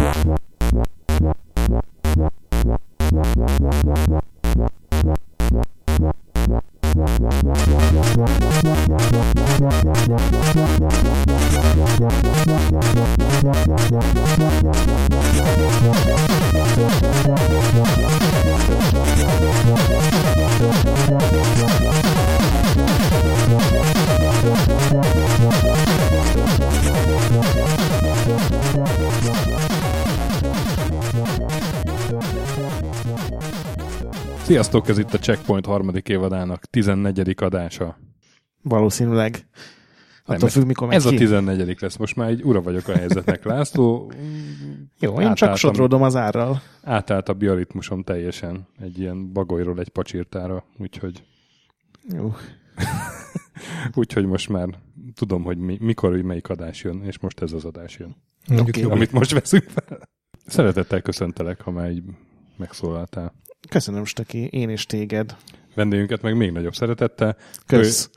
Sziasztok, ez itt a Checkpoint harmadik évadának 14. adása. Valószínűleg. Attól függ, mikor megy ez ki. A 14. lesz, most már egy ura vagyok a helyzetnek, László. Jó, én csak sodródom az árral. Átállt a bioritmusom teljesen egy ilyen bagolyról egy pacsirtára, úgyhogy... Jó. Úgyhogy most már tudom, hogy mikor, hogy melyik adás jön, és most ez az adás jön. Okay. Amit most veszünk fel. Szeretettel köszöntelek, ha már így megszólaltál. Köszönöm, Stöki, én is téged. Vendégünket meg még nagyobb szeretettel. Kösz.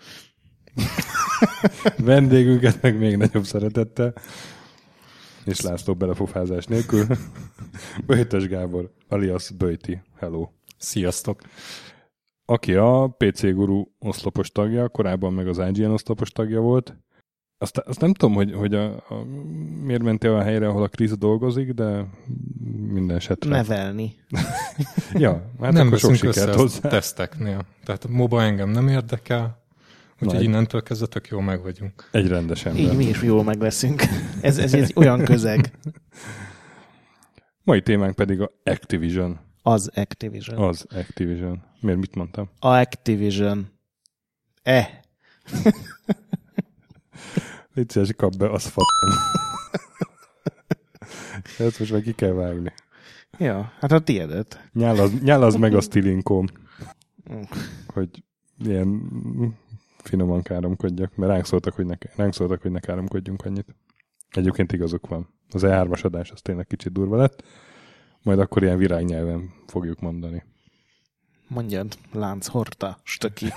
Vendégünket meg még nagyobb szeretettel. És László belefofázás nélkül. Böjtös Gábor, alias Böjti. Hello. Sziasztok. Aki a PC Guru oszlopos tagja, korábban meg az IGN oszlopos tagja volt. Azt nem tudom, hogy miért mentél a helyre, ahol a Krisz dolgozik, de minden esetre. Nevelni. Ja, hát nem akkor sok veszünk sikert össze hozzá. a teszteknél. Tehát a MOBA engem nem érdekel, úgyhogy innentől kezdve tök jól meg vagyunk. Egy rendes ember. Így mi is jól meg leszünk. Ez egy olyan közeg. Mai témánk pedig a Activision. Az Activision. Az Activision. Miért mit mondtam? A Activision. Légy szíves, kap be, az ezt most meg ki kell vágni. Ja, hát a tiédet. Nyálaz meg a stilinkóm. Hogy ilyen finoman káromkodjak, mert ránk szóltak, hogy ne káromkodjunk annyit. Egyébként igazuk van. Az E3-as adás az tényleg kicsit durva lett. Majd akkor ilyen virágnyelven fogjuk mondani. Mondjad, lánc horta, Stöki.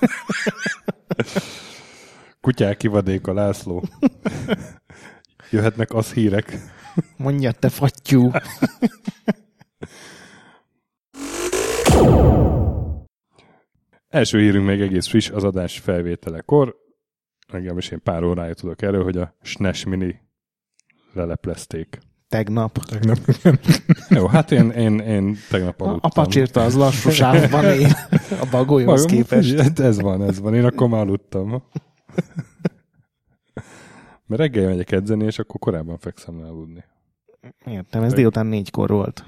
Kutyák kivadék a László. Jöhetnek az hírek. Mondjad, te fattyú. Első hírünk még egész friss az adás felvételekor. Legalábbis én pár órája tudok erről, hogy a SNES Mini leleplezték. Tegnap. Jó, hát én tegnap aludtam. A pacsirta az lassú sávban él a bagolyhoz képest. Ez van. Én akkor már aludtam. Mert reggel megyek edzeni, és akkor korábban fekszem le aludni. Értem, ez délután 4-kor volt.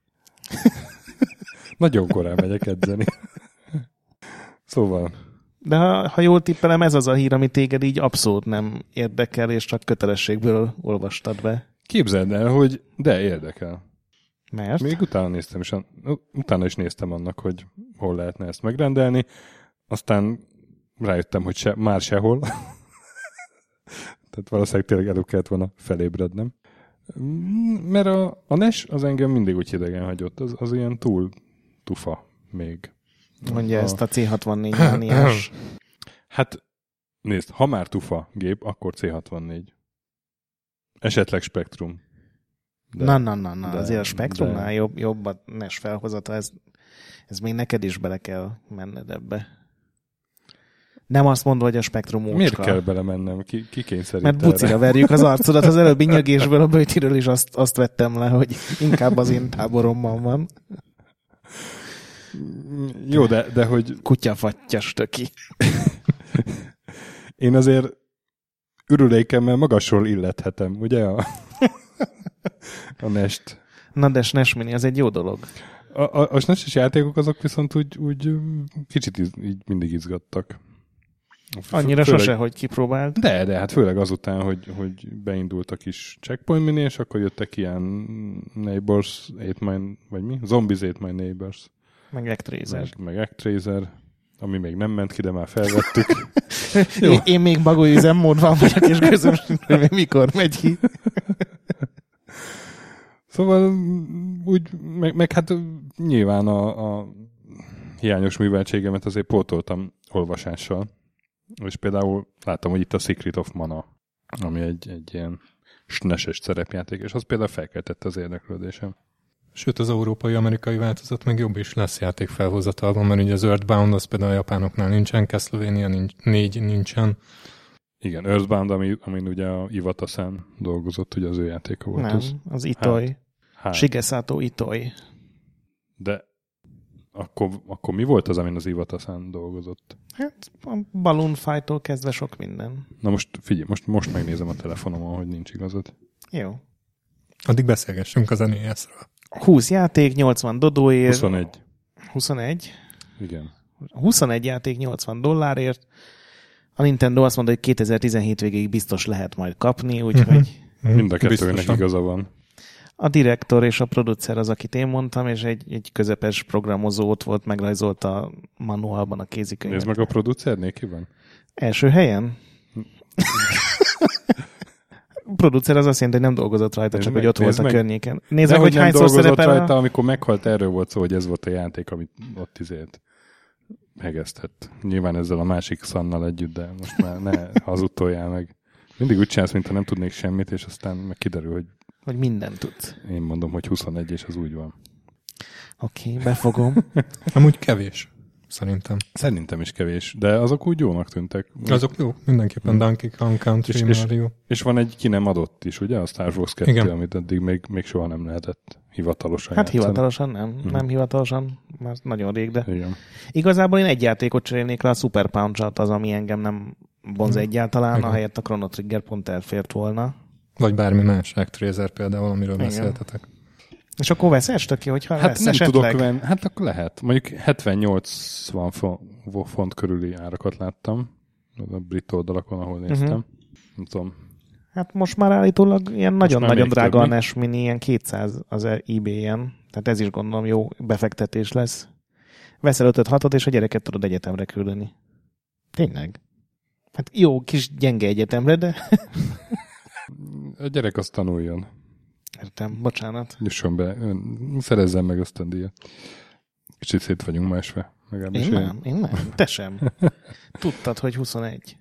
Nagyon korán megyek edzeni. Szóval... De ha jól tippelem, ez az a hír, ami téged így abszolút nem érdekel, és csak kötelességből olvastad be. Képzeld el, hogy de érdekel. Mert? Még utána is néztem annak, hogy hol lehetne ezt megrendelni. Aztán rájöttem, hogy már sehol. Tehát valószínűleg tényleg elő kellett volna felébrednem. Mert a NES az engem mindig úgy hidegen hagyott. Az ilyen túl tufa még. Mondja ezt a C64 mániás. Hát nézd, ha már tufa gép, akkor C64. Esetleg Spectrum. Na. Azért a Spectrumnál jobb a NES felhozata. Ez még neked is bele kell menned ebbe. Nem azt mondva, hogy a Spectrum mócska. Miért kell belemennem? Ki kényszerít Mert bucira verjük az arcodat. Az előbbi nyögésből a Böjtiről is azt vettem le, hogy inkább az én táboromban van. Jó, de hogy... Kutyafattyas Stöki. Én azért ürülékemmel magasról illethetem, ugye a NES-t. Na de SNES Mini, az egy jó dolog. A SNES-es játékok azok viszont úgy kicsit így mindig izgattak. Annyira főleg, sose, hogy kipróbáld. De hát főleg azután, hogy beindult a kis Checkpoint Mini, és akkor jöttek ilyen Neighbors 8 My... vagy mi? Zombies 8 My Neighbors. Meg Actraiser. Meg Actraiser, ami még nem ment ki, de már felvettük. Én még bagoly üzemmódban vagyok, és közöm, hogy mikor megy ki. Szóval úgy, meg hát nyilván a hiányos műveltségemet azért pótoltam olvasással. És például láttam, hogy itt a Secret of Mana, ami egy ilyen SNES-es szerepjáték, és az például felkeltette az érdeklődésem. Sőt, az európai-amerikai változat meg jobb is lesz játékfelhozatalban, mert ugye az Earthbound, az például a japánoknál nincsen, Castlevania 4 nincsen. Igen, Earthbound, amin ugye a Iwata-san dolgozott, ugye az ő játéka volt. Nem, az Itoi. Shigesato Itoi. De akkor mi volt az, amin az Iwata-san dolgozott? Hát a Balloon Fight-tól kezdve sok minden. Na most figyelj, most megnézem a telefonomon, hogy nincs igazad. Jó. Addig beszélgessünk az NES-ről. 20 játék, 80 dodóért. 21. 21? Igen. 21 játék, $80. A Nintendo azt mondta, hogy 2017 végéig biztos lehet majd kapni, úgyhogy... Mind a kettőnek igaza van. A direktor és a producer az, akit én mondtam, és egy közepes programozó ott volt, megrajzolta a manuálban a kézikönyvet. Nézd meg a producernél, ki van? Első helyen? A producer az azt jelenti, hogy nem dolgozott rajta, csak hogy ott volt a környéken. Nézd meg, hogy hányszor szerepel rajta, amikor meghalt, erről volt szó, hogy ez volt a játék, amit ott hegesztett. Nyilván ezzel a másik Szannal együtt, de most már ne hazutoljál meg. Mindig úgy csinálsz, mintha nem tudnék semmit, és aztán meg kiderül, hogy mindent tudsz. Én mondom, hogy 21, és az úgy van. Oké, befogom. Amúgy kevés, szerintem. Szerintem is kevés, de azok úgy jónak tűntek. Azok jó, mindenképpen Donkey Kong Country, Mario. És van egy ki nem adott is, ugye? A Star Wars 2, igen. Amit eddig még soha nem lehetett hivatalosan játszani. Hivatalosan nem. Nem hivatalosan, már nagyon rég, de... Igen. Igazából én egy játékot cserélnék le, a Super Punch-at, az, ami engem nem vonz egyáltalán, igen. Ahelyett a Chrono Trigger pont elfért volna. Vagy bármi más, Actraiser például, amiről beszéltetek. És akkor veszes, aki, hogyha hát vesz nem esetleg? Tudok venni, hát akkor lehet. Mondjuk 70-80 font körüli árakat láttam. A brit oldalakon, ahol néztem. Nem tudom. Hát most már állítólag ilyen nagyon-nagyon drága a NES Mini, ilyen 200 az eBay-en. Tehát ez is gondolom jó befektetés lesz. Veszel 5-6-ot, és a gyereket tudod egyetemre küldeni. Tényleg. Hát jó, kis gyenge egyetemre, de... A gyerek azt tanuljon. Értem, bocsánat. Jusson be, szerezzen meg ösztöndíjat. Kicsit szét vagyunk ma esve. Én nem, te sem. Tudtad, hogy 21.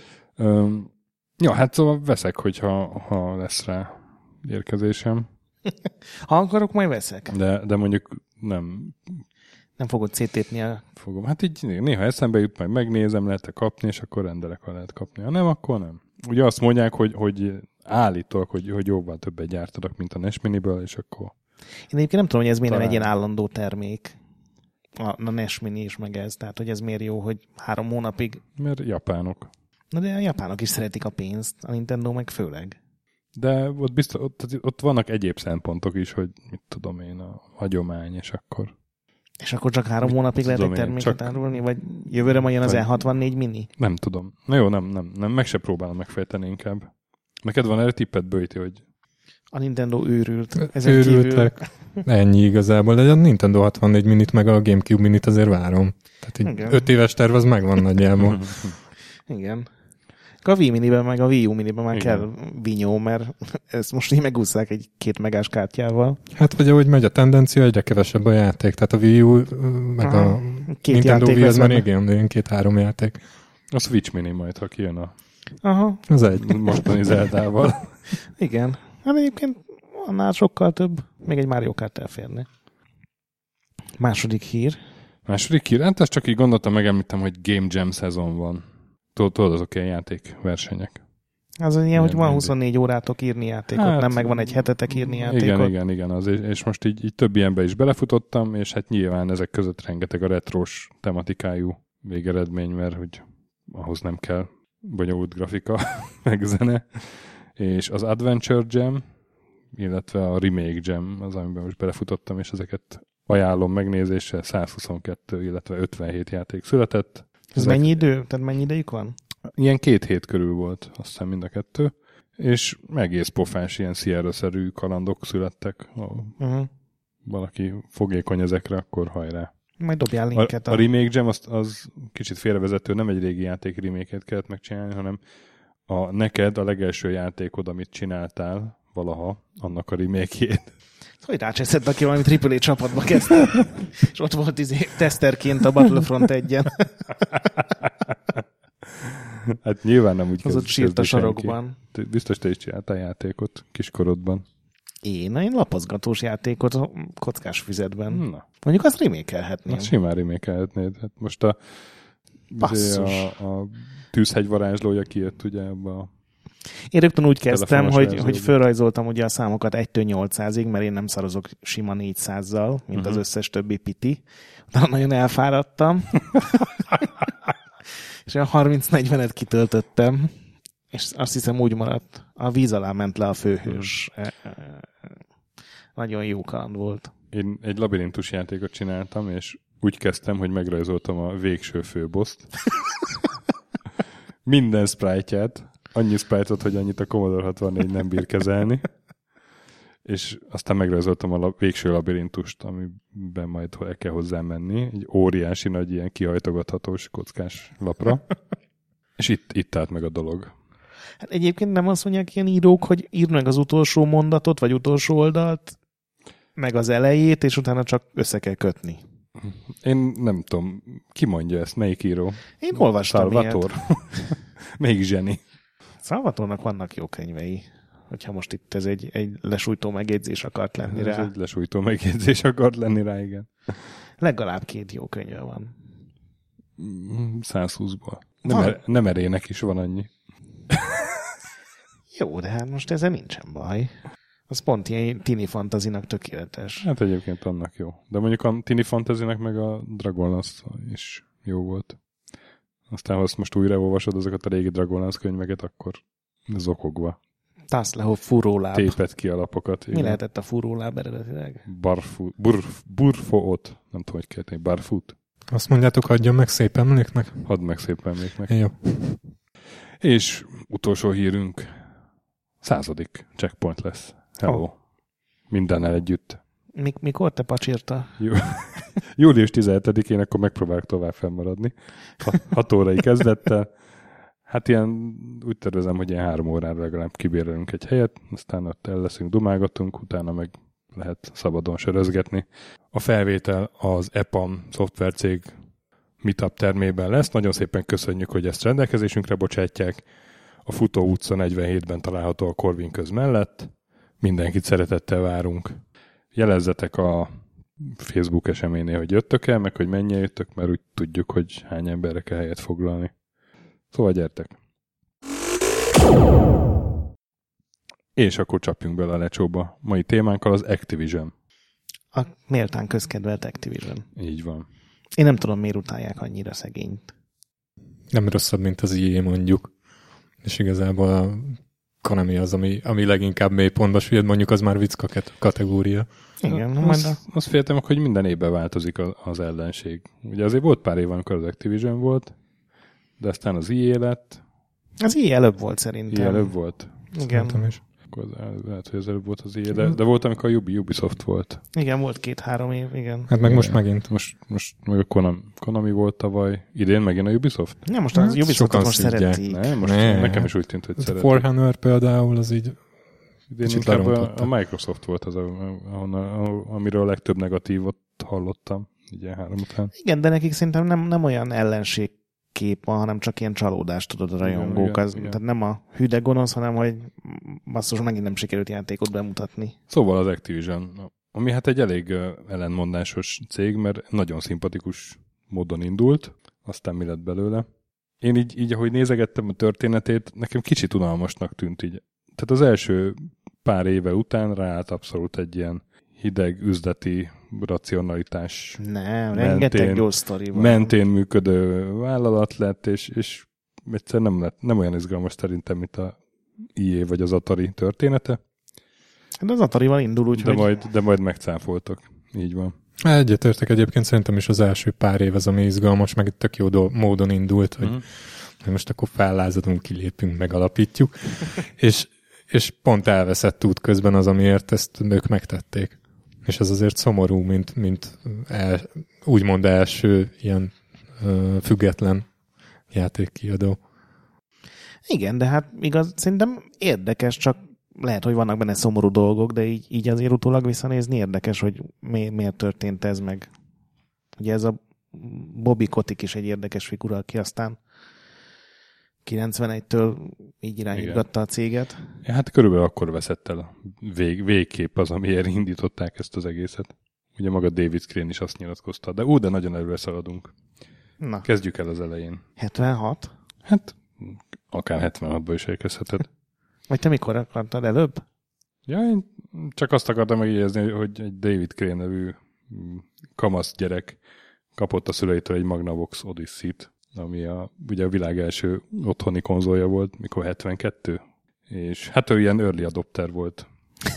Ja, hát szóval veszek, hogyha lesz rá érkezésem. Ha akarok, majd veszek. De mondjuk nem... Nem fogod széttépni a... Fogom. Hát így néha eszembe jut, majd megnézem, lehet-e kapni, és akkor rendelek, ha lehet kapni. Ha nem, akkor nem. Ugye azt mondják, hogy állítólag, hogy jóval többet gyártanak, mint a NES Miniből, és akkor... Én egyébként nem tudom, hogy ez miért nem egy ilyen állandó termék. A NES Mini is meg ez. Tehát, hogy ez miért jó, hogy 3 hónapig... Mert japánok. Na de a japánok is szeretik a pénzt, a Nintendo meg főleg. De ott vannak egyéb szempontok is, hogy mit tudom én, a hagyomány, és akkor... És akkor csak 3 hónapig lehet egy terméket árulni? Vagy jövőre majd jön az E64 Mini? Nem tudom. Na jó, nem. Meg se próbálom megfejteni inkább. Neked van erre tippet, Böjti, hogy... A Nintendo őrült. Őrültek. Ennyi igazából. De a Nintendo 64 Minit meg a GameCube Minit azért várom. Tehát így 5 éves terv az megvan nagyjából. Igen. A Wii Miniben meg a Wii U Miniben már kell vinyó, mert ezt most így megúszszák egy 2 megás kártyával. Hát vagy ahogy megy a tendencia, egyre kevesebb a játék. Tehát a Wii U meg a Nintendo Wii az már igen, 2-3 játék. A Switch Mini majd, ha kijön az egy. Mostani Zeldával. Igen. Hát egyébként annál sokkal több. Még egy Mario Kart elférne. Második hír. Hát ezt csak így gondoltam, megemlítem, hogy Game Jam szezon van. Tudod, azok ilyen játékversenyek. Az ilyen, hogy van 24 órátok írni játékot, hát, nem meg van egy hetetek írni játékot. Igen, az, és most így több ilyenbe is belefutottam, és hát nyilván ezek között rengeteg a retrós tematikájú végeredmény, mert hogy ahhoz nem kell bonyolult grafika, meg zene. És az Adventure Jam, illetve a Remake Jam, az, amiben most belefutottam, és ezeket ajánlom megnézésre, 122, illetve 57 játék született. Ez mennyi idő? Tehát mennyi idejük van? Ilyen 2 hét körül volt, azt hiszem mind a 2. És egész pofás, ilyen Sierra-szerű kalandok születtek. Valaki fogékony ezekre, akkor hajrá. Majd dobjál linket. A Remake Jam az kicsit félrevezető, nem egy régi játék remake-et kellett megcsinálni, hanem neked a legelső játékod, amit csináltál valaha, annak a remake-jét. Hogy rácseszett, aki valami AAA csapatba kezdte, és ott volt teszterként a Battlefront 1-en. Hát nyilván nem úgy az ott sírt a sarokban. Biztos te is csináltál játékot kiskorodban. Én lapozgatós játékot a kockás füzetben. Na. Mondjuk azt remékelhetném. Azt simán remékelhetnéd. Hát most a tűzhegy varázslója kijött ugye ebbe a... Én rögtön úgy kezdtem, hogy felrajzoltam ugye a számokat 1-től 800-ig, mert én nem szarozok sima 400-zal, mint az összes többi piti. Utána nagyon elfáradtam. És olyan 30-40-et kitöltöttem, és azt hiszem úgy maradt. A víz alá ment le a főhős. Nagyon jó kaland volt. Én egy labirintus játékot csináltam, és úgy kezdtem, hogy megrajzoltam a végső főboszt. Minden sprite-ját, annyi sprite-ot, hogy annyit a Commodore 64 nem bír kezelni. És aztán megrajzoltam a végső labirintust, amiben majd el kell hozzám menni. Egy óriási nagy ilyen kihajtogathatós kockás lapra. És itt állt meg a dolog. Hát egyébként nem azt mondják ilyen írók, hogy írd meg az utolsó mondatot, vagy utolsó oldalt, meg az elejét, és utána csak össze kell kötni. Én nem tudom, ki mondja ezt, melyik író? Én olvastam Salvator? Melyik zseni? Salvatornak vannak jó könyvei. Hogyha most itt ez egy lesújtó megjegyzés akart lenni rá. Ez egy lesújtó megjegyzés akart lenni rá, igen. Legalább 2 jó könyve van. 120-ból. Nem erének is van annyi. Jó, de hát most ezzel nincsen baj. Az pont ilyen tini fantazinak tökéletes. Hát egyébként annak jó. De mondjuk a tini fantazinak meg a Dragonlance is jó volt. Aztán, ha azt most újra olvasod azokat a régi Dragonlance könyveket, akkor zokogva. Tászlehov fúróláb. Tépett ki a lapokat. Mi lehetett a fúróláb eredetileg? Burfoot. Nem tudom, hogy kérteni. Barfoot. Azt mondjátok, adjam meg szép emléknek? Hadd meg szép emléknek. Jó. És utolsó hírünk. 100. checkpoint lesz. Hello. Oh. Mindennel együtt. Mikor te pacsírta? Július 17-én akkor megpróbálok tovább fennmaradni. 6 órai kezdettel. Hát ilyen, úgy tervezem, hogy ilyen 3 órára legalább kibérelünk egy helyet, aztán ott el leszünk, dumálgatunk, utána meg lehet szabadon sörözgetni. A felvétel az EPAM szoftvercég Meetup termében lesz. Nagyon szépen köszönjük, hogy ezt rendelkezésünkre bocsátják. A Futó utca 47-ben található a Corvin köz mellett. Mindenkit szeretettel várunk. Jelezzetek a Facebook eseménynél, hogy jöttök el, meg hogy mennyien jöttök, mert úgy tudjuk, hogy hány emberre kell helyet foglalni. Szóval gyertek! És akkor csapjunk bele a lecsóba. Mai témánkkal az Activision. A méltán közkedvelt Activision. Így van. Én nem tudom, miért utálják annyira szegényt. Nem rosszabb, mint az EA mondjuk. És igazából a Konami az, ami leginkább mélypontba süllyed, mondjuk az már vicc kategória. Igen. Azt féltem, hogy minden évben változik az ellenség. Ugye azért volt pár év, amikor az Activision volt, de aztán az EA lett. Az EA előbb volt szerintem. EA előbb volt? Igen. Is. Akkor lehet, hogy ez előbb volt az EA, de volt, amikor a Ubisoft volt. Igen, volt 2-3 év, igen. Hát meg most megint. Most meg a Konami volt tavaly. Idén megint a Ubisoft? Nem, most az Ubisoftot most szeretik. Nekem is úgy tűnt, hogy szeretik. A Forerunner például az így idén inkább a Microsoft volt az, amiről a legtöbb negatívot hallottam. Ugye 3 után. Igen, de nekik szerintem nem olyan ellenségkép van, hanem csak ilyen csalódást, tudod, a rajongók. Igen. Tehát nem a hű de gonosz, hanem hogy basszus, megint nem sikerült játékot bemutatni. Szóval az Activision, ami hát egy elég ellenmondásos cég, mert nagyon szimpatikus módon indult, aztán mi lett belőle. Én így ahogy nézegettem a történetét, nekem kicsit unalmasnak tűnt így. Tehát az első pár éve után ráállt abszolút egy ilyen hideg üzleti racionalitás rengeteg jó sztori van. Mentén működő vállalat lett, és egyszerűen nem olyan izgalmas szerintem, mint a EA vagy az Atari története. Hát az Atarival indul úgy, de majd megcáfoltak. Így van. Egyetértek egyébként, szerintem is az első pár év az, ami izgalmas, meg tök jó módon indult, hogy most akkor fellázadunk, kilépünk, megalapítjuk. és pont elveszett út közben az, amiért ezt ők megtették. És ez azért szomorú, mint úgymond első ilyen független játékkiadó. Igen, de hát igaz, szerintem érdekes, csak lehet, hogy vannak benne szomorú dolgok, de így azért utólag visszanézni érdekes, hogy miért történt ez meg. Ugye ez a Bobby Kotick is egy érdekes figura, aki aztán 91-től így irányítgatta a céget. Ja, hát körülbelül akkor veszett el a végkép az, amiért indították ezt az egészet. Ugye maga David Crane is azt nyilatkozta, de nagyon előre szaladunk. Na. Kezdjük el az elején. 76? Hát, akár 76-ba is elkezdheted. Vagy te mikor akartad előbb? Ja, én csak azt akartam megjegyezni, hogy egy David Crane nevű kamasz gyerek kapott a szüleitől egy Magnavox Odyssey-t, ami ugye a világ első otthoni konzolja volt, mikor 72. És hát ő ilyen early adopter volt.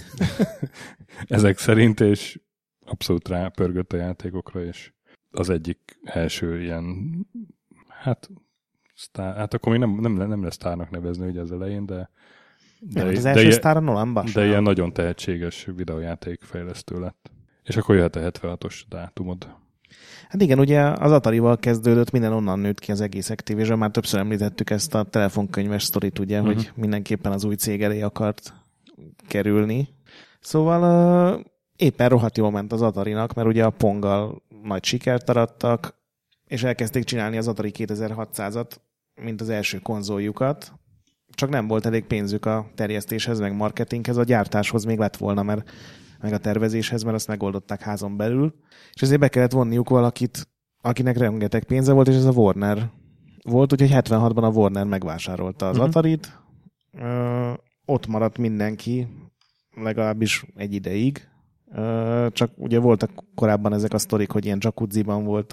Ezek szerint, és abszolút rápörgött a játékokra, és az egyik első ilyen, hát akkor még nem lesz sztárnak nevezni ugye az elején, de az első sztár a Nolan Bushnell. De ilyen nagyon tehetséges videójáték fejlesztő lett. És akkor jöhet a 76-os dátumod. Hát igen, ugye az Atari-val kezdődött, minden onnan nőtt ki az egész Activision. Már többször említettük ezt a telefonkönyves sztorit, ugye, hogy mindenképpen az új cég elé akart kerülni. Szóval éppen rohadt jól ment az Atarinak, mert ugye a Ponggal nagy sikert arattak, és elkezdték csinálni az Atari 2600-at, mint az első konzoljukat. Csak nem volt elég pénzük a terjesztéshez, meg marketinghez, a gyártáshoz még lett volna, meg a tervezéshez, mert azt megoldották házon belül. És ezért be kellett vonniuk valakit, akinek rengeteg pénze volt, és ez a Warner volt, úgyhogy 76-ban a Warner megvásárolta az Atarit. Ott maradt mindenki, legalábbis egy ideig. Csak ugye voltak korábban ezek a sztorik, hogy ilyen jacuzziban volt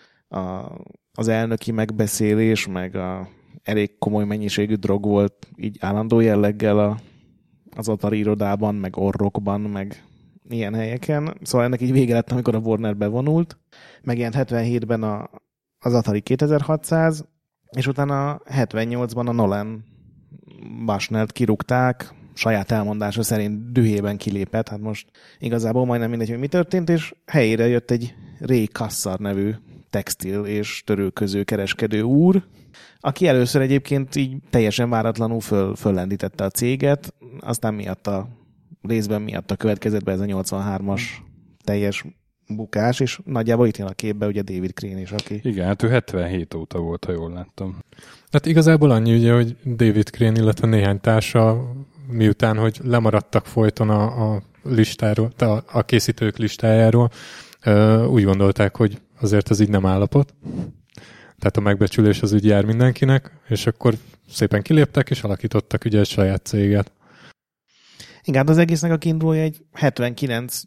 az elnöki megbeszélés, meg elég komoly mennyiségű drog volt így állandó jelleggel az Atari irodában, meg orrokban, meg ilyen helyeken. Szóval ennek így vége lett, amikor a Warner bevonult. Megjelent 77-ben az Atari 2600, és utána 78-ban a Nolan Bushnellt kirúgták, saját elmondása szerint dühében kilépett, hát most igazából majdnem mindegy, hogy mi történt, és helyére jött egy Ray Kassar nevű textil és törőköző kereskedő úr, aki először egyébként így teljesen váratlanul föllendítette a céget, aztán részben miatta következett be ez a 83-as teljes bukás, és nagyjából itt jön a képbe ugye David Crane is, aki... Igen, hát ő 77 óta volt, ha jól láttam. Hát igazából annyi ugye, hogy David Crane, illetve néhány társa miután, hogy lemaradtak folyton a listáról, a készítők listájáról, úgy gondolták, hogy azért ez így nem állapot. Tehát a megbecsülés az úgy jár mindenkinek, és akkor szépen kiléptek, és alakítottak ugye egy saját céget. Igen, az egésznek a kiindulója egy 79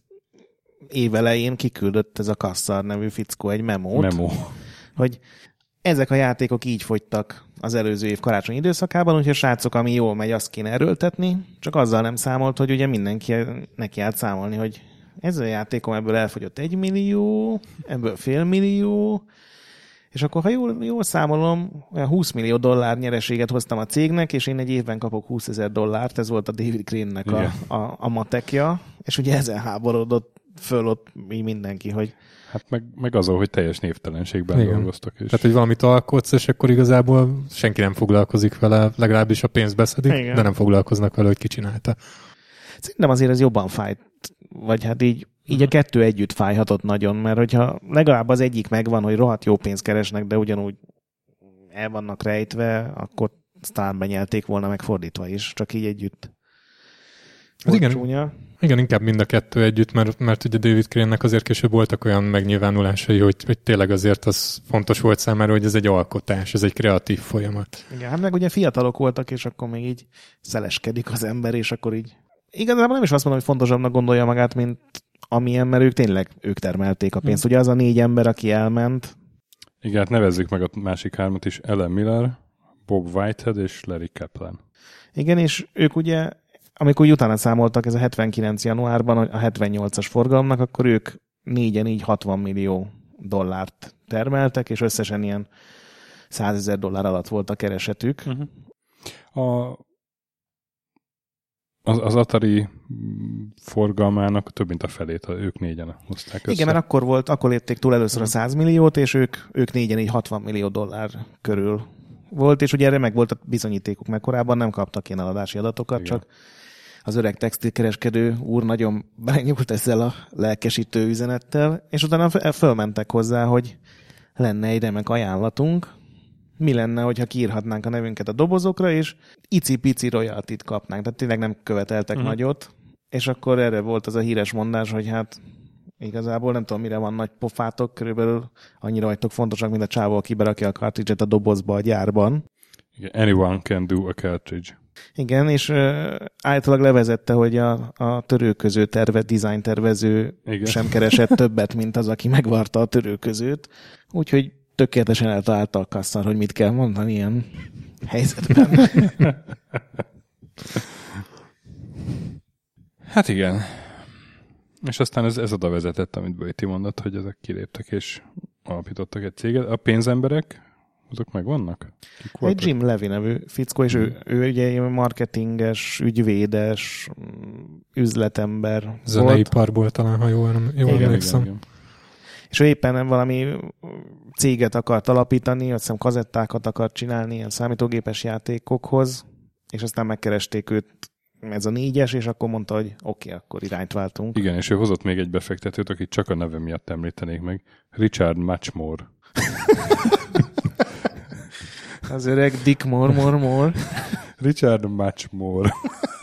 év elején kiküldött ez a Kassar nevű fickó egy memót, hogy ezek a játékok így fogytak az előző év karácsonyi időszakában, úgyhogy srácok, ami jól megy, azt kéne erőltetni, csak azzal nem számolt, hogy ugye mindenki neki állt számolni, hogy ez a játékom ebből elfogyott 1 millió, ebből $500 000, és akkor, ha jól számolom, olyan $20 millió nyereséget hoztam a cégnek, és én egy évben kapok $20,000, ez volt a David Crane-nek a matekja, és ugye ezen háborodott föl ott mindenki, hogy... Hát meg azon, hogy teljes névtelenségben dolgoztak. És... Tehát, hogy valamit alkotsz, és akkor igazából senki nem foglalkozik vele, legalábbis a pénzt beszedik, de nem foglalkoznak vele, hogy ki csinálta. Szerintem azért ez jobban fájt, vagy hát így a kettő együtt fájhatott nagyon, mert hogyha legalább az egyik megvan, hogy rohadt jó pénzt keresnek, de ugyanúgy el vannak rejtve, akkor talán benyelték volna megfordítva is, csak így együtt. Igen, inkább mind a kettő együtt, mert ugye David Crane-nek azért később voltak olyan megnyilvánulásai, hogy tényleg azért az fontos volt számára, hogy ez egy alkotás, ez egy kreatív folyamat. Igen, hát meg ugye fiatalok voltak, és akkor még így szeleskedik az ember, és akkor így igazából nem is azt mondom, hogy fontosabbnak gondolja magát, mint amilyen, mert ők termelték a pénzt. Ugye az a 4 ember, aki elment. Igen, hát nevezzük meg a másik 3-at is, Ellen Miller, Bob Whitehead és Larry Kaplan. Igen, és ők ugye, amikor utána számoltak ez a 79 januárban a 78-as forgalomnak, akkor ők 4-en így $60 millió termeltek, és összesen ilyen $100,000 alatt volt a keresetük. Az Atari forgalmának több mint a felét ők 4-en hozták össze. Igen, mert akkor lépték túl először a 100 milliót, és ők 4-en így $60 millió körül volt, és ugye erre meg volt a bizonyítékuk, mert korábban nem kaptak ilyen eladási adatokat, igen. Csak az öreg textilkereskedő úr nagyon belenyúlt ezzel a lelkesítő üzenettel, és utána fölmentek hozzá, hogy lenne egy remek ajánlatunk, mi lenne, hogyha kiírhatnánk a nevünket a dobozokra, és icipici royaltit kapnánk. Tehát tényleg nem követeltek nagyot, és akkor erre volt az a híres mondás, hogy hát igazából nem tudom, mire van nagy pofátok, körülbelül annyira vagytok fontosak, mint a csávó, aki berakja a cartridge-et a dobozba a gyárban. Anyone can do a cartridge. Igen, és általában levezette, hogy a törőköző design tervező sem keresett többet, mint az, aki megvarta a törőközőt. Úgyhogy tökéletesen eltalálta a kasszar, hogy mit kell mondani ilyen helyzetben. Hát igen. És aztán ez oda vezetett, amit Böjti mondott, hogy ezek kiléptek és alapítottak egy céget. A pénzemberek, azok meg vannak? Egy Jim Levy nevű fickó, és ő ugye marketinges, ügyvédes, üzletember Zeneiparból talán, ha jól emlékszem. Igen. És ő éppen valami céget akart alapítani, azt hiszem kazettákat akart csinálni ilyen számítógépes játékokhoz, és aztán megkeresték őt ez a 4-es, és akkor mondta, hogy oké, akkor irányt váltunk. Igen, és ő hozott még egy befektetőt, akit csak a neve miatt említenék meg. Richard Muchmore. Az öreg Dick More. Richard Muchmore.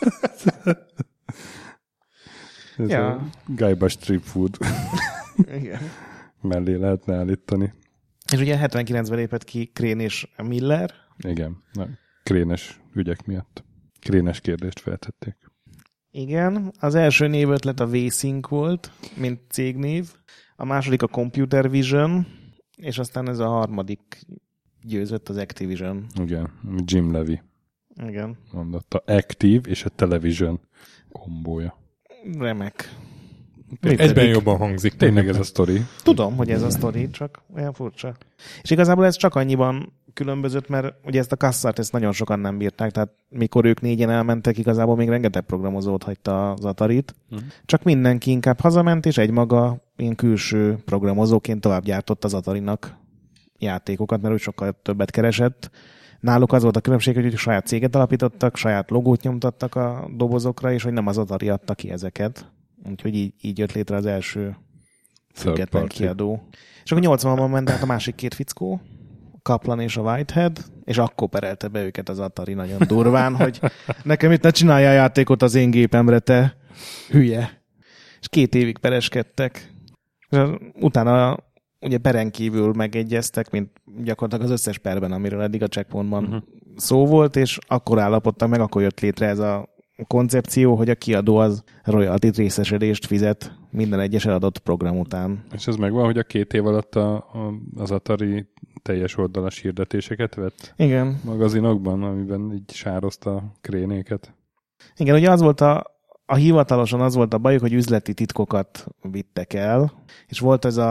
Ez a Gaiba Street Food. Igen. Mellé lehetne állítani. És ugye 79-ben lépett ki Crane és Miller. Igen, krénes ügyek miatt. Krénes kérdést feltették. Igen, az első névötlet a V-Sync volt, mint cégnév. A második a Computer Vision, és aztán ez a harmadik győzött az Activision. Igen, Jim Levy. Igen. Mondott a Active és a Television kombója. Remek. Egyben jobban hangzik. Tényleg ez a sztori. Tudom, hogy ez a sztori, csak olyan furcsa. És igazából ez csak annyiban különbözött, mert ugye ezt a kasszát ezt nagyon sokan nem bírták, tehát mikor ők 4-en elmentek, igazából még rengeteg programozót hagyta az Atarit. Csak mindenki inkább hazament, és egymaga ilyen külső programozóként tovább gyártott az Atarinak játékokat, mert úgy sokkal többet keresett. Náluk az volt a különbség, hogy saját céget alapítottak, saját logót nyomtattak a dobozokra, és hogy nem az Atari adta ki ezeket. Úgyhogy így jött létre az első független kiadó. És akkor 80-ban ment át a másik két fickó, Kaplan és a Whitehead, és akkor perelte be őket az Atari nagyon durván, hogy nekem itt ne csinálja a játékot az én gépemre, te hülye. És 2 évig pereskedtek. És utána ugye peren kívül megegyeztek, mint gyakorlatilag az összes perben, amiről eddig a Checkpointban szó volt, és akkor állapodtak meg, akkor jött létre ez a koncepció, hogy a kiadó az royalty részesedést fizet minden egyes eladott program után. És ez megvan, hogy a 2 év alatt az Atari teljes oldalas hirdetéseket vett? Igen. Magazinokban, amiben így sározta a krénéket? Igen, ugye az volt a hivatalosan az volt a bajuk, hogy üzleti titkokat vittek el, és volt ez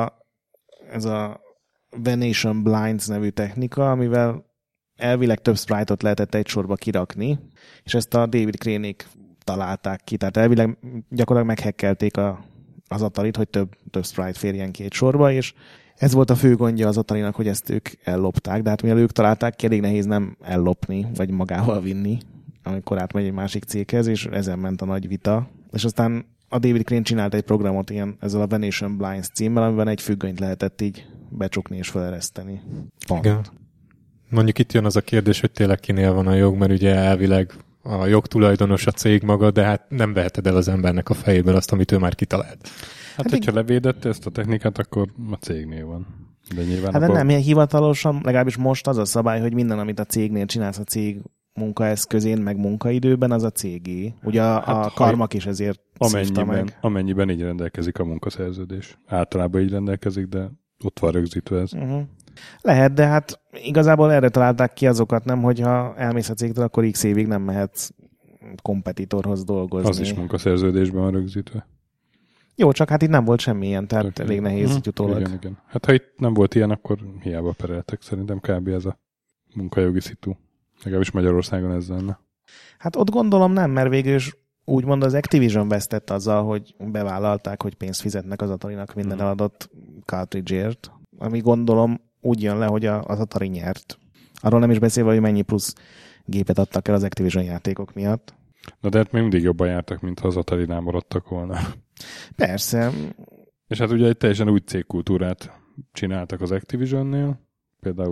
a Venetian Blinds nevű technika, amivel elvileg több sprite-ot lehetett egy sorba kirakni, és ezt a David Crane-ék találták ki, tehát elvileg gyakorlatilag meghekkelték az Atarit, hogy több sprite férjen ki egy sorba, és ez volt a fő gondja az Atarinak, hogy ezt ők ellopták, de hát mivel ők találták ki, elég nehéz nem ellopni, vagy magával vinni, amikor átmegy egy másik céghez, és ezen ment a nagy vita. És aztán a David Crane csinált egy programot ilyen, ezzel a Venetian Blinds címmel, amiben egy függönyt lehetett így becsukni és felereszteni. Pont. Igen. Mondjuk itt jön az a kérdés, hogy tényleg kinél van a jog, mert ugye elvileg a jogtulajdonos a cég maga, de hát nem veheted el az embernek a fejéből azt, amit ő már kitalált. Hát hogyha levédette ezt a technikát, akkor a cégnél van. De nyilván hát nem ilyen hivatalosan, legalábbis most az a szabály, hogy minden, amit a cégnél csinálsz a cég munkaeszközén, meg munkaidőben, az a cégé. Ugye a Karmak is ezért szívta meg. Amennyiben így rendelkezik a munkaszerződés. Általában így rendelkezik, de ott van rögzítve ez. Lehet, de hát igazából erre találták ki azokat, nem, hogyha elmész a cégtől, akkor x évig nem mehetsz kompetitorhoz dolgozni. Az is munkaszerződésben van rögzítve. Jó, csak hát itt nem volt semmi ilyen, tehát elég nehéz így utólag. Igen. Hát ha itt nem volt ilyen, akkor hiába pereltek. Szerintem kb. Ez a munkajogi szitu. Legalábbis Magyarországon ez lenne. Hát ott gondolom nem, mert végül is úgymond az Activision vesztett azzal, hogy bevállalták, hogy pénzt fizetnek az Atarinak minden eladott cartridge-ért, ami gondolom úgy jön le, hogy az Atari nyert. Arról nem is beszélve, hogy mennyi plusz gépet adtak el az Activision játékok miatt. Na de hát még mindig jobban jártak, mint ha az Atarinál maradtak volna. Persze. És hát ugye egy teljesen új cégkultúrát csináltak az Activisionnél. Például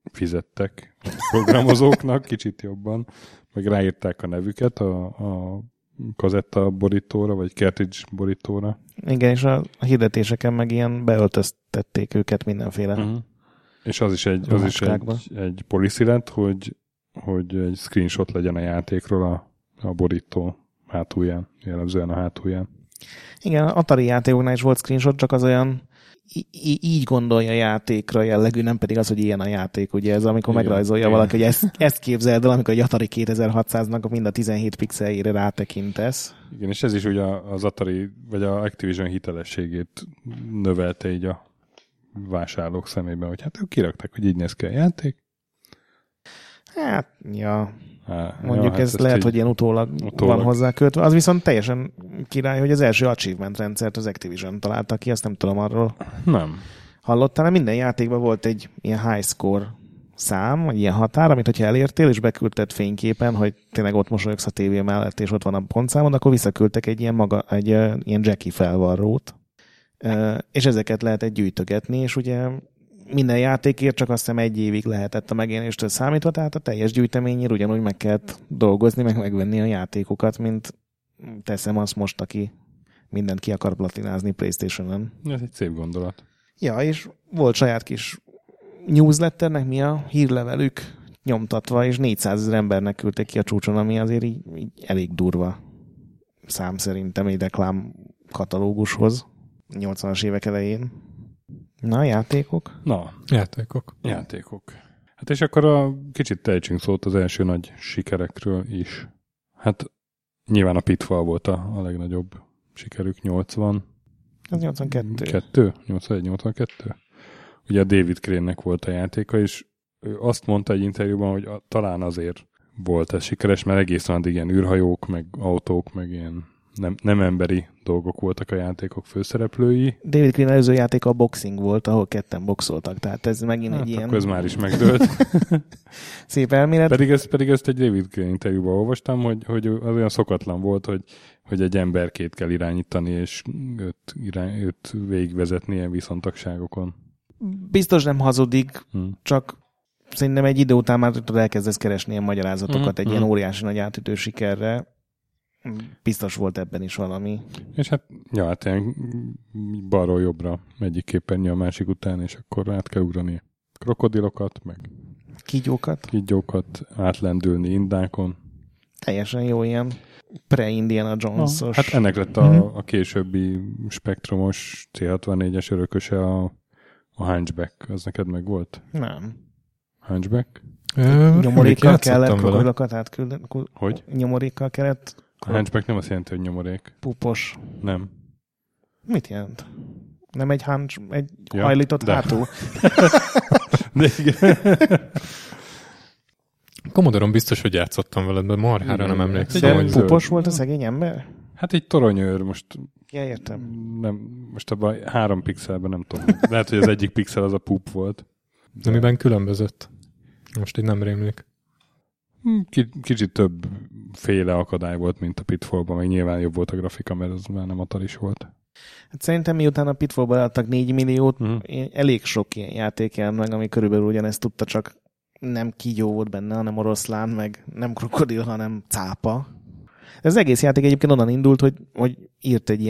fizettek programozóknak kicsit jobban, meg ráírták a nevüket a kazetta borítóra, vagy cartridge borítóra. Igen, és a hirdetéseken meg ilyen beöltöztették őket mindenféle. Uh-huh. És az is egy policy lett, hogy egy screenshot legyen a játékról a borító hátulján, jellemzően a hátulján. Igen, Atari játékoknál is volt screenshot, csak az olyan így gondolja a játékra jellegű, nem pedig az, hogy ilyen a játék, ugye ez, amikor igen, megrajzolja valaki, hogy ezt képzeld el, amikor egy Atari 2600-nak mind a 17 pixeljére rátekintesz. Igen, és ez is ugye az Atari, vagy a Activision hitelességét növelte így a vásárlók szemében, hogy hát ők kirakták, hogy így néz ki a játék. Hát, ja. Mondjuk hát ez lehet, hogy ilyen utólag van hozzá kötve. Az viszont teljesen király, hogy az első achievement rendszert az Activision találta ki, azt nem tudom arról. Nem. Hallottál, minden játékban volt egy ilyen high score szám, vagy ilyen határ, amit hogyha elértél, és beküldted fényképen, hogy tényleg ott mosolyogsz a tévé mellett, és ott van a pontszámod, akkor visszaküldtek egy ilyen Jackie felvarrót. És ezeket lehetett gyűjtögetni, és ugye minden játékért csak azt hiszem 1 évig lehetett a megjelenéstől számítva, tehát a teljes gyűjteményért ugyanúgy meg kellett dolgozni, meg megvenni a játékokat, mint teszem azt most, aki mindent ki akar platinázni PlayStation-on. Ez egy szép gondolat. Ja, és volt saját kis newsletternek mi a hírlevelük nyomtatva, és 400 000 embernek küldték ki a csúcson, ami azért így elég durva szám szerintem egy reklám katalógushoz 80-as évek elején. Na, játékok? Játékok. Hát és akkor kicsit tejtsünk szót az első nagy sikerekről is. Hát nyilván a Pitfall volt a legnagyobb sikerük, 80. Ez 82. 81-82. Ugye a David Crane-nek volt a játéka, és ő azt mondta egy interjúban, hogy talán azért volt ez sikeres, mert egészen addig ilyen űrhajók, meg autók, meg ilyen nem emberi dolgok voltak a játékok főszereplői. David Crane előző játéka a boxing volt, ahol ketten boxoltak, tehát ez megint egy ilyen... Akkor ez már is megdőlt. Szép elmélet. Pedig ezt egy David Crane interjúban olvastam, hogy az olyan szokatlan volt, hogy egy emberkét kell irányítani, és őt végigvezetni ilyen viszontagságokon. Biztos nem hazudik, csak szerintem egy idő után már elkezdesz keresni ilyen magyarázatokat egy ilyen óriási nagy átütő sikerre. Biztos volt ebben is valami. És hát ilyen balról jobbra egyik képernyő a másik után, és akkor át kell ugrani krokodilokat, meg kígyókat, átlendülni indákon. Teljesen jó ilyen pre-Indiana Jones-os. Hát ennek lett a későbbi spektrumos C64-es örököse a Hunchback. Az neked meg volt? Nem. Hunchback? Nyomorékkal kellett krokodilokat átküldeni. Hogy? Nyomorékkal kellett. A hunchback nem azt jelenti, hogy nyomorék. Pupos. Nem. Mit jelent? Nem egy hajlított hátul? De igen. Commodore-on biztos, hogy játszottam veled, de marhára nem emlékszem. Hogy pupos volt a szegény ember? Hát egy toronyőr most. Ja, értem. Nem, most abban 3 pixelben nem tudom. Lehet, hogy az egyik pixel az a pup volt. De miben különbözött? Most így nem rémlik. Kicsit több féle akadály volt, mint a Pitfallban, meg nyilván jobb volt a grafika, mert az már nem Atari volt. Hát szerintem miután a Pitfallban adtak 4 milliót, elég sok ilyen játék jelent meg, ami körülbelül ugyanezt tudta, csak nem kígyó volt benne, hanem oroszlán, meg nem krokodil, hanem cápa. Ez az egész játék egyébként onnan indult, hogy írt egy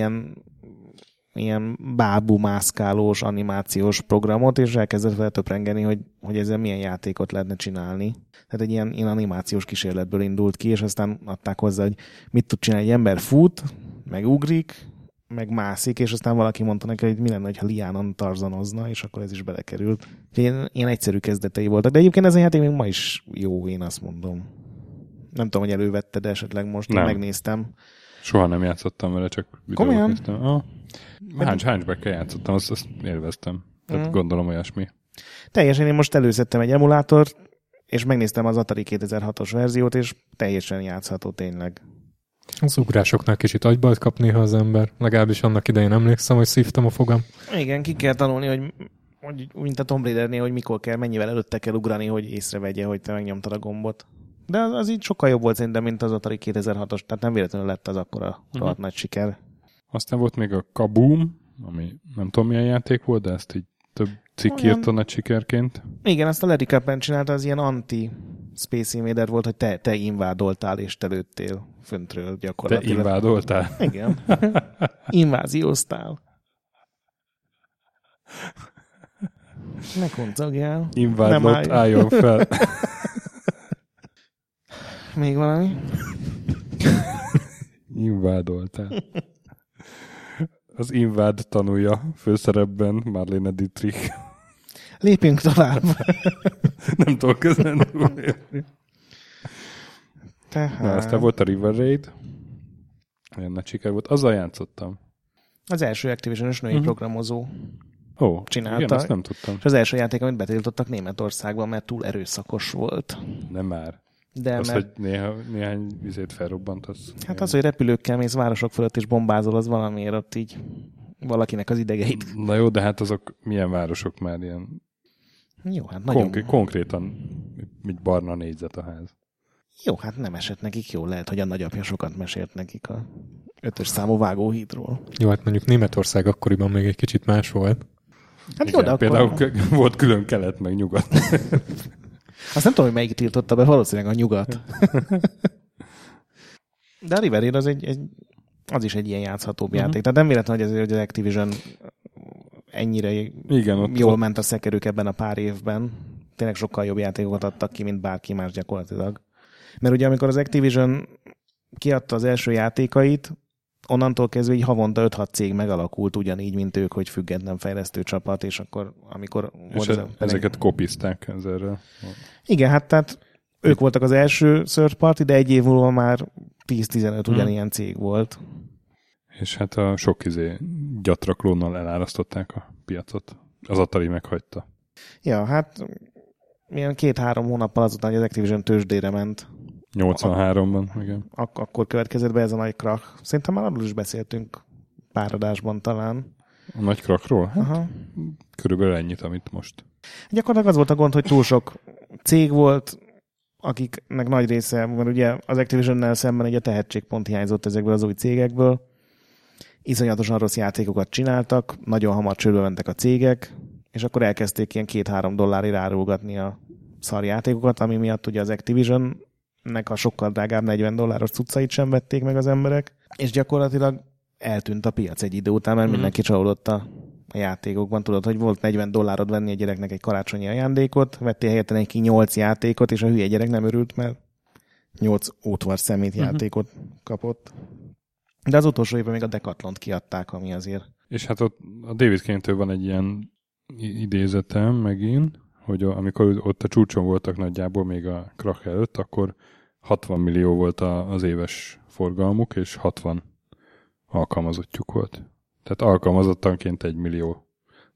ilyen bábú mászkálós animációs programot, és elkezdett vele töprengeni, hogy ezzel milyen játékot lehetne csinálni. Tehát egy ilyen animációs kísérletből indult ki, és aztán adták hozzá, hogy mit tud csinálni. Egy ember fut, meg ugrik, meg mászik, és aztán valaki mondta neki, hogy mi lenne, ha Liánon tarzanozna, és akkor ez is belekerült. Ilyen egyszerű kezdetei voltak. De egyébként ez a játék még ma is jó, én azt mondom. Nem tudom, hogy elővetted, de esetleg most megnéztem. Soha nem játszottam vele, csak videót néztem. Hunchback-kel játszottam, azt élveztem. Tehát gondolom olyasmi. Teljesen, én most előszedtem egy emulátort, és megnéztem az Atari 2006-os verziót, és teljesen játszható tényleg. Az ugrásoknál kicsit agybajt kap néha az ember. Legalábbis annak idején emlékszem, hogy szívtam a fogam. Igen, ki kell tanulni, hogy mint a Tomb Raidernél, hogy mikor kell, mennyivel előtte kell ugrani, hogy észrevegye, hogy te megnyomtad a gombot. De az így sokkal jobb volt szerintem, mint az Atari 2006-os, tehát nem véletlenül lett az akkora nagy siker. Aztán volt még a Kaboom, ami nem tudom milyen játék volt, de ezt így több cikk írta nagy sikerként. Igen, azt a Larry Kaplan csinálta, az ilyen anti-Space Invader volt, hogy te invádoltál és te lőttél föntről gyakorlatilag. Te invádoltál? Igen. Invázióztál. Ne koncagjál. Invádlott, álljon fel. Még valami? Invádoltál. Az invád tanulja főszerepben Marlene Dietrich. Lépjünk tovább. Nem tudok ezen túlélni. Na, aztán volt a River Raid. Olyan nagy siker volt. Azzal játszottam. Az első Activision-ös női programozó csinálta. Igen, azt nem tudtam. És az első játék, amit betiltottak Németországban, mert túl erőszakos volt. Nem már. De az, mert... hogy néhány vizét felrobbantasz. Hát az, hogy repülőkkel mész városok fölött és bombázol, az valamiért ott így valakinek az idegeit. Na jó, de hát azok milyen városok már ilyen... Jó, hát nagyon... Konkrétan, mint barna négyzet a ház. Jó, hát nem esett nekik jól. Lehet, hogy a nagyapja sokat mesélt nekik a 5-ös számú vágóhídról. Jó, hát mondjuk Németország akkoriban még egy kicsit más volt. Hát igen, jó, de például akkor... volt külön kelet, meg nyugat. Azt nem tudom, hogy melyik tiltotta be, valószínűleg a nyugat. De a River Raid az is egy ilyen játszhatóbb játék. Tehát nem véletlen, hogy az Activision ennyire jól ment a szekerük ebben a pár évben. Tényleg sokkal jobb játékokat adtak ki, mint bárki más gyakorlatilag. Mert ugye amikor az Activision kiadta az első játékait, onnantól kezdve így havonta 5-6 cég megalakult ugyanígy, mint ők, hogy független fejlesztő csapat, és akkor amikor... És ezeket kopizták ezerre. Igen, hát tehát ők voltak az első third party, de egy év múlva már 10-15 ugyanilyen cég volt. És hát a sok gyatra klónnal elárasztották a piacot. Az Atari meghagyta. Ja, hát milyen 2-3 hónappal azután, hogy az Activision tőzsdére ment. 83-ban, igen. Akkor következett be ez a nagy krach. Szerintem már arról is beszéltünk pár adásban talán. A nagy krachról? Aha. Körülbelül ennyit, amit most. Gyakorlatilag az volt a gond, hogy túl sok cég volt, akiknek nagy része, mert ugye az Activisionnel szemben egy a tehetségpont hiányzott ezekből az új cégekből. Iszonyatosan rossz játékokat csináltak, nagyon hamar csődbe mentek a cégek, és akkor elkezdték ilyen $2-3 árulgatni a szarjátékokat, ami miatt ugye az Activisionnek a sokkal drágább $40 cuccait sem vették meg az emberek, és gyakorlatilag eltűnt a piac egy idő után, mert mindenki csalódott a játékokban. Tudod, hogy volt $40 venni a gyereknek egy karácsonyi ajándékot, vettél helyette neki 8 játékot, és a hülye gyerek nem örült, mert 8 ótvar szemét játékot kapott. De az utolsó évben még a Decathlont kiadták, ami azért... És hát ott a David Cain-től van egy ilyen idézetem megint, hogy amikor ott a csúcson voltak nagyjából még a krach előtt, akkor 60 millió volt az éves forgalmuk, és 60 alkalmazottjuk volt. Tehát alkalmazottanként $1 millió.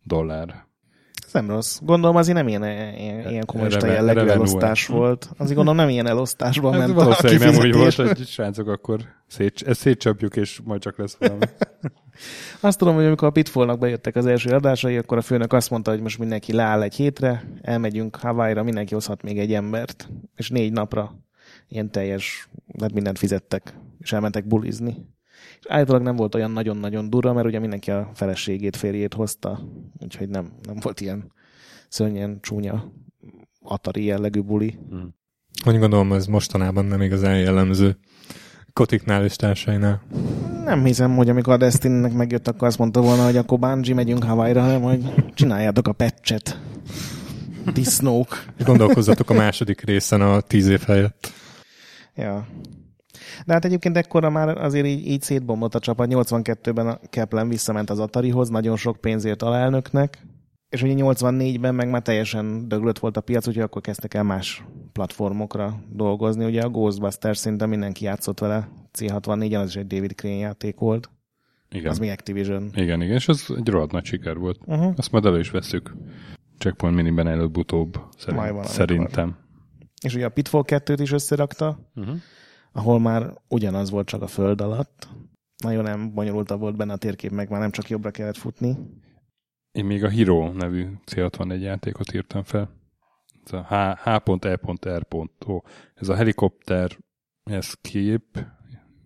Ez nem rossz. Gondolom azért nem ilyen kommunista jellegű elosztás volt. Azért gondolom nem ilyen elosztásban ment a kifizetés. Nem úgy volt, hogy srácok, akkor ezt szétcsapjuk, és majd csak lesz valami. Azt tudom, hogy amikor a Pitfallnak bejöttek az első adásai, akkor a főnök azt mondta, hogy most mindenki leáll egy hétre, elmegyünk Hawaii-ra, mindenki hozhat még egy embert. És 4 napra ilyen teljes, hát mindent fizettek, és elmentek bulizni. És állítólag nem volt olyan nagyon-nagyon durva, mert ugye mindenki a feleségét, férjét hozta, úgyhogy nem volt ilyen szörnyen csúnya Atari jellegű buli. Úgy gondolom, ez mostanában nem igazán jellemző Kotiknál és társainál. Nem hiszem, hogy amikor a Destiny-nek megjött, akkor azt mondta volna, hogy akkor Bungie, megyünk Hawaii-ra, hanem hogy csináljátok a patchet. Disznók. Gondolkozzatok a második részen a 10 év helyett. Ja. De hát egyébként ekkora már azért így szétbomlott a csapat. 82-ben a Kaplan visszament az Atarihoz, nagyon sok pénzért alelnöknek, és ugye 84-ben meg már teljesen döglött volt a piac, úgyhogy akkor kezdtek el más platformokra dolgozni. Ugye a Ghostbusters szinte mindenki játszott vele, C64-en, az is egy David Crane játék volt. Igen. Az még Activision. Igen, és az egy rohadt nagy siker volt. Azt majd elő is veszük. Checkpoint Miniben előbb-utóbb, szerintem. És ugye a Pitfall 2-t is összerakta, ahol már ugyanaz volt, csak a föld alatt. Nagyon nem bonyolultabb volt benne a térkép, meg már nem csak jobbra kellett futni. Én még a Hero nevű C64 játékot írtam fel. Ez a H.E.R.O. Ez a Helicopter Escape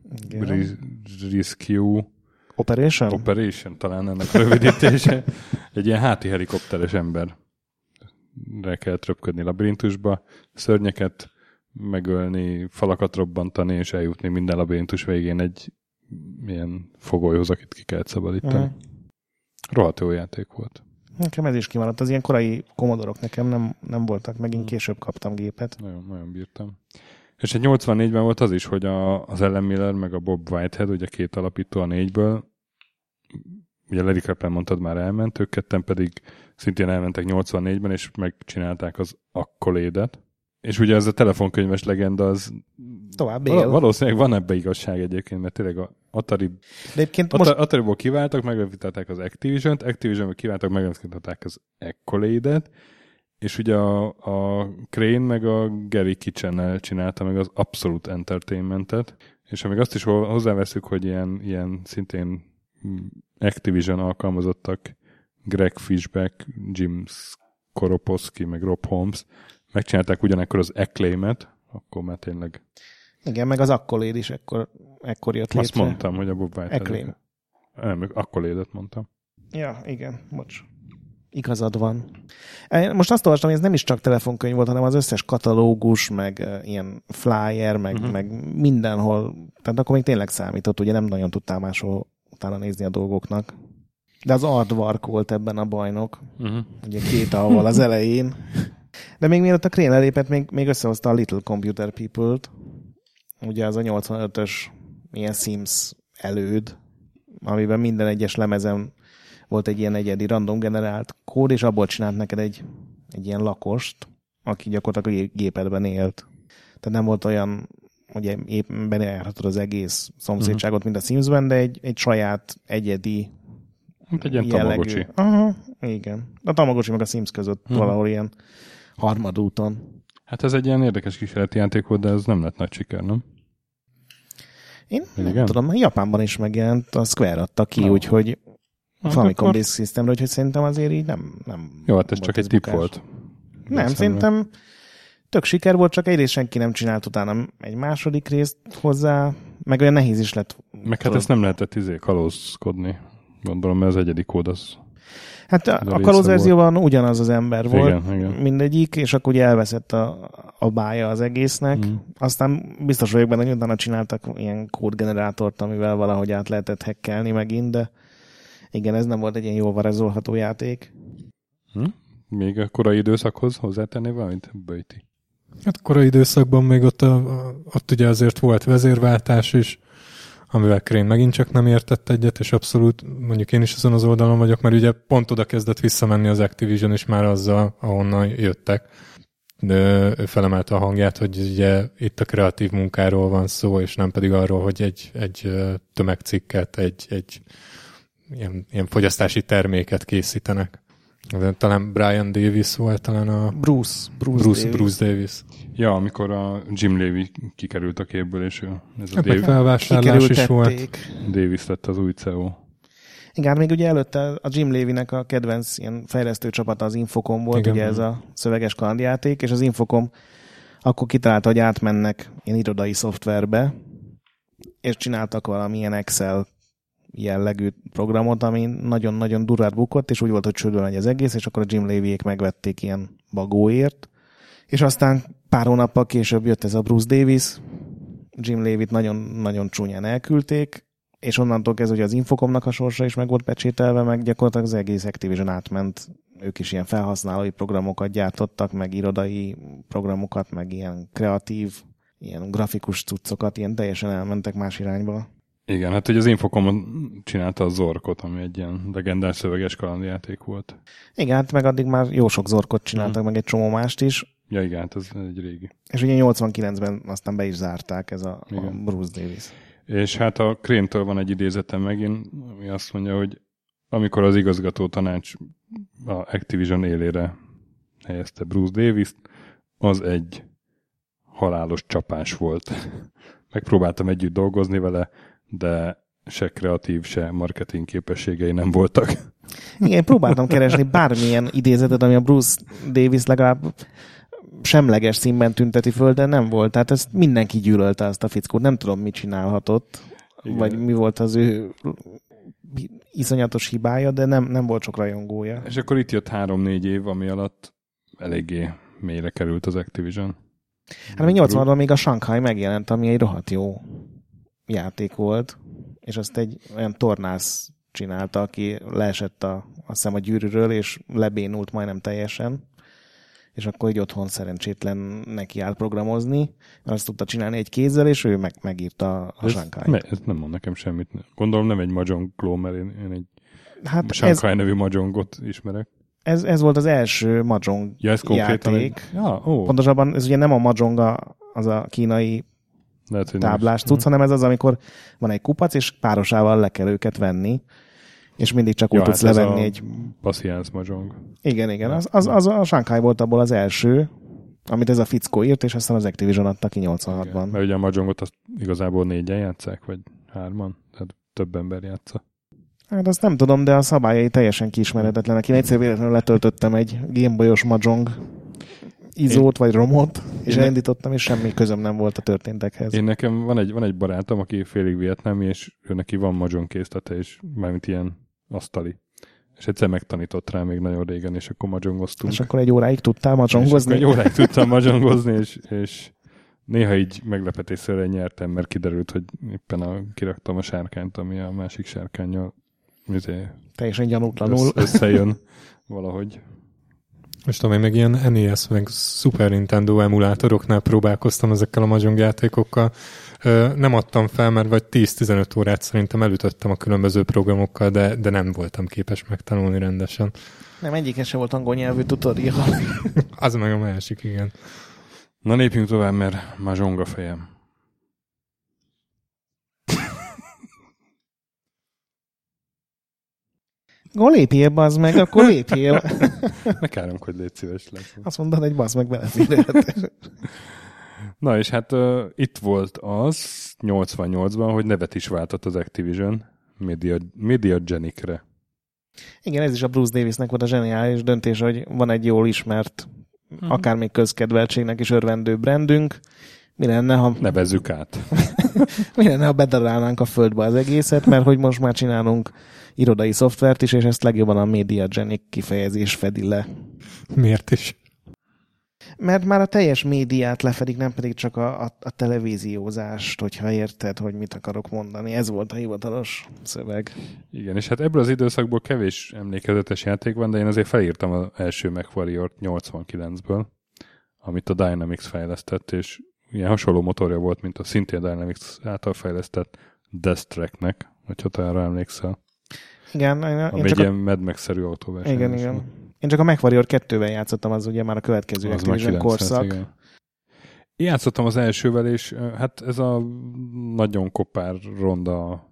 Rescue Operation, talán ennek a rövidítése. egy ilyen háti helikopteres emberre kellett röpködni labirintusba, szörnyeket megölni, falakat robbantani, és eljutni minden labirintus végén egy ilyen fogolyhoz, akit ki kellett szabadítani. Rohadt jó játék volt. Nekem ez is kimaradt. Az ilyen korai Commodore-ok nekem nem voltak, megint később kaptam gépet. Nagyon bírtam. És egy 84-ben volt az is, hogy az Alan Miller meg a Bob Whitehead, ugye két alapító a 4-ből, ugye Larry Kaplan mondtad már elment, ők ketten pedig szintén elmentek 84-ben, és megcsinálták az Accolade-et. És ugye ez a telefonkönyves legenda, az tovább él. Valószínűleg van ebbe igazság egyébként, mert tényleg a Atari-ból kiváltak, megvitálták az Activision-t, Activision-ból kiváltak, megvitálták az Accolade-et, és ugye a Crane meg a Gary Kitchen-nel csinálta meg az Absolute Entertainment-et, és amíg azt is hozzáveszünk, hogy ilyen szintén Activision alkalmazottak, Greg Fishback, Jim Skoroposki, meg Rob Holmes, megcsinálták ugyanekkor az Acclaim-et, akkor már tényleg... Igen, meg az Accolade is ekkor jött létre. Azt mondtam, hogy a Bob White. Acclaim. Nem, Accolade-et mondtam. Ja, igen, bocs. Igazad van. Most azt olvastam, hogy ez nem is csak telefonkönyv volt, hanem az összes katalógus, meg ilyen flyer, meg mindenhol. Tehát akkor még tényleg számított, ugye nem nagyon tudtál máshol utána nézni a dolgoknak. De az Aardvark volt ebben a bajnok. Ugye 2 A-val az elején. De még mielőtt a Crane elépett, még összehozta a Little Computer People-t. Ugye az a 85-ös ilyen Sims előd, amiben minden egyes lemezen volt egy ilyen egyedi random generált kód, és abból csinált neked egy ilyen lakost, aki gyakorlatilag a gépedben élt. Tehát nem volt olyan, hogy éppen bejárhatod az egész szomszédságot, mint a Simsben, de egy saját egyedi egy ilyen Tamagotchi. Aha, igen. A Tamagotchi meg a Sims között valahol ilyen harmadúton. Hát ez egy ilyen érdekes kísérleti játék volt, de ez nem lett nagy siker, nem? Én nem tudom, Japánban is megjelent, a Square adta ki, úgyhogy Famicom Disk Systemre, úgyhogy szerintem azért így nem jó, hát ez csak egy tipp volt. Nem, szerintem tök siker volt, csak egyrészt senki nem csinált utána egy második részt hozzá, meg olyan nehéz is lett. Meg hát ezt nem lehetett kalózkodni. Gondolom, mert az egyedi kód az... Hát a kalóz verzióban ugyanaz az ember volt, igen. Mindegyik, és akkor ugye elveszett a bája az egésznek. Aztán biztos vagyok benne, hogy utána csináltak ilyen kódgenerátort, amivel valahogy át lehetett hackelni megint, de igen, ez nem volt egy ilyen jól varázsolható játék. Még a korai időszakhoz hozzátenné valamit, Böjti? Hát korai időszakban még ott ugye azért volt vezérváltás is, amivel Crane megint csak nem értett egyet, és abszolút, mondjuk én is azon az oldalon vagyok, mert ugye pont oda kezdett visszamenni az Activision is már azzal, ahonnan jöttek. De ő felemelte a hangját, hogy ugye itt a kreatív munkáról van szó, és nem pedig arról, hogy egy tömegcikket, egy ilyen fogyasztási terméket készítenek. Talán Brian Davis volt, talán a... Bruce Davis. Ja, amikor a Jim Levy kikerült a képből, és ez a felvásárlás is volt. Davis lett az új CEO. Igen, még ugye előtte a Jim Levy-nek a kedvenc ilyen fejlesztő csapata az Infocom volt, igen, ugye ez a szöveges kalandjáték, és az Infocom akkor kitalálta, hogy átmennek ilyen irodai szoftverbe, és csináltak valamilyen Excel jellegű programot, ami nagyon-nagyon durvát bukott, és úgy volt, hogy csődül megy az egész, és akkor a Jim Levyék megvették ilyen bagóért, és aztán pár hónappal később jött ez a Bruce Davis, Jim Levyt nagyon-nagyon csúnyán elküldték, és onnantól kezdve, hogy az Infocomnak a sorsa is meg volt pecsételve, meg gyakorlatilag az egész Activision átment, ők is ilyen felhasználói programokat gyártottak, meg irodai programokat, meg ilyen kreatív, ilyen grafikus cuccokat, ilyen teljesen elmentek más irányba. Igen, hát hogy az Infocom csinálta a Zorkot, ami egy ilyen legendás szöveges kalandjáték volt. Igen, hát meg addig már jó sok Zorkot csináltak, meg egy csomó mást is. Ja, igen, hát ez egy régi. És ugye 89-ben aztán be is zárták ez a Bruce Davis. És hát a Crane-től van egy idézetem megint, ami azt mondja, hogy amikor az igazgató tanács a Activision élére helyezte Bruce Davis-t, az egy halálos csapás volt. Megpróbáltam együtt dolgozni vele, de se kreatív, se marketing képességei nem voltak. Igen, próbáltam keresni bármilyen idézetet, ami a Bruce Davis legalább semleges színben tünteti föl, de nem volt. Tehát ezt mindenki gyűlölte, azt a fickót. Nem tudom, mit csinálhatott, igen, vagy mi volt az ő iszonyatos hibája, de nem volt sok rajongója. És akkor itt jött 3-4 év, ami alatt eléggé mélyre került az Activision. Hát még 80-ban még a Shanghai megjelent, ami egy rohadt jó játék volt, és azt egy olyan tornász csinálta, aki leesett azt hiszem a gyűrűről, és lebénult majdnem teljesen, és akkor így otthon szerencsétlen neki állt programozni, mert azt tudta csinálni egy kézzel, és ő megírta a Shanghai-t. Ez nem mond nekem semmit. Gondolom nem egy Mahjong klón, mert én egy Hát nevű Mahjongot ismerek. Ez volt az első Mahjong játék. Pontosabban ez ugye nem a Mahjong az a kínai táblás cucc, hanem ez az, amikor van egy kupac, és párosával le kell őket venni, és mindig csak úgy tudsz levenni egy... Pascience Mahjong. Igen. Az a Shanghai volt abból az első, amit ez a fickó írt, és aztán az Activision adta ki 86-ban. Igen. Mert ugye a Mahjongot azt igazából 4-en játsszák, vagy 3-an, tehát több ember játsza. Hát azt nem tudom, de a szabályai teljesen kiismeretetlenek. Én egyszer véletlenül letöltöttem egy Gameboy-os Mahjong izót vagy romot, és elindítottam, és semmi közöm nem volt a történtekhez. Nekem van egy barátom, aki félig vietnámi, és ő neki van Mahjong készlete, és mármint ilyen asztali. És egyszer megtanított rá még nagyon régen, és akkor mahjongoztunk. És akkor egy óráig tudtál mahjongozni? Egy óráig tudtam mahjongozni, és néha így meglepetésszerűen nyertem, mert kiderült, hogy éppen kiraktam a sárkányt, ami a másik sárkánnyal teljesen gyanútlanul összejön valahogy. Most tudom, én meg ilyen NES, meg Super Nintendo emulátoroknál próbálkoztam ezekkel a Mahjong játékokkal. Nem adtam fel, mert vagy 10-15 órát szerintem elütöttem a különböző programokkal, de nem voltam képes megtanulni rendesen. Nem, egyikén sem volt angol nyelvű tutorial. Az meg a másik, igen. Na lépjünk tovább, mert Mahjong a fejem. Akkor lépjél, bazd meg, akkor lépjél. Ne káromkodj, légy szíves lesz. Azt mondod, hogy bazd meg beleférhet. Na és hát itt volt az 88-ban, hogy nevet is váltott az Activision Mediagenic-re. Igen, ez is a Bruce Davisnek volt a zseniális döntés, hogy van egy jól ismert, akár még közkedveltségnek is örvendő brandünk. Mi lenne, ha... Nevezzük át. Mi lenne, ha bedarálnánk a földbe az egészet, mert hogy most már csinálunk irodai szoftvert is, és ezt legjobban a Mediagenic kifejezés fedi le. Miért is? Mert már a teljes médiát lefedik, nem pedig csak a televíziózást, hogyha érted, hogy mit akarok mondani. Ez volt a hivatalos szöveg. Igen, és hát ebből az időszakból kevés emlékezetes játék van, de én azért felírtam az első MechWarrior-t 89-ből, amit a Dynamics fejlesztett, és ilyen hasonló motorja volt, mint a szintén Dynamics által fejlesztett Death Track-nek, hogyha te arra emlékszel. Igen. Ami egy ilyen Mad Max-szerű autóverseny. Igen. Én csak a MechWarrior 2-vel játszottam, az ugye már a következő Activision korszak. Igen. Én játszottam az elsővel, és hát ez a nagyon kopár, ronda...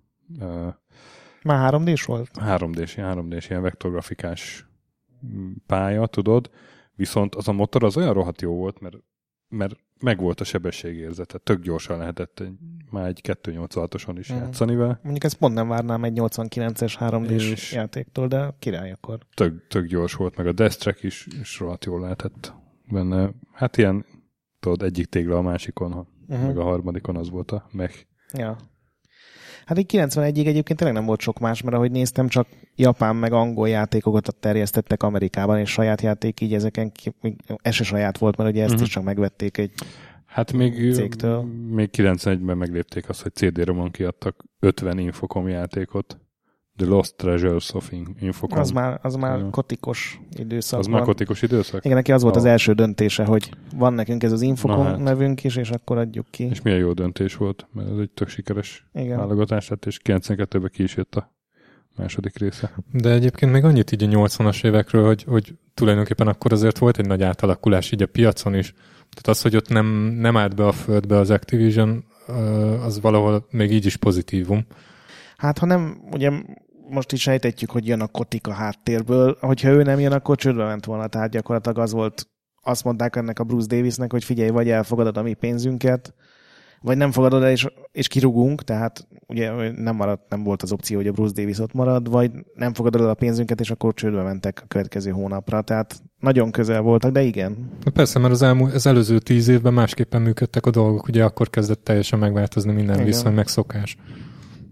Már 3D-s volt? 3D-s, ilyen vektorgrafikás pálya, tudod. Viszont az a motor az olyan rohadt jó volt, mert megvolt a sebességérzete. Tök gyorsan lehetett már egy 286-oson is játszani vele. Mondjuk ezt pont nem várnám egy 89-es 3D-s játéktól, de király akkor. Tök gyors volt, meg a Death Track is rohadt jól lehetett benne. Hát ilyen, tudod, egyik tégla a másikon, meg a harmadikon az volt a mech. Ja. Hát így 91-ig egyébként tényleg nem volt sok más, mert ahogy néztem, csak japán meg angol játékokat terjesztettek Amerikában, és saját játék így ezeken, ez se saját volt, mert ugye ezt is csak megvették egy cégtől. Még 91-ben meglépték azt, hogy CD-romon kiadtak 50 Infocom játékot. The Lost Treasures of Infocom. Az már kotikos időszak. Az már kotikos időszak? Igen, neki az volt az első döntése, hogy van nekünk ez az Infocom nevünk is, és akkor adjuk ki. És milyen jó döntés volt, mert ez egy tök sikeres válogatás lett, és 92-ben ki is jött a második része. De egyébként még annyit így a 80-as évekről, hogy tulajdonképpen akkor azért volt egy nagy átalakulás így a piacon is. Tehát az, hogy ott nem állt be a földbe az Activision, az valahol még így is pozitívum. Hát ha nem, ugye most is sejtetjük, hogy jön a kotik a háttérből, hogyha ő nem jön, akkor csődbe ment volna, tehát gyakorlatilag az volt, azt mondták ennek a Bruce Davisnek, hogy figyelj, vagy elfogadod a mi pénzünket, vagy nem fogadod el, és kirugunk, tehát ugye nem volt az opció, hogy a Bruce Davis ott marad, vagy nem fogadod el a pénzünket, és akkor csődbe mentek a következő hónapra, tehát nagyon közel voltak, de igen. Persze, mert az előző 10 évben másképpen működtek a dolgok, ugye akkor kezdett teljesen megváltozni minden viszony, meg szokás.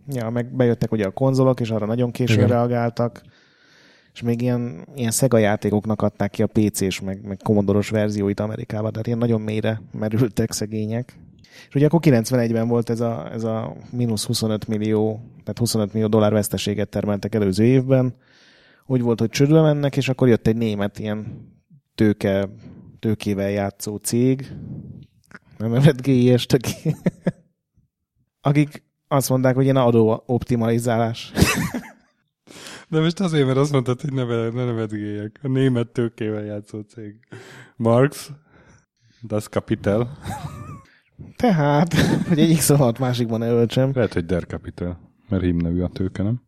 Ja, meg bejöttek ugye a konzolok, és arra nagyon későn reagáltak, és még ilyen Sega játékoknak adták ki a PC-s, meg Commodore-os verzióit Amerikában, tehát ilyen nagyon mélyre merültek szegények. És ugye akkor 91-ben volt ez a mínusz 25 millió, tehát 25 millió dollár veszteséget termeltek előző évben. Úgy volt, hogy csődbe mennek, és akkor jött egy német ilyen tőkével játszó cég, nem nevet GIS, akik azt mondták, hogy ilyen adó optimalizálás. De most azért, mert azt mondtad, hogy ne nevetgéljek. A német tőkével játszó cég. Marx, Das Kapital. Tehát, hogy egyik szóval másikban ne öltsem. Lehet, hogy Der Kapital, mert hímnevű a tőke, nem?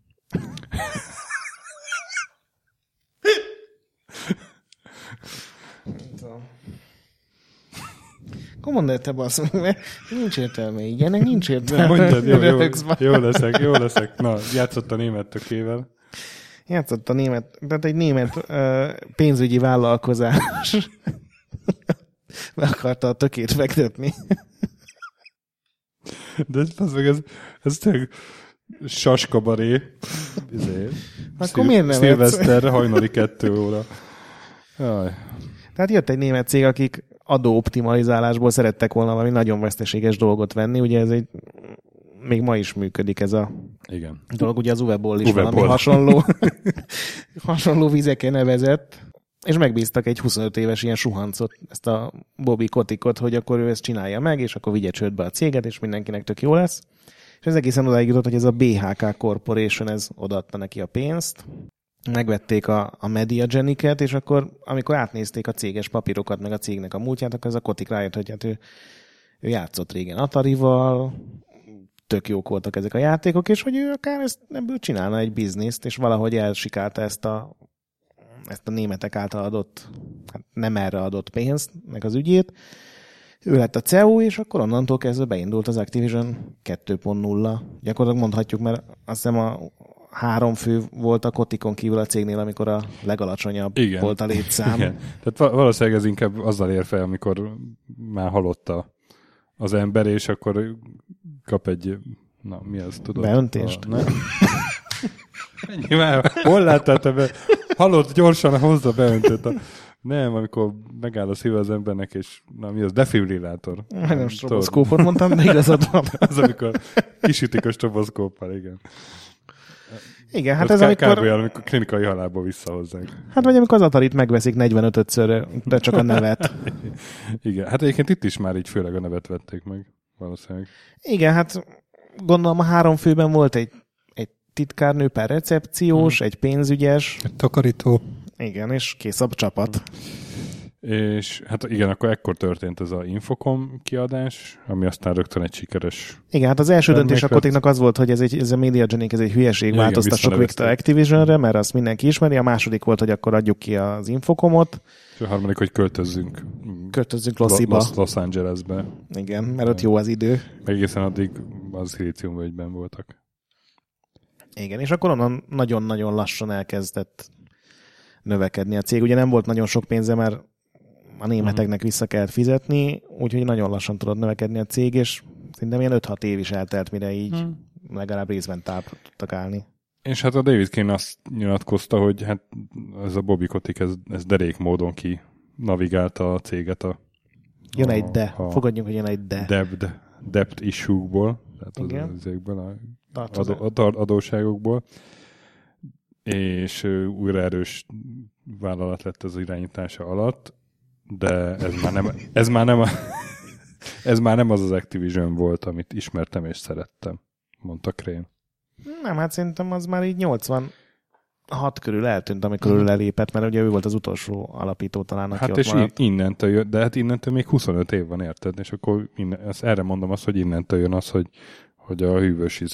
Akkor mondd el te basz, mert nincs értelme így, ennek nincs értelme. Mondjad, jó leszek. Na, játszott a német tökével. Játszott a német, tehát egy német pénzügyi vállalkozás be akarta a tökét fektetni. De ez tényleg saskabaré. Akkor miért nem Szilveszterre hajnali 2 óra. Jaj. Tehát jött egy német cég, akik adóoptimalizálásból szerettek volna valami nagyon veszteséges dolgot venni. Ugye ez még ma is működik ez a dolog. Ugye az Uwe-ból is valami hasonló vizeken nevezett. És megbíztak egy 25 éves ilyen suhancot, ezt a Bobby Kotickot, hogy akkor ő ezt csinálja meg, és akkor vigye csődbe a céget, és mindenkinek tök jó lesz. És ez egészen odáig jutott, hogy ez a BHK Corporation, ez odaadta neki a pénzt. Megvették a Mediageniket, és akkor, amikor átnézték a céges papírokat, meg a cégnek a múltját, akkor ez a Kotick rájött, hogy hát ő játszott régen Atarival, tök jók voltak ezek a játékok, és hogy ő akár ebből csinálna egy bizniszt, és valahogy elsikálta ezt a németek által adott, hát nem erre adott pénzt, meg az ügyét. Ő lett a CEO, és akkor onnantól kezdve beindult az Activision 2.0. Gyakorlatilag mondhatjuk, mert azt hiszem a 3 fő volt a Kotickon kívül a cégnél, amikor a legalacsonyabb volt a létszám. Igen. Tehát valószínűleg ez inkább azzal ér fel, amikor már halott az ember, és akkor kap egy, mi az, tudod? Beöntést? Hol láttál te be? Hallott, gyorsan hozza beöntött. Nem, amikor megáll a szíve az embernek, és mi az, defibrillátor. Nem stroboszkópot mondtam, de igazad van. Az, amikor kisütik a stroboszkóppal, igen. Igen, hát ez amikor... Kb. Amikor klinikai halálból visszahozzák. Hát vagy amikor az Atarit megveszik 45-ször, de csak a nevet. Igen, hát egyébként itt is már így főleg a nevet vették meg, valószínűleg. Igen, hát gondolom a 3 főben volt egy titkárnő per recepciós, egy pénzügyes. Egy takarító. Igen, és kész a csapat. És hát igen, akkor ekkor történt ez a Infocom kiadás, ami aztán rögtön egy sikeres... Igen, hát az első döntés a Koticknak az volt, hogy ez a Mediagenic, ez egy hülyeség, változtassuk Victor Activisionre, mert azt mindenki ismeri. A második volt, hogy akkor adjuk ki az Infocomot. És a harmadik, hogy költözzünk Los Angelesbe. Igen, mert ott jó az idő. Meg egészen addig az Szilíciumvölgyben voltak. Igen, és akkor onnan nagyon-nagyon lassan elkezdett növekedni a cég. Ugye nem volt nagyon sok pénze, mert a németeknek vissza kellett fizetni, úgyhogy nagyon lassan tudott növekedni a cég, és szerintem ilyen 5-6 év is eltelt, mire így legalább részben talpra tudtak állni. És hát a David Kane azt nyilatkozta, hogy hát ez a Bobby Kotick, ez derék módon ki navigálta a céget jön egy fogadjunk, hogy jön egy debt issue-ból, tehát az ezekből adósságokból, és újra erős vállalat lett az irányítása alatt, de ez már nem az Activision volt, amit ismertem és szerettem, mondta Crane. Nem, hát szerintem az már így 86 körül eltűnt, amikor ő lelépett, mert ugye ő volt az utolsó alapító talán, aki hát ott és maradt. Innentől jön, de hát innentől még 25 év van, érted? És akkor erre mondom azt, hogy innentől jön az, hogy a hűvös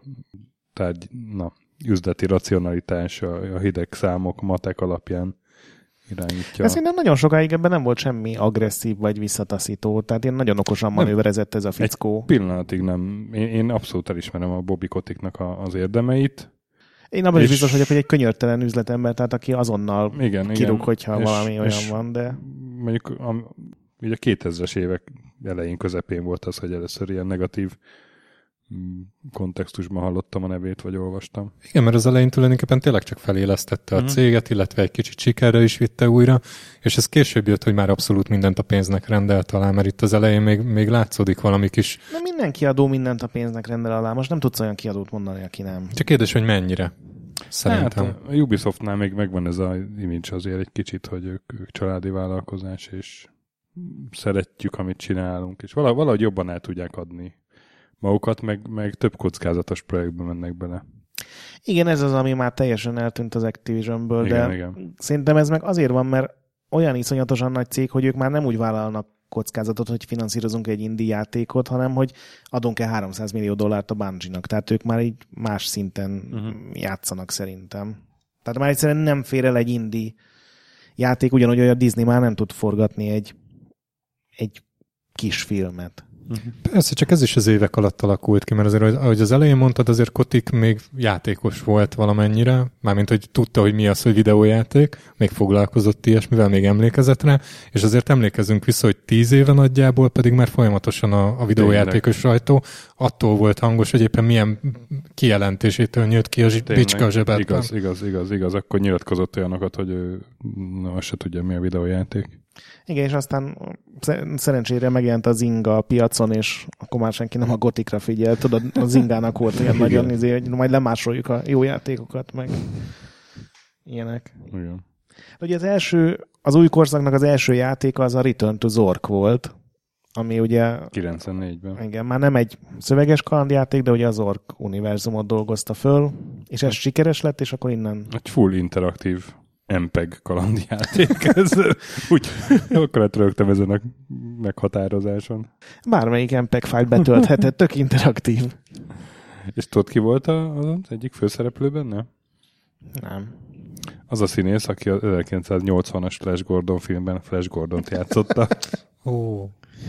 üzleti racionalitás, a hideg számok, matek alapján irányítja. Ez szerintem nagyon sokáig ebben nem volt semmi agresszív vagy visszataszító, tehát ilyen nagyon okosan manőverezett ez a fickó. Egy pillanatig nem. Én abszolút elismerem a Bobby Koticknak az érdemeit. Én abban is biztos vagyok, hogy egy könyörtelen üzletember, tehát aki azonnal kirúg, hogyha valami olyan van, de... Mondjuk ugye a 2000-es évek elején, közepén volt az, hogy először ilyen negatív kontextusban hallottam a nevét, vagy olvastam. Igen, mert az elején tulajdonképpen tényleg csak felélesztette a céget, illetve egy kicsit sikerre is vitte újra, és ez később jött, hogy már abszolút mindent a pénznek rendelt alá, mert itt az elején még látszódik valami kis... De minden kiadó mindent a pénznek rendel alá. Most nem tudsz olyan kiadót mondani, aki nem. Csak kérdés, hogy mennyire. Szerintem. Hát a Ubisoftnál még megvan ez a image azért egy kicsit, hogy ők családi vállalkozás, és szeretjük, amit csinálunk, és valahogy jobban el tudják adni magukat, meg több kockázatos projektbe mennek bele. Igen, ez az, ami már teljesen eltűnt az Activisionből, de igen. Szerintem ez meg azért van, mert olyan iszonyatosan nagy cég, hogy ők már nem úgy vállalnak kockázatot, hogy finanszírozunk egy indie játékot, hanem hogy adunk-e $300 millió a Bungie-nak. Tehát ők már így más szinten játszanak szerintem. Tehát már egyszerűen nem fér el egy indie játék, ugyanúgy, hogy a Disney már nem tud forgatni egy kis filmet. Persze, csak ez is az évek alatt alakult ki, mert azért, ahogy az elején mondtad, azért Kotick még játékos volt valamennyire, mármint, hogy tudta, hogy mi az, hogy videójáték, még foglalkozott ilyesmivel, még emlékezett rá, és azért emlékezünk vissza, hogy 10 éve nagyjából pedig már folyamatosan a videójátékos sajtó attól volt hangos, hogy éppen milyen kijelentésétől nyílt ki a bicska a zsebedben. Igaz. Akkor nyilatkozott olyanokat, hogy ő azt se tudja, mi a videójáték. Igen, és aztán szerencsére megjelent a Zynga a piacon, és akkor már senki nem a Gothicra figyelt. Tudod, a Zyngának volt olyan nagyon hogy majd lemásoljuk a jó játékokat, meg ilyenek. Igen. Ugye az új korszaknak az első játéka az a Return to Zork volt, ami ugye... 94-ben. Igen, már nem egy szöveges kalandjáték, de ugye az Zork univerzumot dolgozta föl, és ez sikeres lett, és akkor innen... Egy full interaktív MPEG kalandjáték. Úgy, akkor rögtem ezen a meghatározáson. Bármelyik MPEG fájlt betölthetett, tök interaktív. És tudod, ki volt az egyik főszereplő benne? Nem. Az a színész, aki az 1980-as Flash Gordon filmben Flash Gordont játszotta. Ó.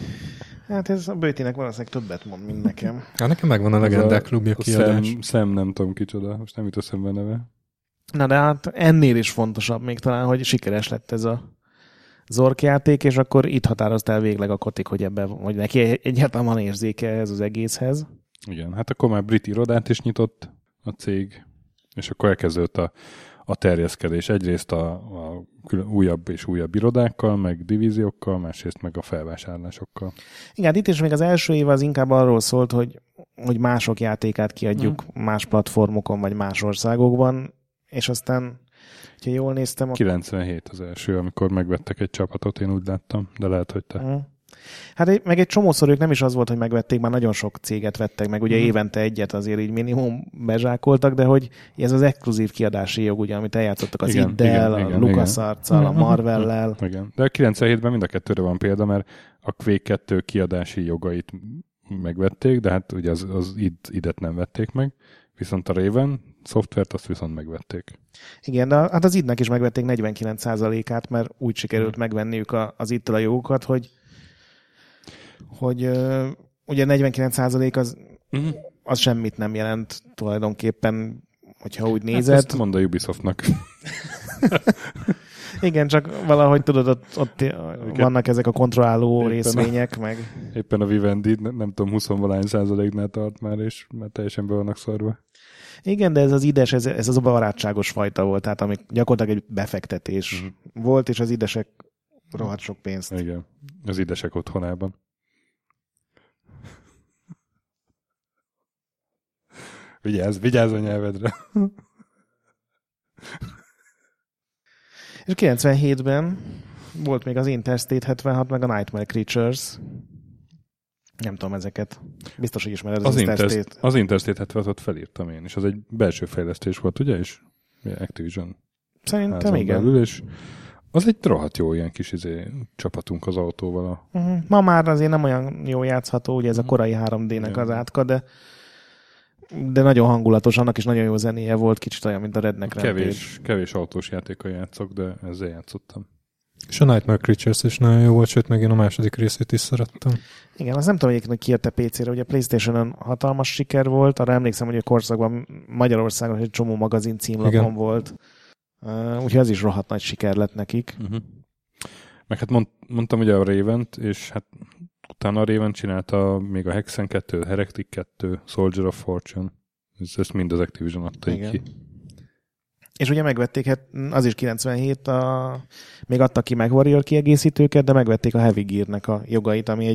Hát ez a Bőtinek valószínűleg többet mond, mint nekem. Hát nekem megvan a Legendák klubja kiadás. Sam nem tudom kicsoda, most nem jut eszembe neve. Na de hát ennél is fontosabb még talán, hogy sikeres lett ez a Zork játék, és akkor itt határozta el végleg a Kotick, hogy ebben, hogy neki egyáltalán van érzéke ez az egészhez. Igen, hát akkor már brit irodát is nyitott a cég, és akkor elkezdődött a terjeszkedés. Egyrészt a újabb és újabb irodákkal, meg divíziókkal, másrészt meg a felvásárlásokkal. Igen, itt is még az első év az inkább arról szólt, hogy mások játékát kiadjuk más platformokon, vagy más országokban, és aztán, ha jól néztem... 97 az első, amikor megvettek egy csapatot, én úgy láttam, de lehet, hogy te... Hát meg egy csomószor ők nem is az volt, hogy megvették, már nagyon sok céget vettek meg, ugye évente egyet azért így minimum bezsákoltak, de hogy ez az exkluzív kiadási jog, ugye, amit eljátszottak az Iddel, a LucasArts-al, a Marvellel. Igen. De a 97-ben mind a kettőre van példa, mert a Quake 2 kiadási jogait megvették, de hát ugye az idet nem vették meg, viszont a Raven szoftvert azt viszont megvették. Igen, de hát az idnek is megvették 49%-át, mert úgy sikerült megvenniük az ittől a jogokat, hogy ugye 49% az semmit nem jelent tulajdonképpen, hogyha úgy nézed. Hát ezt mondd a Ubisoftnak. Igen, csak valahogy tudod, ott vannak ezek a kontrolláló részvények, meg... Éppen a Vivendi, nem tudom, 20% tart már, és már teljesen be vannak szarva. Igen, de ez az ides, ez az a barátságos fajta volt, tehát amik gyakorlatilag egy befektetés volt, és az idesek rohadt sok pénzt. Igen, az idesek otthonában. Vigyázz a nyelvedre. És 97-ben volt még az Interstate 76, meg a Nightmare Creatures. Nem tudom ezeket. Biztos, hogy ismered az Interstate. Az Interstate 76-ot felírtam én, és az egy belső fejlesztés volt, ugye? És Activision. Szerintem igen. Belül, és az egy rohadt jó ilyen kis csapatunk az autóval. Ma már azért nem olyan jó játszható, ugye ez a korai 3D-nek az átka, de nagyon hangulatos, annak is nagyon jó zenéje volt, kicsit olyan, mint a Redneck Rampage. Kevés autós játékkal játszok, de ezzel játszottam. És a Nightmare Creatures is nagyon jó volt, sőt, meg én a második részét is szerettem. Igen, azt nem tudom, hogy kiírta PC-re, ugye a PlayStation-on hatalmas siker volt, arra emlékszem, hogy a korszakban Magyarországon egy csomó magazin címlapon volt. Úgyhogy az is rohadt nagy siker lett nekik. Meg hát mondtam ugye a Ravent, és hát Utána a Raven csinálta még a Hexen 2, Heretic 2, Soldier of Fortune. Ezt mind az Activision adta így ki. És ugye megvették, hát az is 97, még adtak ki MechWarrior kiegészítőket, de megvették a Heavy Gear-nek a jogait, ami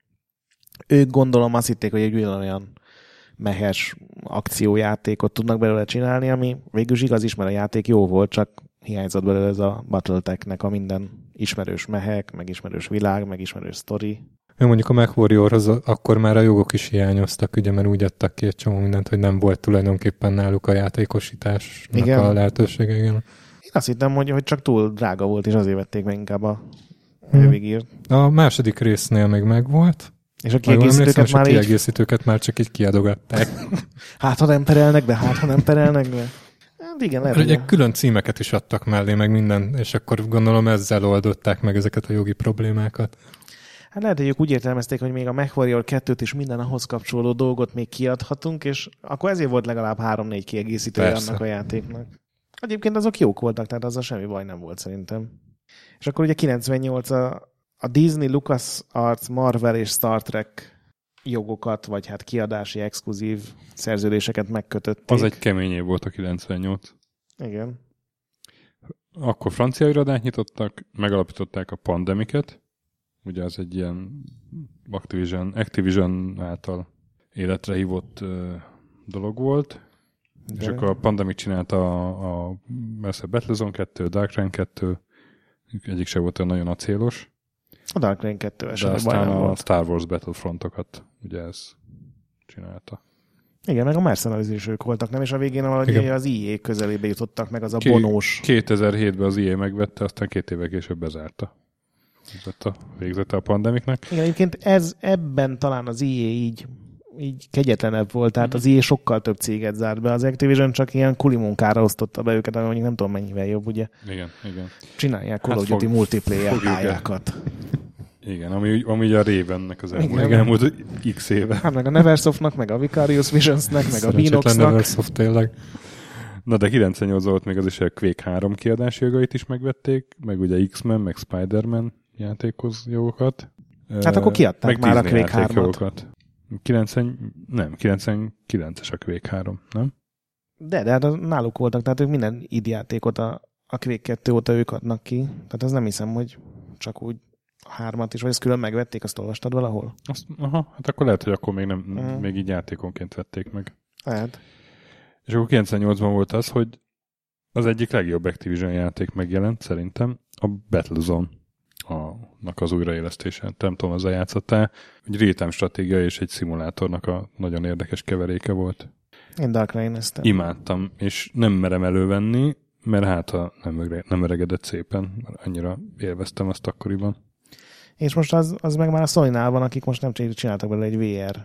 ők gondolom azt hitték, hogy egy olyan mehes akciójátékot tudnak belőle csinálni, ami végül is igaz is, mert a játék jó volt, csak hiányzott belőle ez a Battletech-nek a minden ismerős mehek, meg ismerős világ, meg ismerős sztori. Mondjuk a MechWarriorhoz akkor már a jogok is hiányoztak, ugye, mert úgy adtak ki egy csomó mindent, hogy nem volt tulajdonképpen náluk a játékosításnak a lehetősége. Igen. Én azt hittem, hogy csak túl drága volt, és azért vették meg inkább a Heavy Gear-t. A második résznél még megvolt. És a kiegészítőket már csak így kiadogatták. Ha nem perelnek be. Hát igen, lehet. Ugye külön címeket is adtak mellé, meg minden, és akkor gondolom ezzel oldották meg ezeket a jogi problémákat. Hát lehet, hogy ők úgy értelmezték, hogy még a MechWarrior 2-t és minden ahhoz kapcsolódó dolgot még kiadhatunk, és akkor ezért volt legalább 3-4 kiegészítője annak a játéknak. Egyébként azok jók voltak, tehát azzal semmi baj nem volt szerintem. És akkor ugye 98 a Disney, LucasArts, Marvel és Star Trek jogokat, vagy hát kiadási exkluzív szerződéseket megkötötték. Az egy kemény év volt a 98. Igen. Akkor francia irodát nyitottak, megalapították a Pandemicet, ugye az egy ilyen Activision által életre hívott dolog volt, de. És akkor a Pandemic csinálta a Battlezone 2, Dark Reign 2, egyik se volt olyan nagyon acélos. A Dark Reign 2 de aztán a Star Wars Battlefrontokat ugye ez csinálta. Igen, meg a Mercenaries is ők voltak, nem? És a végén az EA közelébe jutottak meg, az a bonós. 2007-ben az EA megvette, aztán 2 évvel később bezárta. Végzette a Pandemicnek. Igen, egyébként ebben talán az EA így kegyetlenebb volt, tehát az EA sokkal több céget zárt be, az Activision csak ilyen kulimunkára osztotta be őket, ami nem tudom mennyivel jobb, ugye? Igen. Csinálják Call of Duty multiplayer pályákat. Igen, ami a Ravennek az elmúlt x éve. Hát meg a Neversoftnak, meg a Vicarious Visionsnek, meg a Beanoxnak. Neversoft tényleg. Na de 98 volt még az is, hogy a Quake 3 kiadási jogait is megvették, meg ugye X-Men, meg Spider-Man játékhoz jogokat. Hát akkor kiadták már a Quake 3-at. 99-es a Quake 3, nem? De hát náluk voltak, tehát ők minden id játékot a Quake 2 óta ők adnak ki. Tehát az nem hiszem, hogy csak úgy a 3-at is, vagy ezt külön megvették, azt olvastad valahol? Hát akkor lehet, hogy akkor még így játékonként vették meg. Hát. És akkor 98-ban volt az, hogy az egyik legjobb Activision játék megjelent, szerintem, a Battlezone. Nak az újraélesztése. Nem tudom, azzal játszottál. Egy real-time stratégia és egy szimulátornak a nagyon érdekes keveréke volt. Én Dark Reign-eztem. Imádtam, és nem merem elővenni, mert hát ha nem öregedett szépen, mert annyira élveztem azt akkoriban. És most az meg már a Sony-nál van, akik most nem csináltak belőle egy VR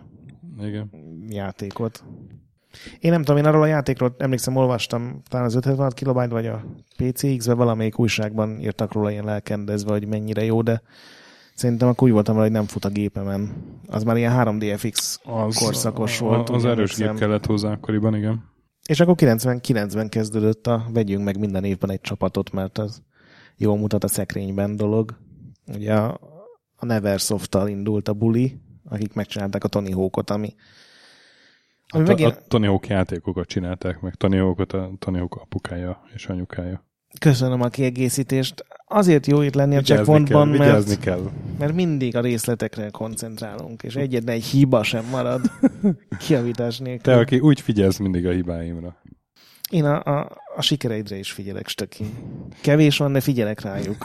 játékot. Én nem tudom, én arról a játékról emlékszem, olvastam, talán az 56 kilobájt, vagy a PCX-be valamelyik újságban írtak róla ilyen lelkendezve, hogy mennyire jó, de szerintem akkor úgy voltam vele, hogy nem fut a gépemen. Az már ilyen 3DFX korszakos volt. Az erős gép kellett hozzá akkoriban, igen. És akkor 99-ben kezdődött a vegyünk meg minden évben egy csapatot, mert az jól mutat a szekrényben dolog. Ugye a Neversoft-tal indult a buli, akik megcsinálták a Tony Hawkot, ami a Tony Hawk játékokat csinálták meg. Tony Hawkot a Tony Hawk apukája és anyukája. Köszönöm a kiegészítést. Azért jó itt lenni a checkpointban, mert mindig a részletekre koncentrálunk, és egyetlen egy hiba sem marad kijavítás nélkül. Te, aki úgy figyelsz mindig a hibáimra. Én a sikereidre is figyelek, Stöki. Kevés van, de figyelek rájuk.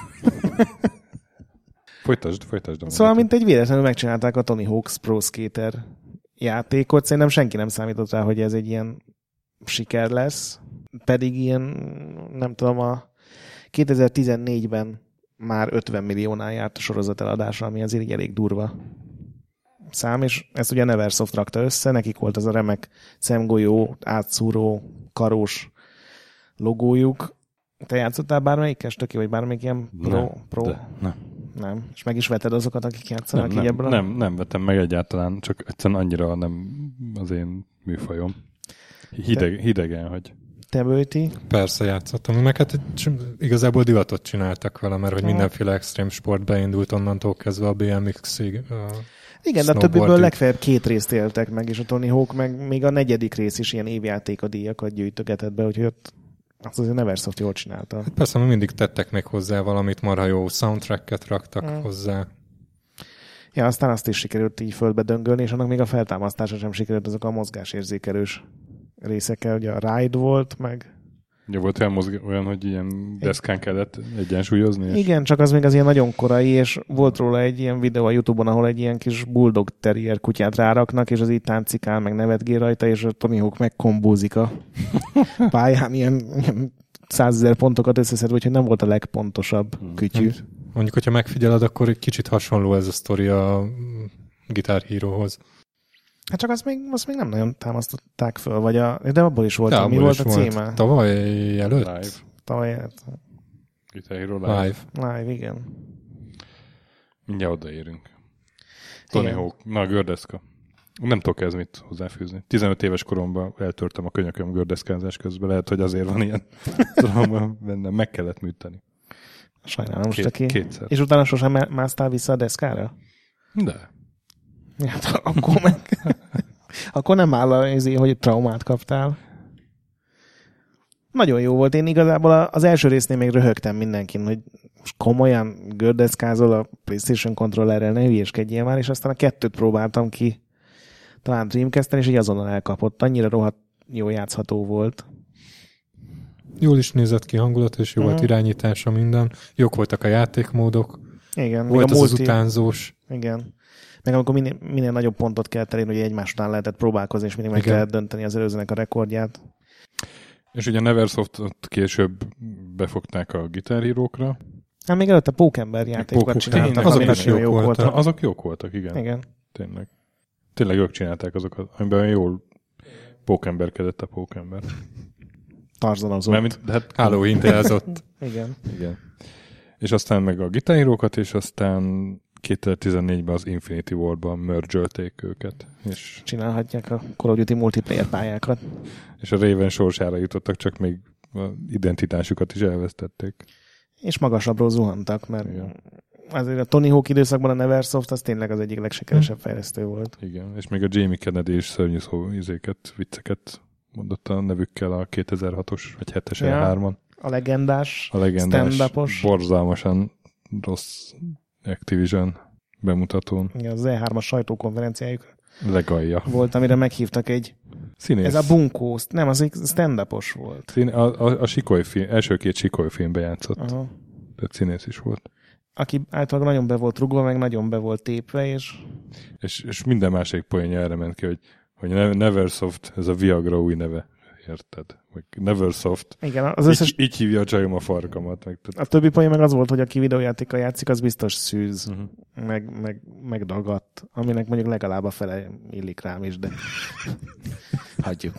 Folytasd. Szóval, mint egy véletlenül megcsinálták a Tony Hawk's Pro Skater játékot. Szerintem senki nem számított rá, hogy ez egy ilyen siker lesz. Pedig ilyen, nem tudom, a 2014-ben már 50 milliónál járt a sorozat eladása, ami azért így elég durva szám, és ezt ugye a Neversoft rakta össze, nekik volt az a remek szemgolyó, átszúró, karós logójuk. Te játszottál bármelyik Stöki, vagy bármelyik ilyen pro? Nem. És meg is veted azokat, akik játszanak így ebből? Nem vetem meg egyáltalán, csak egyszerűen annyira nem az én műfajom. Hidegen, hogy... Te bőti? Persze játszottam, meg hát igazából divatot csináltak vele, mert hogy mindenféle extrém sport beindult onnantól kezdve a BMX-ig. Igen, de a többiből legfeljebb 2 részt éltek meg, és a Tony Hawk meg még a 4. rész is ilyen évjátékadíjakat gyűjtögetett be, úgyhogy ott azt azért Neversoft jól csinálta. Hát persze, mindig tettek még hozzá valamit, marha jó soundtracket raktak hozzá. Ja, aztán azt is sikerült így földbe döngölni, és annak még a feltámasztása sem sikerült, azok a mozgásérzékelős részekkel, ugye a Ride volt, meg... Ugye volt olyan, hogy ilyen deszkán kellett egyensúlyozni? És... Igen, csak az még az ilyen nagyon korai, és volt róla egy ilyen videó a YouTube-on, ahol egy ilyen kis bulldog terrier kutyát ráraknak, és az így táncikál, meg nevetgél rajta, és a Tony Hawk megkombózik a pályán, ilyen 100 000 pontokat összeszedve, úgyhogy nem volt a legpontosabb kütyű. Mondjuk, hogyha megfigyeled, akkor egy kicsit hasonló ez a sztori a Guitar Hero-hoz. Hát csak azt még nem nagyon támasztották föl, vagy de abból is volt. Mi volt a címe? Tavaly előtt? Live. Tavaly előtt. Guitar Hero Live. Live, igen. Mindjárt odaérünk. Tony Hawk. Na, a gördeszka. Nem tudok ez mit hozzáfűzni. 15 éves koromban eltörtem a könyököm gördeszkázás közben. Lehet, hogy azért van ilyen trauma bennem. Meg kellett műteni. Sajnálom, most kétszer. És utána sosem másztál vissza a deszkára? De. Hát akkor meg... akkor nem áll azért, hogy traumát kaptál. Nagyon jó volt. Én igazából az első résznél még röhögtem mindenkin, hogy komolyan gördeszkázol a PlayStation kontrollerrel, ne hülyéskedjél már, és aztán a 2-t próbáltam ki talán Dreamcast-en, és így azonnal elkapott. Annyira rohadt jó játszható volt. Jól is nézett ki hangulat, és jó volt irányítása minden. Jók voltak a játékmódok. Igen. Volt az utánzós. Igen. Meg amikor minél nagyobb pontot kell elérni, hogy egymás után lehetett próbálkozni, és mindig meg kellett dönteni az előzőnek a rekordját. És ugye Neversoftot később befogták a Guitar Hero-kra. Hát még előtte Pókember játékokat csináltak. Azok is jók voltak. Azok jók voltak, igen. Igen. Tényleg ők csinálták azokat, amiben jól pókemberkedett a pókember. Tarzanozott. Hát Halloween-t elzott. Igen. És aztán meg a Guitar Hero-kat, és aztán 2014-ben az Infinity War-ban mergelték őket. És csinálhatják a Call of Duty multiplayer pályákat. És a Raven sorsára jutottak, csak még az identitásukat is elvesztették. És magasabbról zuhantak, mert azért a Tony Hawk időszakban a Neversoft az tényleg az egyik legsikeresebb fejlesztő volt. Igen, és még a Jamie Kennedy is szörnyű vicceket mondott a nevükkel a 2006-os vagy 7-es E3-on. A legendás stand-upos. Borzalmasan rossz Activision bemutatón. Igen, az E3-as sajtókonferenciájuk legalja volt, amire meghívtak egy színész. Ez a bunkó, nem, az egy stand-upos volt. A Sikoly film, első 2 Sikoly filmbe játszott. Aha. Tehát színész is volt. Aki általában nagyon be volt rugva, meg nagyon be volt tépve, és minden másik poénja erre ment ki, hogy Neversoft, ez a Viagra új neve. Érted? Neversoft. Igen, az összes... így hívja a csajom a farkamat. A többi poén meg az volt, hogy aki videójátékkal játszik, az biztos szűz, meg dagadt, aminek mondjuk legalább a fele illik rám is, de hagyjuk.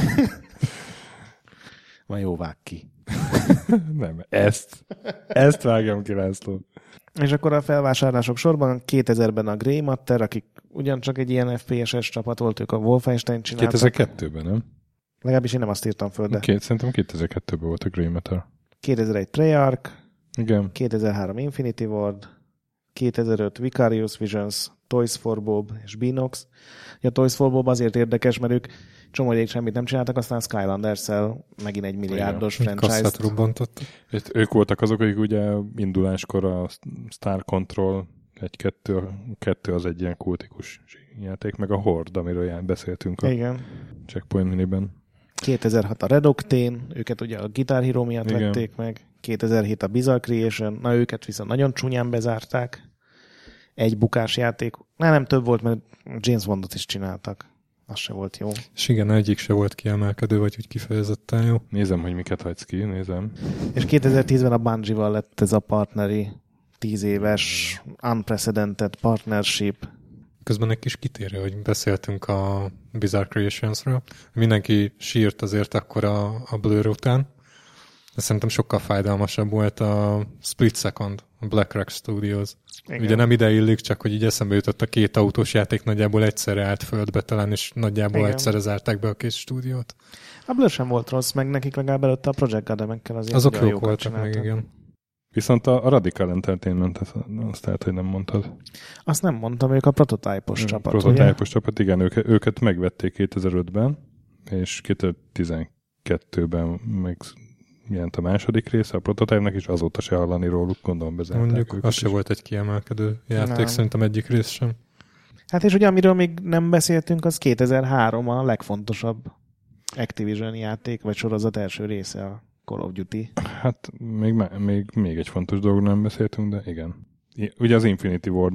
Van jó, vág ki. Nem, ezt vágjam ki, László. És akkor a felvásárlások sorban 2000-ben a Grey Matter, akik ugyancsak egy ilyen FPS-es csapat volt, ők a Wolfenstein csináltak. 2002-ben, nem? Legalábbis én nem azt írtam föl, de... Szerintem 2002-ben volt a Grey Matter. 2001 Treyarch, igen. 2003 Infinity Ward, 2005 Vicarious Visions, Toys for Bob és Beanox. A Toys for Bob azért érdekes, mert ők csomó ideig semmit nem csináltak, aztán Skylanders-szel megint egy milliárdos franchise-t. Kasszát robbantottak. És ők voltak azok, akik ugye induláskor a Star Control 1-2 az egy ilyen kultikus játék, meg a Horde, amiről beszéltünk a Checkpoint Miniben. 2006 a Red Octane, őket ugye a Guitar Hero miatt vették meg. 2007 a Bizarre Creation, na őket viszont nagyon csúnyán bezárták. Egy bukás játék. Nem több volt, mert James Bondot is csináltak. Az se volt jó. És igen, egyik se volt kiemelkedő, vagy úgy kifejezetten jó. Nézem, hogy miket hagysz ki, nézem. És 2010-ben a Bungie-val lett ez a partneri 10 éves unprecedented partnership. Közben egy kis kitérő, hogy beszéltünk a Bizarre Creationsről. Mindenki sírt azért akkor a Blur után. De szerintem sokkal fájdalmasabb volt a Split Second, Black Rock Studios. Igen. Ugye nem ide illik, csak hogy így eszembe jutott a 2 autós játék nagyjából egyszerre állt földbe talán, és nagyjából Igen. egyszerre zárták be a két stúdiót. A Blur sem volt rossz, meg nekik legalább előtte a Project Gotham-ekkel azért Azok nagyon jók voltak csináltak. meg, igen. Viszont a Radical Entertainment, azt lehet, hogy nem mondtad. Azt nem mondtam, ők a prototípus csapat, Prototípus csapat, igen, őket megvették 2005-ben, és 2012-ben megjelent a második része a prototípnek, és azóta se hallani róluk, gondolom bezárták. Mondjuk, az se volt egy kiemelkedő játék, Nem. szerintem egyik rész sem. Hát és ugye amiről még nem beszéltünk, az 2003 a legfontosabb Activision játék, vagy sorozat első része, a Call of Duty. Hát még egy fontos dolog nem beszéltünk, de igen. Ugye az Infinity Ward,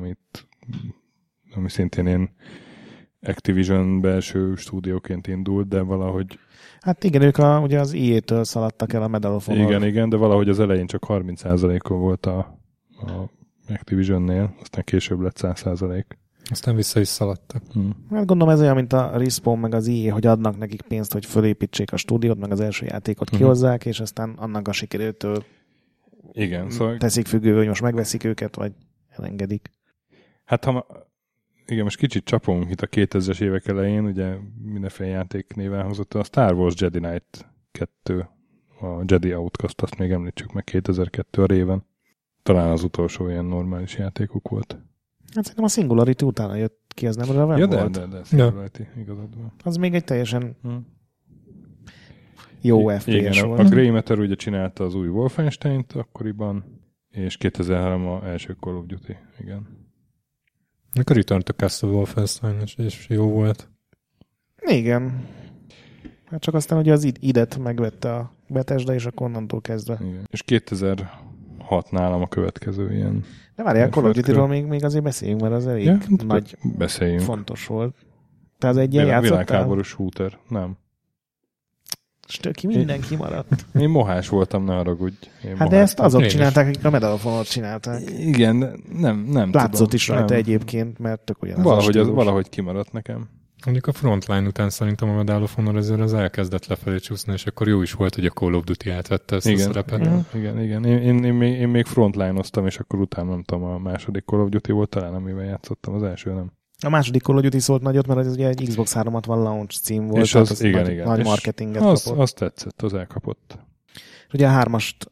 ami szintén én Activision belső stúdióként indult, de valahogy... Hát igen, ők ugye az EA-től szaladtak el a Medal of Honor. Igen, de valahogy az elején csak 30%-on volt a Activisionnél, aztán később lett 100%. Aztán vissza is szaladtak. Hát gondolom ez olyan, mint a Respawn meg az EA, hogy adnak nekik pénzt, hogy fölépítsék a stúdiót, meg az első játékot kihozzák, és aztán annak a sikerétől igen, szóval... teszik függő, hogy most megveszik őket, vagy elengedik. Hát igen, most kicsit csapunk itt a 2000-es évek elején, ugye mindenféle játék néven hozott a Star Wars Jedi Knight 2, a Jedi Outcast, azt még említsük meg 2002 a réven. Talán az utolsó ilyen normális játékuk volt. Hát szerintem a Singularity utána jött ki, az nem Raven Ja, volt? de Singularity, igazad van. Az még egy teljesen jó FPS igen, volt. a Grey Matter ugye csinálta az új Wolfenstein-t akkoriban, és 2003 a első Call of Duty, igen. A Return to Castle Wolfenstein és jó volt. Igen. Hát csak aztán ugye az idet megvette a Bethesda, és akkor onnantól kezdve. Igen. És 2006 nálam a következő ilyen... De várjál, Call of Duty-ról még azért beszéljünk, mert az elég nagy, beszéljünk. Fontos volt. Te az egyen játszottál? Világháborús shooter, nem. Stöki, mindenki maradt. Én mohás voltam, ne haragudj. Hát de ezt azok csinálták, akik a Medal of Honor csinálták. Igen, nem látszott tudom. is rajta nem. Egyébként, mert tök ugyanaz valahogy kimaradt nekem. Mondjuk a Frontline után szerintem a Medal of Honor azért az elkezdett lefelé csúszni, és akkor jó is volt, hogy a Call of Duty átvette ezt a szerepet. Igen. Én még Frontline-oztam, és akkor utána nem tudom, a második Call of Duty volt talán, amivel játszottam, az első nem. A második Call of Duty szólt nagyot, mert az ugye egy Xbox 360 launch cím volt. És az igen. Nagy marketinget kapott. Az tetszett, az elkapott. És ugye a hármast,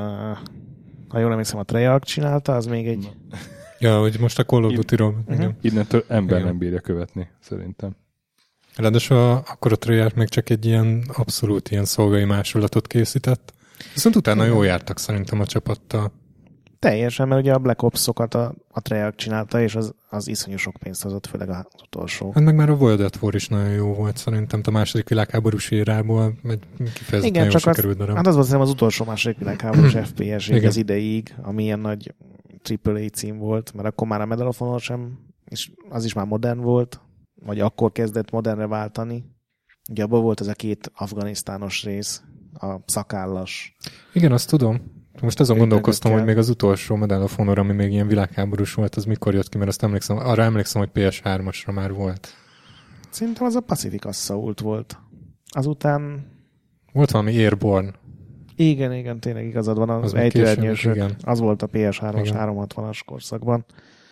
ha jól emlékszem, a Treyarch csinálta, az még egy... Ja, hogy most a Call of Duty-ról. Innentől ember nem bírja követni, szerintem. Ráadásul akkor a Treyarch még csak egy ilyen abszolút ilyen szolgai másolatot készített. Viszont utána jól jártak szerintem a csapattal. Teljesen, mert ugye a Black Ops-okat a Treyarch csinálta, és az iszonyú sok pénzt hozott, főleg az utolsó. Hát meg már a World at War is nagyon jó volt szerintem, a második világháborús érából kifejezetten jól sikerült darab. Hát az volt az utolsó második világháborús FPS az ideig, ami ilyen nagy AAA cím volt, mert akkor már a Medal of Honor sem, és az is már modern volt, vagy akkor kezdett modernre váltani. Ugye abban volt ez a 2 afganisztános rész, a szakállas. Igen, azt tudom. Most azon gondolkoztam, hogy még az utolsó Medal of Honor, ami még ilyen világháborús volt, az mikor jött ki, mert azt arra emlékszem, hogy PS3-asra már volt. Szerintem az a Pacific Assault volt. Azután... Volt valami Airborne. Igen, tényleg igazad van, az ejtőernyősök. Az volt a PS3-as, 360-as korszakban.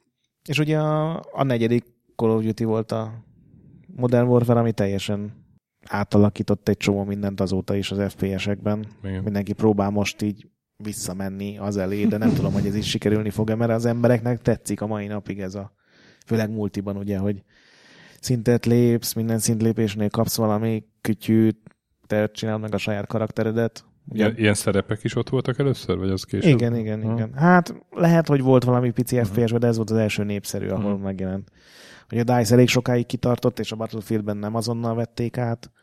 És ugye a negyedik Call of Duty volt a Modern Warfare, ami teljesen átalakított egy csomó mindent azóta is az FPS-ekben. Igen. Mindenki próbál most így visszamenni az elé, de nem tudom, hogy ez is sikerülni fog-e, mert az embereknek tetszik a mai napig ez a, főleg multiban ugye, hogy szintet lépsz, minden szintlépésnél kapsz valami kütyűt, te csinálod meg a saját karakteredet. Ugye? Ilyen szerepek is ott voltak először, vagy az később? Igen. Hát lehet, hogy volt valami pici FPS, de ez volt az első népszerű, ahol megjelent. Hogy a DICE elég sokáig kitartott, és a Battlefieldben nem azonnal vették át.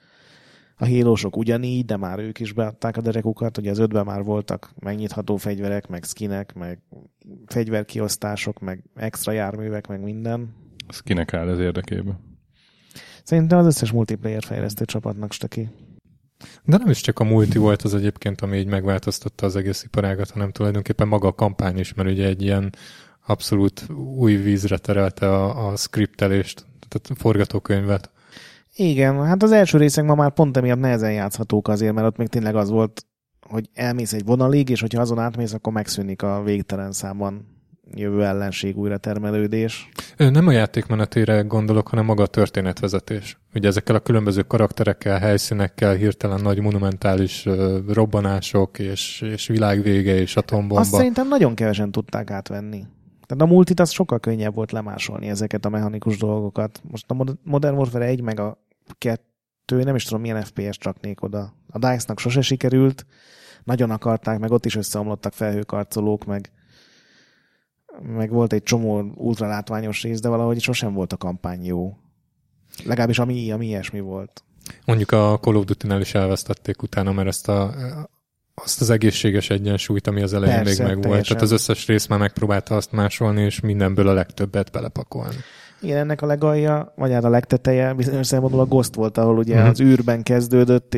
A Halo-sok ugyanígy, de már ők is beadták a derekukat. Ugye az 5-ben már voltak megnyitható fegyverek, meg skinek, meg fegyverkiosztások, meg extra járművek, meg minden. Az kinek áll ez érdekében? Szerintem az összes multiplayer fejlesztő csapatnak stöki. De nem is csak a multi volt az egyébként, ami így megváltoztatta az egész iparágat, hanem tulajdonképpen maga a kampány is, mert ugye egy ilyen abszolút új vízre terelte a skriptelést, tehát a forgatókönyvet. Igen, hát az első részek ma már pont emiatt nehezen játszhatók azért, mert ott még tényleg az volt, hogy elmész egy vonalig, és hogyha azon átmész, akkor megszűnik a végtelen számban jövő ellenség újratermelődés. Nem a játékmenetére gondolok, hanem maga a történetvezetés. Ugye ezekkel a különböző karakterekkel, helyszínekkel, hirtelen nagy monumentális robbanások, és világvége, és atombomba. Azt szerintem nagyon kevesen tudták átvenni. Tehát a multit az sokkal könnyebb volt lemásolni ezeket a mechanikus dolgokat. Most a Modern Warfare 1 meg a 2, nem is tudom milyen FPS csaknék oda. A DICE-nak sose sikerült, nagyon akarták, meg ott is összeomlottak felhőkarcolók, meg volt egy csomó ultralátványos rész, de valahogy sosem volt a kampány jó. Legalábbis ami ilyesmi volt. Mondjuk a Call of Duty-nál is elvesztették utána, mert azt az egészséges egyensúlyt, ami az elején még megvolt. Tehát az összes rész már megpróbálta azt másolni, és mindenből a legtöbbet belepakolni. Igen, ennek a legalja, vagy hát a legteteje bizonyos szempontból a Ghost volt, ahol ugye az űrben kezdődött,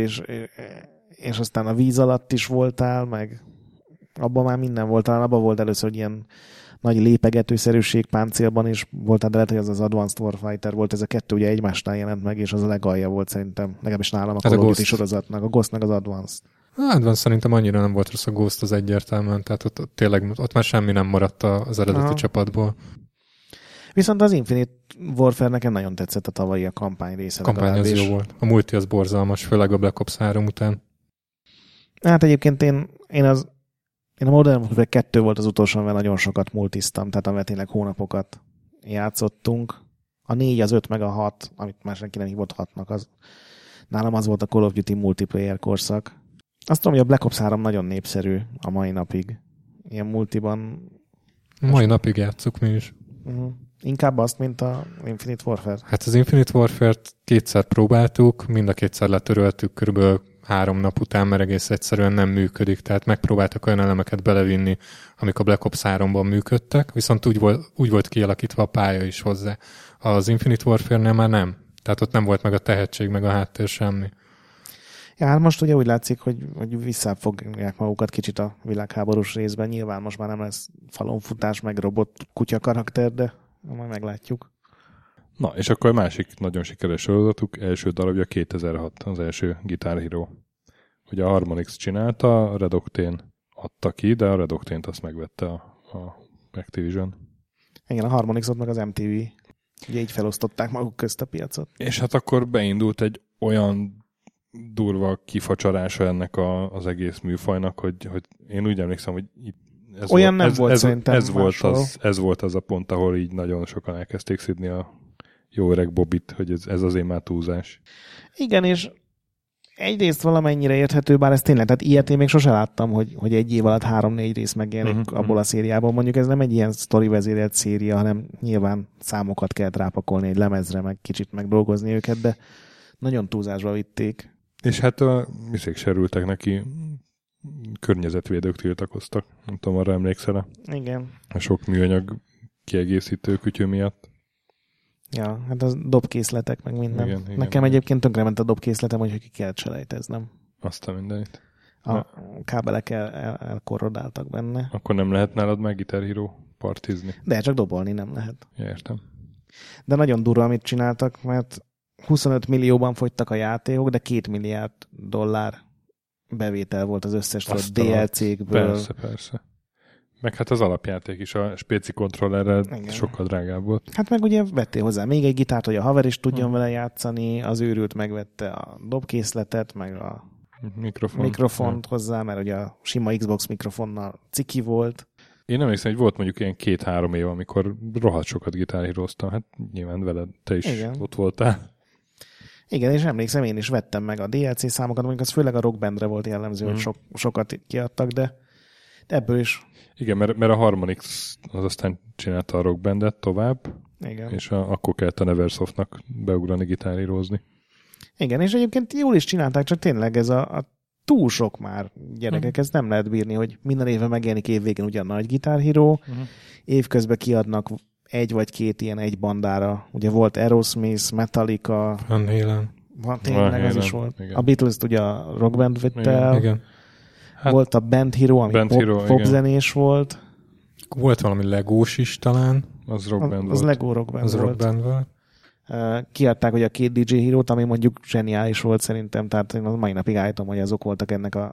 és aztán a víz alatt is voltál, meg abban már minden volt. Talán abban volt először, hogy ilyen nagy lépegetőszerűség páncélban is voltál, de lehet, hogy az Advanced Warfighter volt, ez a kettő ugye egymásnál jelent meg, és az a legalja volt szerintem, legalábbis nálam a Call of Duty sorozatnak, a Ghost meg az Advanced. Advanced szerintem annyira nem volt rossz, a Ghost az egyértelműen, tehát ott már semmi nem maradt az eredeti csapatból. Viszont az Infinite Warfare nekem nagyon tetszett a tavalyi a kampány része. A kampány az jó volt. A multi az borzalmas, főleg a Black Ops 3 után. Hát egyébként én a Modern Warfare 2 volt az utolsó, amivel nagyon sokat multiztam, tehát amivel tényleg hónapokat játszottunk. A 4, az 5 meg a 6, amit már senki nem hívott 6-nak, nálam az volt a Call of Duty multiplayer korszak. Azt tudom, hogy a Black Ops 3 nagyon népszerű a mai napig. Ilyen multiban... Mai napig játsszuk mi is. Inkább azt, mint a Infinite Warfare. Hát az Infinite Warfare-t 2-szer próbáltuk, mind a 2-szer letöröltük körülbelül 3 nap után, mert egész egyszerűen nem működik. Tehát megpróbáltak olyan elemeket belevinni, amik a Black Ops 3-ban működtek, viszont úgy volt kialakítva a pálya is hozzá. Az Infinite Warfare-nél már nem. Tehát ott nem volt meg a tehetség, meg a háttér semmi. Ja, hát most ugye úgy látszik, hogy visszafogják magukat kicsit a világháborús részben. Nyilván most már nem lesz falonfutás, meg robot kutya karakter, de majd meglátjuk. Na, és akkor a másik nagyon sikeres sorozatuk, első darabja 2006, az első Guitar Hero. Ugye a Harmonix csinálta, a Red Octane adta ki, de a Red Octane-t azt megvette a Activision. Igen, a Harmonixot meg az MTV. Ugye így felosztották maguk közt a piacot. És hát akkor beindult egy olyan durva kifacsarása ennek az egész műfajnak, hogy én úgy emlékszem, hogy ez volt az a pont, ahol így nagyon sokan elkezdték szidni a jó öreg Bobit, hogy ez azért már túlzás. Igen, és egyrészt valamennyire érthető, bár ez tényleg, tehát ilyet én még sose láttam, hogy egy év alatt 3-4 rész megjelenik abból a szériából. Mondjuk ez nem egy ilyen sztori vezérelt széria, hanem nyilván számokat kell rápakolni egy lemezre, meg kicsit megdolgozni őket, de nagyon túlzásba vitték. És hát a miszék serültek neki, környezetvédők tiltakoztak. Nem tudom, arra emlékszel-e? Igen. A sok műanyag kiegészítő kütyű miatt. Ja, hát az dobkészletek, meg minden. Igen, nekem egyébként tönkrement a dobkészletem, hogy ki kellett selejteznem. Azt a mindenit. A kábelek elkorrodáltak benne. Akkor nem lehet nálad meg Guitar Hero partizni? De csak dobolni nem lehet. Ja, értem. De nagyon durva, amit csináltak, mert 25 millióban fogytak a játékok, de $2 milliárd bevétel volt az összes DLC-kből. Persze. Meg hát az alapjáték is a spéci kontrollerrel sokkal drágább volt. Hát meg ugye vettél hozzá még egy gitárt, hogy a haver is tudjon vele játszani, az őrült megvette a dobkészletet, meg a mikrofont hozzá, mert ugye a sima Xbox mikrofonnal ciki volt. Én emlékszem, hogy volt mondjuk ilyen 2-3 év, amikor rohadt sokat gitárhíroztam. Hát nyilván veled te is ott voltál. Igen, és emlékszem, én is vettem meg a DLC számokat, mondjuk az főleg a Rock Bandre volt jellemző, hogy sokat kiadtak, de ebből is. Igen, mert a Harmonix az aztán csinálta a Rock Bandet tovább, igen. És akkor kellett a Neversoftnak beugrani gitárhírozni. Igen, és egyébként jól is csinálták, csak tényleg ez a túl sok már gyerekek, ezt nem lehet bírni, hogy minden évben megjelenik évvégén ugyan nagy Guitar Hero, évközben kiadnak egy vagy két ilyen egy bandára. Ugye volt Aerosmith, Metallica, Van Halen. Tényleg az is volt. Igen. A Beatles-t ugye a Rock Band vette el. Igen. Hát, volt a Band Hero, ami popzenés volt. Volt valami Legós is talán. Az Rock Band volt. Az Lego Rock Band az volt. Rock Band volt. Kiadták ugye a 2 DJ Hero-t, ami mondjuk zseniális volt szerintem, tehát én az mai napig állítom, hogy azok voltak ennek a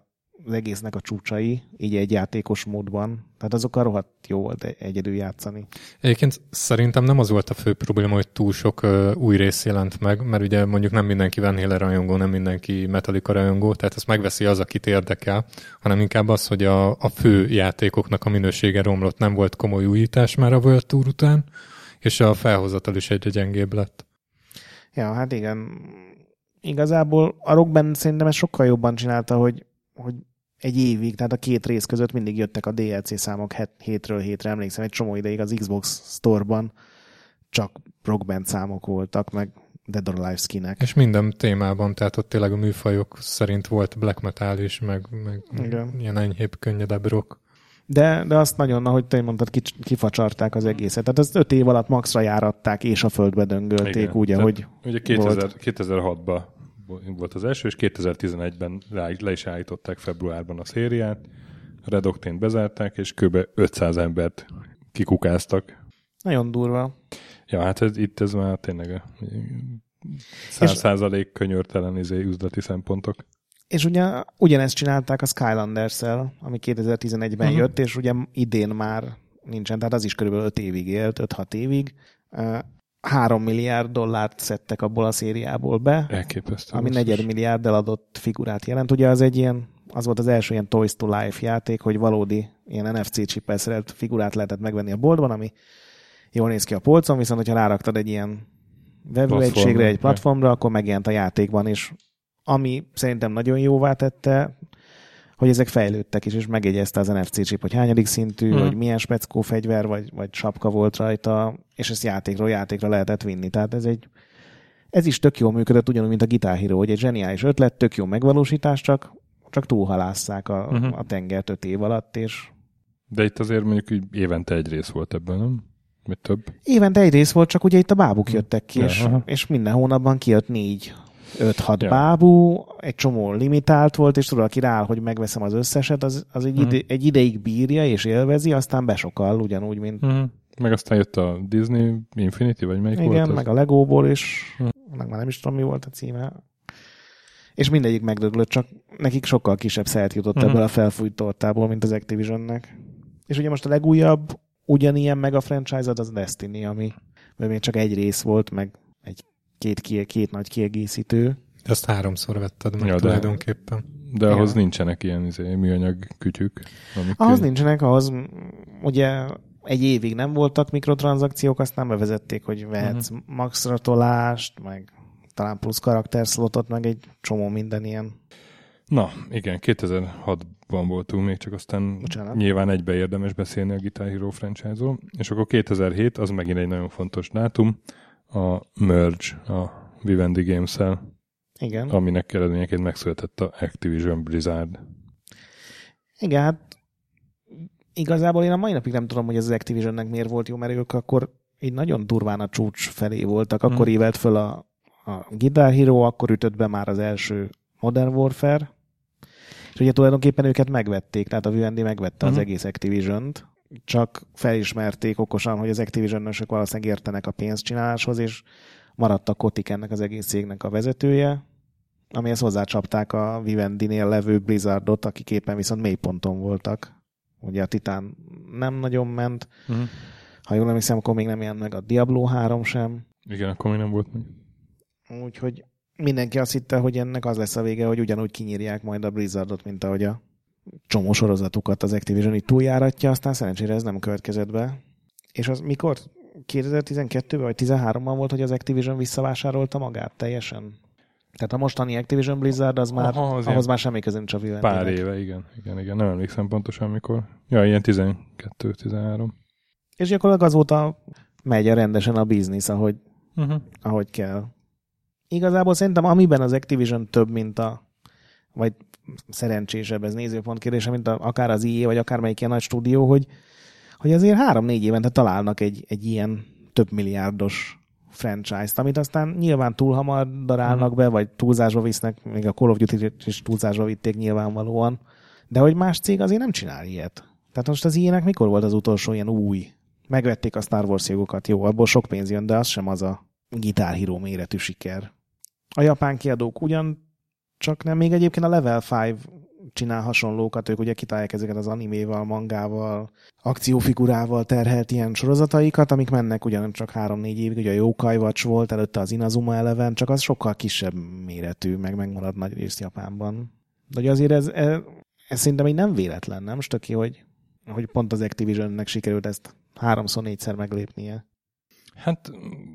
az egésznek a csúcsai, így egy játékos módban. Tehát azokkal rohadt jó volt egyedül játszani. Egyébként szerintem nem az volt a fő probléma, hogy túl sok új rész jelent meg, mert ugye mondjuk nem mindenki Van Halen rajongó, nem mindenki Metallica rajongó, tehát ezt megveszi az, akit érdekel, hanem inkább az, hogy a fő játékoknak a minősége romlott, nem volt komoly újítás már a World Tour után, és a felhozatal is egyre gyengébb lett. Ja, hát igen. Igazából a Rock Band szerintem ezt sokkal jobban csinálta, hogy egy évig, tehát a 2 rész között mindig jöttek a DLC számok hétről hétre. Emlékszem, egy csomó ideig az Xbox Store-ban csak Rock Band számok voltak, meg Dead or Alive skinek. És minden témában, tehát ott tényleg a műfajok szerint volt black metal is, meg ilyen enyhébb, könnyedebb rock. De azt nagyon, ahogy te mondtad, kifacsarták az egészet. Tehát az 5 év alatt maxra járatták, és a földbe döngölték, úgy, ahogy ugye 2006-ban volt az első, és 2011-ben le is állították februárban a szériát, a Red Octane bezárták, és kb. 500 embert kikukáztak. Nagyon durva. Ja, hát ez már tényleg 100% könyörtelen üzleti szempontok. És ugyanezt csinálták a Skylanders-el, ami 2011-ben jött, és ugye idén már nincsen, tehát az is körülbelül 5 évig élt, 5-6 évig. 3 milliárd dollárt szedtek abból a szériából be, elképesztő, ami 4 milliárd eladott figurát jelent. Ugye az volt az első ilyen Toys to Life játék, hogy valódi ilyen NFC csippel szerelt figurát lehetett megvenni a boltban, ami jól néz ki a polcon, viszont hogyha ráraktad egy ilyen vevőegységre, egy platformra, akkor megjelent a játékban is. Ami szerintem nagyon jóvá tette, hogy ezek fejlődtek is, és megjegyezte az NFC chip, hogy hányadik szintű, hogy milyen speckó fegyver, vagy sapka volt rajta, és ezt játékról játékra lehetett vinni. Tehát ez is tök jól működött, ugyanúgy, mint a Guitar Hero, hogy egy zseniális ötlet, tök jó megvalósítás, csak túlhalásszák a tengert 5 év alatt, és... De itt azért mondjuk évente egy rész volt ebből, nem? Vagy több? Évente egy rész volt, csak ugye itt a bábuk jöttek ki, és minden hónapban kijött 4-5-6 bábú, egy csomó limitált volt, és tudod, aki rááll, hogy megveszem az összeset, az egy ideig bírja és élvezi, aztán besokal, ugyanúgy, mint... Meg aztán jött a Disney Infinity, vagy melyik volt? Igen, meg a Legóból is, meg már nem is tudom, mi volt a címe. És mindegyik megdöglött, csak nekik sokkal kisebb szert jutott ebből a felfújt tortából, mint az Activisionnek. És ugye most a legújabb ugyanilyen mega franchise az Destiny, ami még csak egy rész volt, meg két nagy kiegészítő. Ezt 3-szor vetted meg tulajdonképpen. De ahhoz nincsenek ilyen műanyag kütyük. Ahhoz nincsenek, ahhoz ugye egy évig nem voltak mikrotranszakciók, aztán bevezették, hogy vehetsz maxra tolást, meg talán plusz karakterszlotot, meg egy csomó minden ilyen. Na, igen, 2006-ban voltunk még, csak aztán nyilván egybe érdemes beszélni a Guitar Hero franchise-ról, és akkor 2007, az megint egy nagyon fontos dátum, a merge a Vivendi Games-el, igen. Aminek eredményeként megszületett a Activision Blizzard. Igen, hát igazából én a mai napig nem tudom, hogy ez az Activisionnek miért volt jó, mert ők akkor így nagyon durván a csúcs felé voltak. Akkor évelt föl a Guitar Hero, akkor ütött be már az első Modern Warfare, és ugye tulajdonképpen őket megvették, tehát a Vivendi megvette az egész Activision-t, csak felismerték okosan, hogy az Activision-ösök valószínűleg értenek a pénzcsináláshoz, és maradt a Kotick ennek az egész cégnek a vezetője, amihez hozzácsapták a Vivendi-nél levő Blizzardot, akik éppen viszont mélyponton voltak. Ugye a Titán nem nagyon ment. Ha jól emlékszem, akkor még nem jelent meg a Diablo 3 sem. Igen, akkor még nem volt meg. Úgyhogy mindenki azt hitte, hogy ennek az lesz a vége, hogy ugyanúgy kinyírják majd a Blizzardot, mint ahogy a csomó sorozatukat az Activision így túljáratja, aztán szerencsére ez nem következett be. És az mikor? 2012-ben vagy 2013-ban volt, hogy az Activision visszavásárolta magát teljesen? Tehát a mostani Activision Blizzard az már, ahhoz már semmi köze nincs a Vivendinek. Pár éve, igen. Nem emlékszem pontosan mikor. Ja, ilyen 12-13. És gyakorlatilag azóta megy rendesen a biznisz, ahogy kell. Igazából szerintem amiben az Activision több, mint vagy szerencsésebb, ez nézőpont kérdése, mint akár az EA, vagy akármelyik ilyen nagy stúdió, hogy azért 3-4 évente találnak egy ilyen több milliárdos franchise-t, amit aztán nyilván túl hamar darálnak be, vagy túlzásba visznek, még a Call of Duty-t is túlzásba vitték nyilvánvalóan, de hogy más cég azért nem csinál ilyet. Tehát most az EA-nek mikor volt az utolsó ilyen új? Megvették a Star Wars jogokat, jó, abból sok pénz jön, de az sem az a Guitar Hero méretű siker. A japán kiadók ugyan, csak nem, még egyébként a Level 5 csinál hasonlókat, ők ugye kitalálják ezeket az animéval, mangával, akciófigurával terhelt ilyen sorozataikat, amik mennek ugyancsak 3-4 évig, ugye a Yokai Watch volt, előtte az Inazuma Eleven, csak az sokkal kisebb méretű, meg megmarad nagy részt Japánban. De ugye azért ez szerintem így nem véletlen, nem? Most aki, hogy pont az Activisionnek sikerült ezt 3-4-szer meglépnie. Hát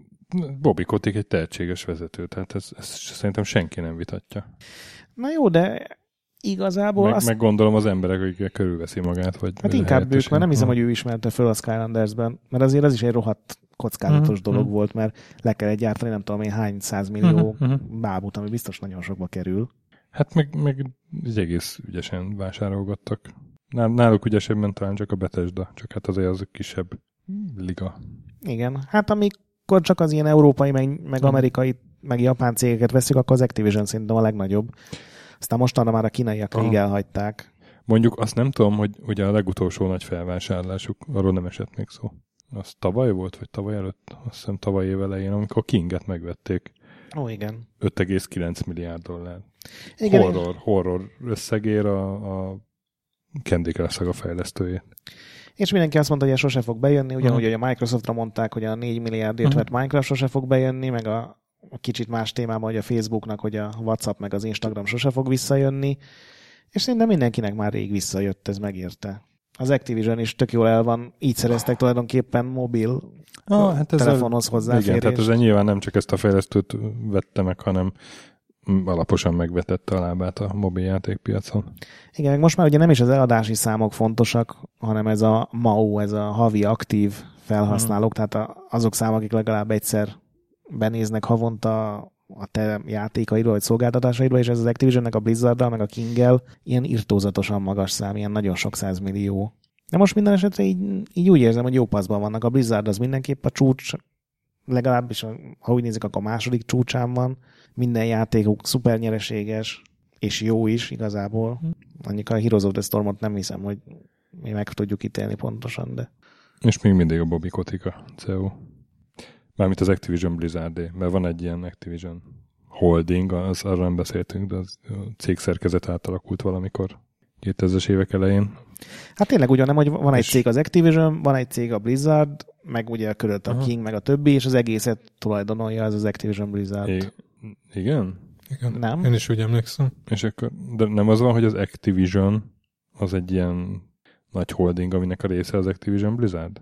Bobby Kotick egy tehetséges vezető, tehát ezt szerintem senki nem vitatja. Na jó, de igazából meg gondolom az emberek, akikkel körülveszi magát. Vagy hát inkább ők, mert nem hiszem, hogy ő ismerte föl a Skylandersben, mert azért az is egy rohadt kockázatos dolog volt, mert le kellett gyártani nem tudom én hány 100 millió bábút, ami biztos nagyon sokba kerül. Hát meg egész ügyesen vásárolgattak. Náluk ügyesebben talán csak a Bethesda, csak hát azért az kisebb liga. Igen, hát amikor csak az ilyen európai, meg amerikai, meg japán cégeket veszik, akkor az Activision szerintem a legnagyobb. Aztán mostanra már a kínaiak rég elhagyták. Mondjuk azt nem tudom, hogy ugye a legutolsó nagy felvásárlásuk, arról nem esett még szó. Az tavaly volt, vagy tavaly előtt? Azt hiszem tavaly év elején, amikor Kinget megvették. Ó, igen. 5,9 milliárd dollár. Igen, horror összegér a Candy Crush Saga fejlesztőjét. És mindenki azt mondta, hogy ez sose fog bejönni, ugyanúgy, hogy a Microsoftra mondták, hogy a 4 milliárdért vett Minecraft sose fog bejönni, meg a kicsit más témában, hogy a Facebooknak, hogy a WhatsApp meg az Instagram sose fog visszajönni, és szerintem mindenkinek már rég visszajött, ez megérte. Az Activision is tök jól el van, így szereztek tulajdonképpen mobil telefonhoz hozzáférés. Igen, tehát ezzel nyilván nem csak ezt a fejlesztőt vette meg, hanem alaposan megvetette a lábát a mobil játékpiacon. Igen, most már ugye nem is az eladási számok fontosak, hanem ez a MAU, ez a havi aktív felhasználók, tehát azok számok, akik legalább egyszer benéznek havonta a te játékaidról, vagy szolgáltatásaidról, és ez az Activisionnek a Blizzarddal, meg a Kinggel ilyen irtózatosan magas szám, ilyen nagyon sok 100 millió. De most minden esetre így úgy érzem, hogy jó paszban vannak. A Blizzard az mindenképp a csúcs, legalábbis ha úgy nézik, akkor a második csúcsán van. Minden játékuk szuper nyereséges, és jó is igazából. Annyik a Heroes of the Stormot nem hiszem, hogy mi meg tudjuk ítélni pontosan, de... És még mindig a Bobby Kotick a CEO. Mármint az Activision Blizzardé, mert van egy ilyen Activision holding, arra nem beszéltünk, de az a cég szerkezet átalakult valamikor 2000-es évek elején. Hát tényleg ugyan, hogy van egy cég az Activision, van egy cég a Blizzard, meg ugye körülött a King, meg a többi, és az egészet tulajdonolja az Activision Blizzard. Igen? Igen? Nem? Én is úgy emlékszem. És akkor, de nem az van, hogy az Activision az egy ilyen nagy holding, aminek a része az Activision Blizzard?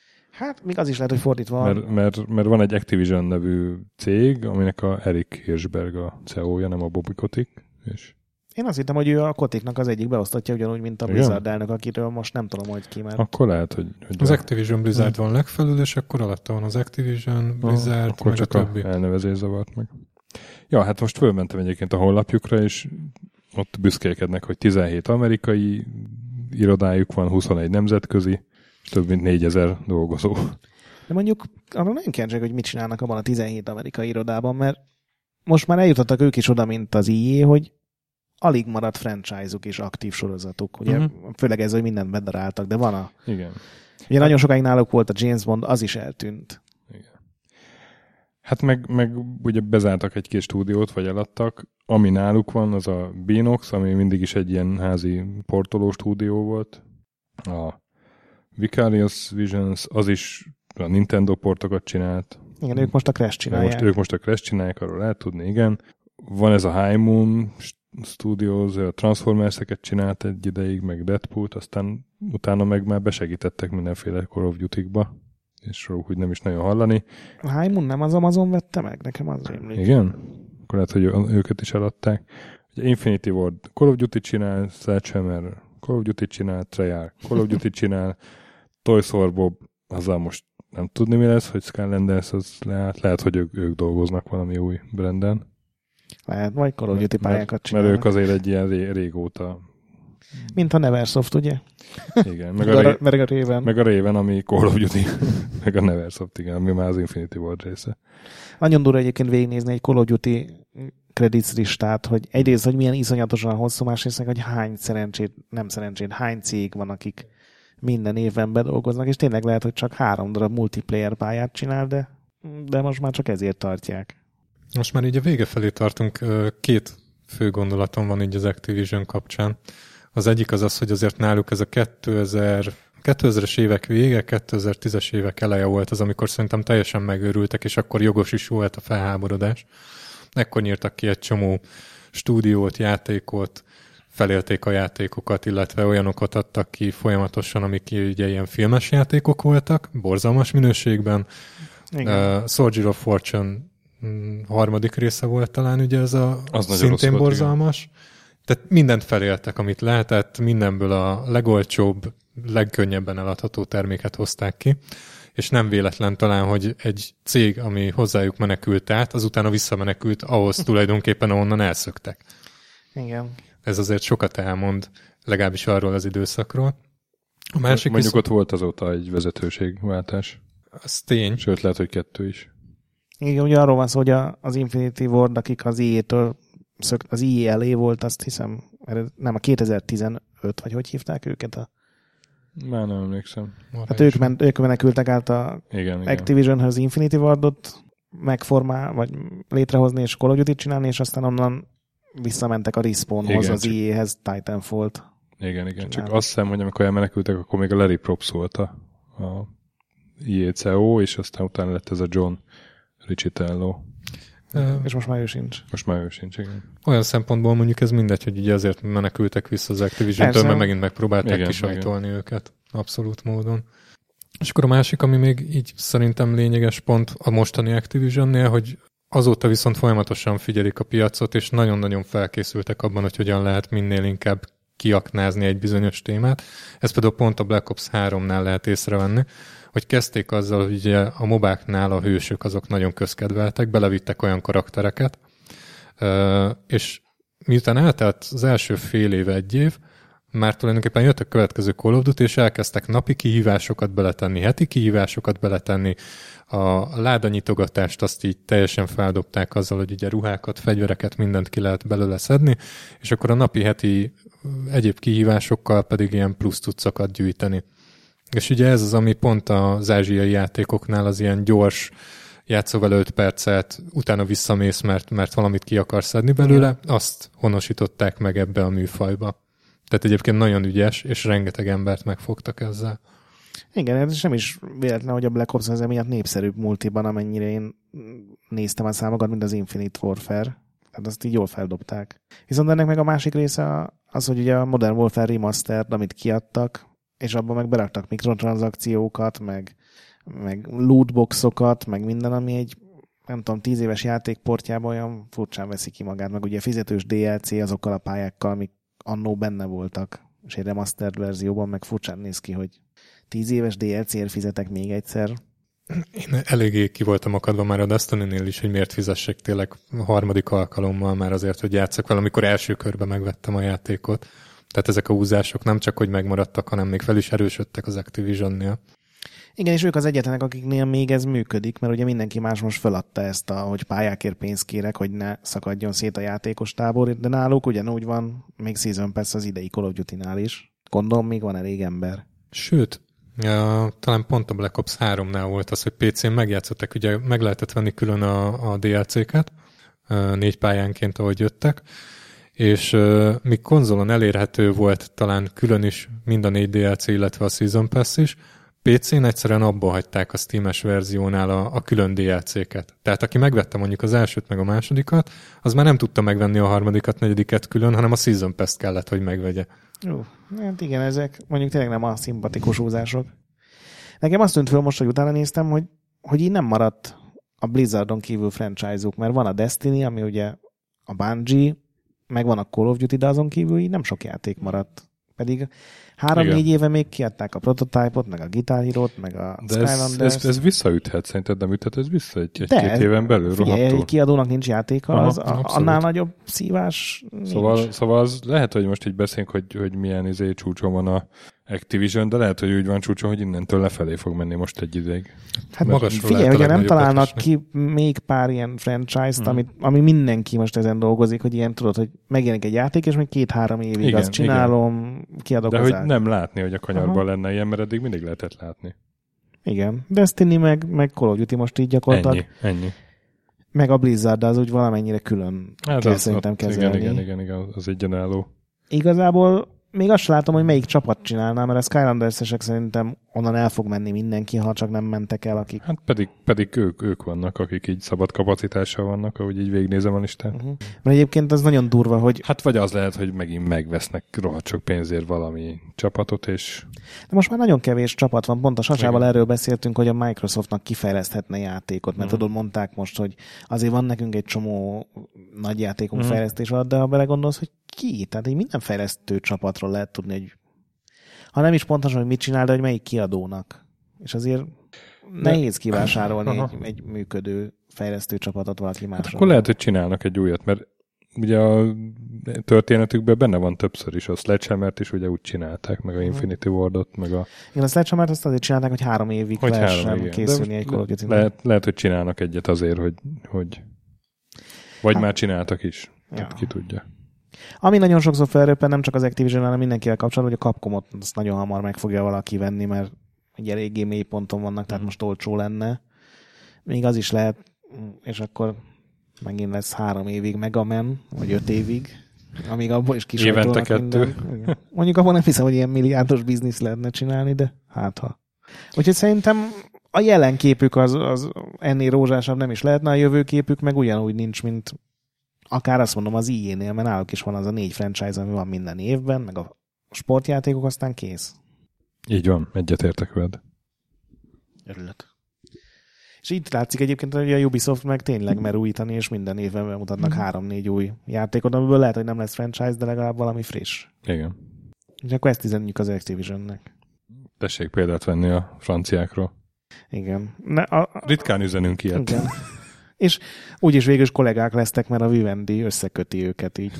Hát még az is lehet, hogy fordítva. Mert van egy Activision nevű cég, aminek a Eric Hirschberg a CEO-ja, nem a Bobby Kotick. És... Én azt hittem, hogy ő a Koticknak az egyik beosztatja, ugyanúgy, mint a Blizzard elnök, akiről most nem tudom, hogy ki már. Akkor lehet, hogy az Activision Blizzard van legfelül, és akkor alatta van az Activision Blizzard, akkor meg csak a többi. elnevezés zavart meg. Ja, hát most fölmentem egyébként a honlapjukra, és ott büszkélkednek, hogy 17 amerikai irodájuk van, 21 nemzetközi, több mint 4000 dolgozó. De mondjuk arra nem kíváncsiak, hogy mit csinálnak abban a 17 amerikai irodában, mert most már eljutottak ők is oda, mint az EA, hogy alig maradt franchise-uk és aktív sorozatuk. Ugye főleg ez, hogy mindent bedaráltak, de van Igen. Ugye nagyon sokáig náluk volt a James Bond, az is eltűnt. Igen. Hát meg ugye bezártak egy-két stúdiót, vagy eladtak. Ami náluk van, az a Beanox, ami mindig is egy ilyen házi portoló stúdió volt. A Vicarious Visions, az is a Nintendo portokat csinált. Igen, ők most a Crash csinálják. Ők most a Crash csinálják, arról lehet tudni, igen. Van ez a High Moon Studios, a Transformers-eket csinált egy ideig, meg Deadpool-t, aztán utána meg már besegítettek mindenféle Call of Duty-kba, és róluk úgy nem is nagyon hallani. A High Moon nem az Amazon vette meg? Nekem az rémlik. Igen? Akkor lehet, hogy őket is eladták. Ugye Infinity Ward Call of Duty csinál, Sledgehammer Call of Duty csinál, Treyarch Call of Duty csinál, Toys R Bob, azzal most nem tudni mi lesz, hogy Skylanders az lehet, hogy ők dolgoznak valami új branden. Lehet, vagy Call of Duty pályákat csinálnak. Mert ők azért egy ilyen régóta... Mint a Neversoft, ugye? Igen. Meg a Raven. Meg a Raven, ami Call of Duty. Meg a Neversoft, igen, ami már az Infinity Ward része. Nagyon durva egyébként végignézni egy Call of Duty credits listát, hogy egyrészt, hogy milyen iszonyatosan hosszú, másrészt, hogy hány hány cég van, akik minden évben bedolgoznak, és tényleg lehet, hogy csak 3 darab multiplayer pályát csinál, de most már csak ezért tartják. Most már így a vége felé tartunk, 2 fő gondolatom van így az Activision kapcsán. Az egyik az, hogy azért náluk ez a 2000-es évek vége, 2010-es évek eleje volt az, amikor szerintem teljesen megőrültek, és akkor jogos is volt a felháborodás. Ekkor nyírtak ki egy csomó stúdiót, játékot, felélték a játékokat, illetve olyanokat adtak ki folyamatosan, amik ugye ilyen filmes játékok voltak, borzalmas minőségben. Soldier of Fortune harmadik része volt talán, ugye ez az szintén borzalmas. Igen. Tehát mindent feléltek, amit lehetett, mindenből a legolcsóbb, legkönnyebben eladható terméket hozták ki, és nem véletlen talán, hogy egy cég, ami hozzájuk menekült át, azután visszamenekült ahhoz tulajdonképpen, ahonnan elszöktek. Igen. Ez azért sokat elmond, legalábbis arról az időszakról. A másik mondjuk ott volt azóta egy vezetőségváltás. Az tény. Sőt, lehet, hogy 2 is. Igen, ugye arról van szó, hogy az Infinity Ward, akik az EA-től az EA elé volt, azt hiszem, nem a 2015, vagy hogy hívták őket? Már nem emlékszem. Hát ők menekültek át a Activisionhöz Infinity Wardot vagy létrehozni, és Call of Duty csinálni, és aztán onnan visszamentek a Respawnhoz, az EA-hez Titanfall-t. Igen. Csak azt hiszem, hogy amikor elmenekültek, akkor még a Larry Probst volt a EA CEO, és aztán utána lett ez a John Riccitello. És most már ő sincs. Igen. Olyan szempontból mondjuk ez mindegy, hogy így azért menekültek vissza az Activision-től, mert megint megpróbálták kisajtolni őket abszolút módon. És akkor a másik, ami még így szerintem lényeges pont a mostani Activision-nél, hogy azóta viszont folyamatosan figyelik a piacot, és nagyon-nagyon felkészültek abban, hogy hogyan lehet minél inkább kiaknázni egy bizonyos témát. Ez például pont a Black Ops 3-nál lehet észrevenni, hogy kezdték azzal, hogy ugye a mobáknál a hősök azok nagyon közkedveltek, belevittek olyan karaktereket, és miután eltelt az első fél év, 1 év, már tulajdonképpen jött a következő Call of Duty, és elkezdtek napi kihívásokat beletenni, heti kihívásokat beletenni, a ládanyitogatást azt így teljesen feldobták azzal, hogy ugye ruhákat, fegyvereket, mindent ki lehet belőle szedni, és akkor a napi, heti egyéb kihívásokkal pedig ilyen plusz cuccokat gyűjteni. És ugye ez az, ami pont az ázsiai játékoknál az ilyen gyors, játszol vele 5 percet, utána visszamész, mert valamit ki akarsz szedni belőle, azt honosították meg ebbe a műfajba. Tehát egyébként nagyon ügyes, és rengeteg embert megfogtak ezzel. Igen, ez sem is véletlen, hogy a Black Ops az emiatt népszerűbb multiban, amennyire én néztem a számokat, mint az Infinite Warfare. Tehát azt így jól feldobták. Viszont ennek meg a másik része az, hogy ugye a Modern Warfare Remastered, amit kiadtak, és abban meg beraktak mikrotranszakciókat, meg lootboxokat, meg minden, ami egy, nem tudom, 10 éves játékportjában olyan furcsán veszi ki magát, meg ugye fizetős DLC azokkal a pályákkal, amik annó benne voltak, és egy remastered verzióban meg furcsán néz ki, hogy 10 éves DLC-ért fizetek még egyszer. Én eléggé ki voltam akadva már a Destiny-nél is, hogy miért fizessek tényleg harmadik alkalommal már azért, hogy játszak vele, amikor első körben megvettem a játékot. Tehát ezek a húzások nem csak, hogy megmaradtak, hanem még fel is erősödtek az Activision-nél. Igen, és ők az egyetlenek, akiknél még ez működik, mert ugye mindenki más most feladta ezt, hogy pályákért pénzt kérek, hogy ne szakadjon szét a játékos tábor, de náluk ugyanúgy van, még Season Pass az idei Call of Duty-nál is. Gondolom, még van elég ember. Sőt, talán pont a Black Ops 3-nál volt az, hogy PC-n megjátszottak, ugye meg lehetett venni külön a DLC-ket, 4 pályánként, ahogy jöttek, és míg konzolon elérhető volt talán külön is mind a 4 DLC, illetve a Season Pass is, PC-n egyszerűen abba hagyták a Steam-es verziónál a külön DLC-ket. Tehát aki megvette mondjuk az elsőt meg a másodikat, az már nem tudta megvenni a harmadikat, negyediket külön, hanem a Season Pass-t kellett, hogy megvegye. Hát igen, ezek mondjuk tényleg nem a szimpatikus húzások. Nekem azt tűnt föl most, hogy utána néztem, hogy így nem maradt a Blizzardon kívül franchise-uk, mert van a Destiny, ami ugye a Bungie, meg van a Call of Duty, de azon kívül így nem sok játék maradt. Pedig 3-4 éve még kiadták a Prototype-ot, meg a Guitar Hero-t, meg a Skylanders. Ez visszaüthet, szerinted nem üthet ez vissza egy-két éven belül rohadtul? Egy kiadónak nincs játéka, az annál nagyobb szívás Szóval az lehet, hogy most így beszélünk, hogy milyen csúcson van a Activision, de lehet, hogy úgy van csúcson, hogy innentől lefelé fog menni most egy ideig. Hát magasról figyelj, hogyha nem találnak ki még pár ilyen franchise-t, ami mindenki most ezen dolgozik, hogy ilyen tudod, hogy megjelenik egy játék, és még 2-3 évig igen, azt csinálom, kiadok de hogy nem látni, hogy a kanyarban lenne ilyen, mert eddig mindig lehetett látni. Igen. Destiny meg Call of Duty most így gyakorlatilag. Ennyi. Meg a Blizzard, de az úgy valamennyire külön kell szerintem kezelni. Igen, az egyenálló. Igazából még azt sem látom, hogy melyik csapat csinálná, mert a Skylanders-esek szerintem onnan el fog menni mindenki, ha csak nem mentek el, akik... Hát pedig ők vannak, akik így szabad kapacitással vannak, ahogy így végignézem a listát. Mert egyébként az nagyon durva, hogy... Hát vagy az lehet, hogy megint megvesznek rohadt sok pénzért valami csapatot, és... De most már nagyon kevés csapat van, pont a Sacsával erről beszéltünk, hogy a Microsoftnak kifejleszthetne játékot, mert tudod, mondták most, hogy azért van nekünk egy csomó nagy játékunk fejlesztés alatt, de ha belegondolsz, hogy ki? Tehát egy minden fejlesztő csapatról lehet tudni, hogy ha nem is pontosan, hogy mit csinál, de hogy melyik kiadónak. És azért nehéz kivásárolni egy működő fejlesztő csapatot valaki másról. Hát akkor lehet, hogy csinálnak egy újat, mert ugye a történetükben benne van többször is, a Sledgehammer-t is ugye úgy csinálták, meg a Infinity Wardot, meg a... Igen, a Sledgehammer-t azt azért csinálták, hogy 3 évig lehessen készülni egy Call of Duty. Lehet, hogy csinálnak egyet azért, hogy vagy már csináltak is. Ja. Ki tudja. Ami nagyon sokszor felröppen, nem csak az Activision, hanem mindenkivel kapcsolatban, hogy a Capcomot azt nagyon hamar meg fogja valaki venni, mert egy eléggé mély ponton vannak, tehát most olcsó lenne. Még az is lehet, és akkor megint lesz 3 évig Mega Man, vagy 5 évig, amíg abból is kisajtolnak minden. Mondjuk abban nem hiszem, hogy ilyen milliárdos biznisz lehetne csinálni, de hát ha. Úgyhogy szerintem a jelenképük az ennél rózsásabb nem is lehetne, a jövőképük meg ugyanúgy nincs, mint akár azt mondom az EA-nél, mert náluk is van az a 4 franchise, ami van minden évben, meg a sportjátékok, aztán kész. Így van, egyetértek veled. Örülök. És itt látszik egyébként, hogy a Ubisoft meg tényleg mer újítani, és minden évben bemutatnak 3-4 új játékot, amiből lehet, hogy nem lesz franchise, de legalább valami friss. Igen. És akkor ezt üzenjük az Activisionnek. Tessék példát venni a franciákról. Igen. Ritkán üzenünk ilyet. Igen. És úgyis végül is kollégák lesznek, mert a Vivendi összeköti őket így.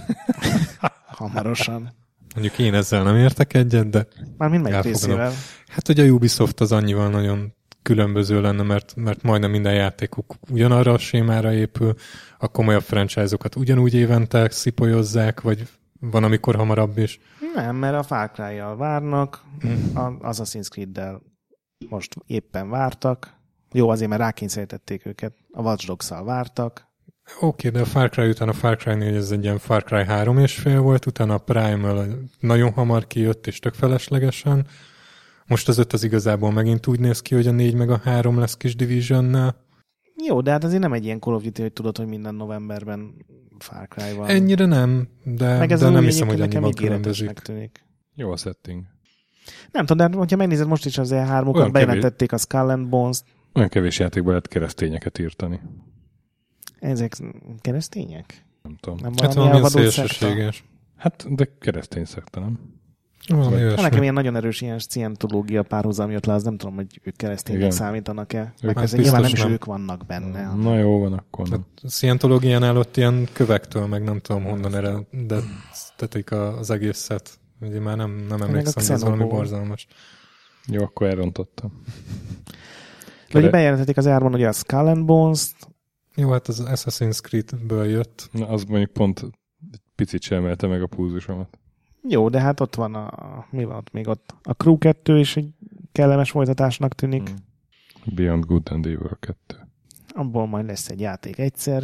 Hamarosan. Mondjuk én ezzel nem értek egyet, de... Már mindmelyik részével. Hát, hogy a Ubisoft az annyival nagyon különböző lenne, mert majdnem minden játékuk ugyanarra a sémára épül, a komolyabb franchise-okat ugyanúgy évente szipolyozzák, vagy van, amikor hamarabb is. Nem, mert a Far Cry-jal várnak, az Assassin's Creed-del most éppen vártak. Jó, azért, mert rákényszerítették őket. A Watch Dogs-szal vártak. Oké, de a Far Cry után a Far Cry 4 ez egy ilyen Far Cry 3,5 volt, utána a Primal nagyon hamar kijött, és tök feleslegesen. Most az 5 az igazából megint úgy néz ki, hogy a 4 meg a 3 lesz kis Divisionnál. Jó, de hát azért nem egy ilyen Call of Duty, hogy tudod, hogy minden novemberben Far Cry van. Ennyire nem, de nem hiszem, hogy annyival különbözik. Jó a setting. Nem tudom, de hogyha megnézed most is az E3-okat, bejelentették a Skull and Bones-t. Olyan kevés játékban lehet keresztényeket írtani. Ezek keresztények? Nem tudom. Nem hát valami szélsőséges. Hát, de keresztény szekta, nem? Nekem ilyen nagyon erős ilyen scientológia párhuzam jött le, az nem tudom, hogy ők keresztények számítanak-e. Meg hát nyilván nem is ők vannak benne. Na jó, van akkor nem. A scientológiánál ott ilyen kövektől, meg nem tudom honnan eredtetik az egészet. Ugye már nem emlékszem, hogy ez valami borzalmas. Jó, akkor elrontottam. Vagy bejelentették az árban, hogy a Skull and Bones-t. Jó, hát az Assassin's Creed-ből jött. Na, az mondjuk pont egy picit sem emelte meg a pulzusomat. Jó, de hát ott van mi van ott még ott? A Crew 2 is egy kellemes folytatásnak tűnik. Beyond Good and Evil 2. Abból majd lesz egy játék egyszer.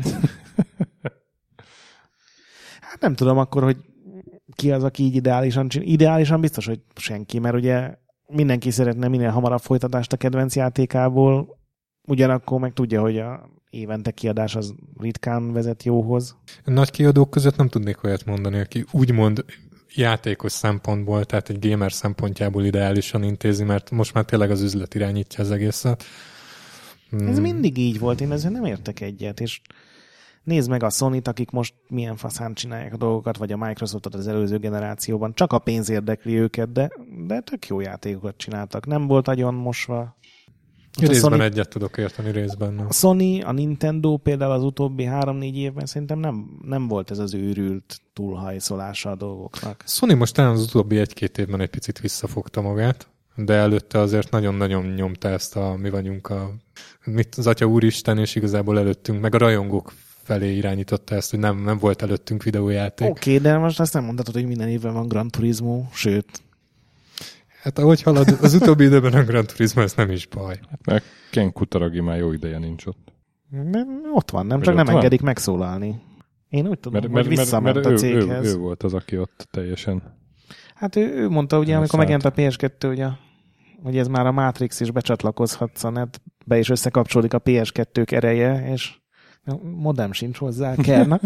Hát nem tudom akkor, hogy ki az, aki így ideálisan csinál. Ideálisan biztos, hogy senki, mert ugye mindenki szeretne minél hamarabb folytatást a kedvenc játékából, ugyanakkor meg tudja, hogy a évente kiadás az ritkán vezet jóhoz. Nagy kiadók között nem tudnék olyat mondani, aki úgymond játékos szempontból, tehát egy gamer szempontjából ideálisan intézi, mert most már tényleg az üzlet irányítja az egészet. Ez mindig így volt, én ezzel nem értek egyet, és nézd meg a Sony-t, akik most milyen faszán csinálják a dolgokat, vagy a Microsoftot az előző generációban. Csak a pénz érdekli őket, de tök jó játékokat csináltak. Nem volt agyon mosva. Részben egyet tudok érteni, részben nem. A Sony, a Nintendo például az utóbbi 3-4 évben szerintem nem volt ez az őrült túlhajszolása a dolgoknak. Sony most talán az utóbbi 1-2 évben egy picit visszafogta magát, de előtte azért nagyon-nagyon nyomta ezt mi vagyunk az Atya Úristen, és igazából előttünk, meg a rajongók felé irányította ezt, hogy nem volt előttünk videójáték. Oké, de most azt nem mondhatod, hogy minden évben van Gran Turismo, sőt. Hát ahogy halad, az utóbbi időben a Gran Turismo, ez nem is baj. Hát mert Ken Kutaragi már jó ideje nincs ott. Ott van, nem csak nem engedik megszólalni. Én úgy tudom, hogy visszament a céghez. Ő volt az, aki ott teljesen... Hát ő mondta ugye, amikor megjelent a PS2, ugye, hogy ez már a Matrix is becsatlakozhatsz a netbe, és összekapcsolódik a PS2-k ereje, és modem sincs hozzá, kellene.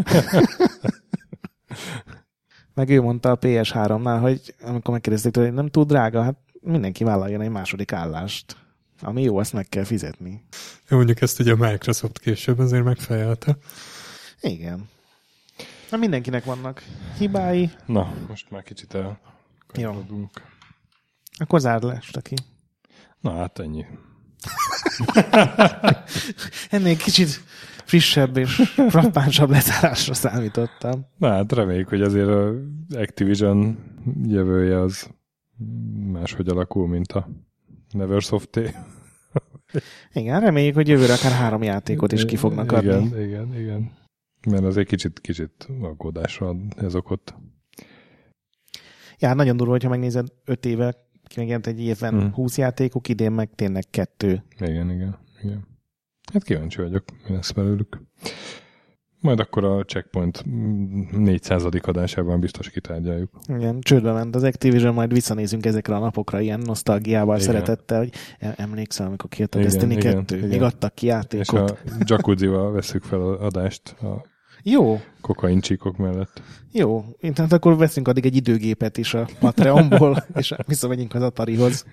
Meg ő mondta a PS3-nál, hogy amikor megkérdezték tőle, hogy nem túl drága, hát mindenki vállaljon egy második állást. Ami jó, azt meg kell fizetni. Mondjuk ezt ugye a Microsoft később azért megfejelte. Igen. Na, mindenkinek vannak hibái. Na, most már kicsit elkanyarodunk. Akkor zárd le, Staki. Na, hát ennyi. Ennél kicsit frissebb és frappánsabb lezárásra számítottam. Na, hát reméljük, hogy azért a Activision jövője az máshogy alakul, mint a Neversoft-é. Igen, reméljük, hogy jövőre akár 3 játékot is ki fognak adni. Igen. Mert azért kicsit aggódásra ad ez okot. Ja, nagyon durva, hogyha megnézed 5 éve, megjelent egy évben 20 játékok, idén meg tényleg 2. Igen. Hát kíváncsi vagyok, mi lesz belőlük. Majd akkor a Checkpoint 400. adásában biztos kitárgyaljuk. Igen, csődbe ment az Activision, majd visszanézünk ezekre a napokra ilyen nosztalgiával, szeretettel, hogy emlékszel, amikor kijött a Destiny 2, még adtak ki játékot. És a jacuzzival veszük fel az adást a jó kokaincsíkok mellett. Jó, tehát akkor veszünk addig egy időgépet is a Patreonból, és visszamegyünk az Atarihoz.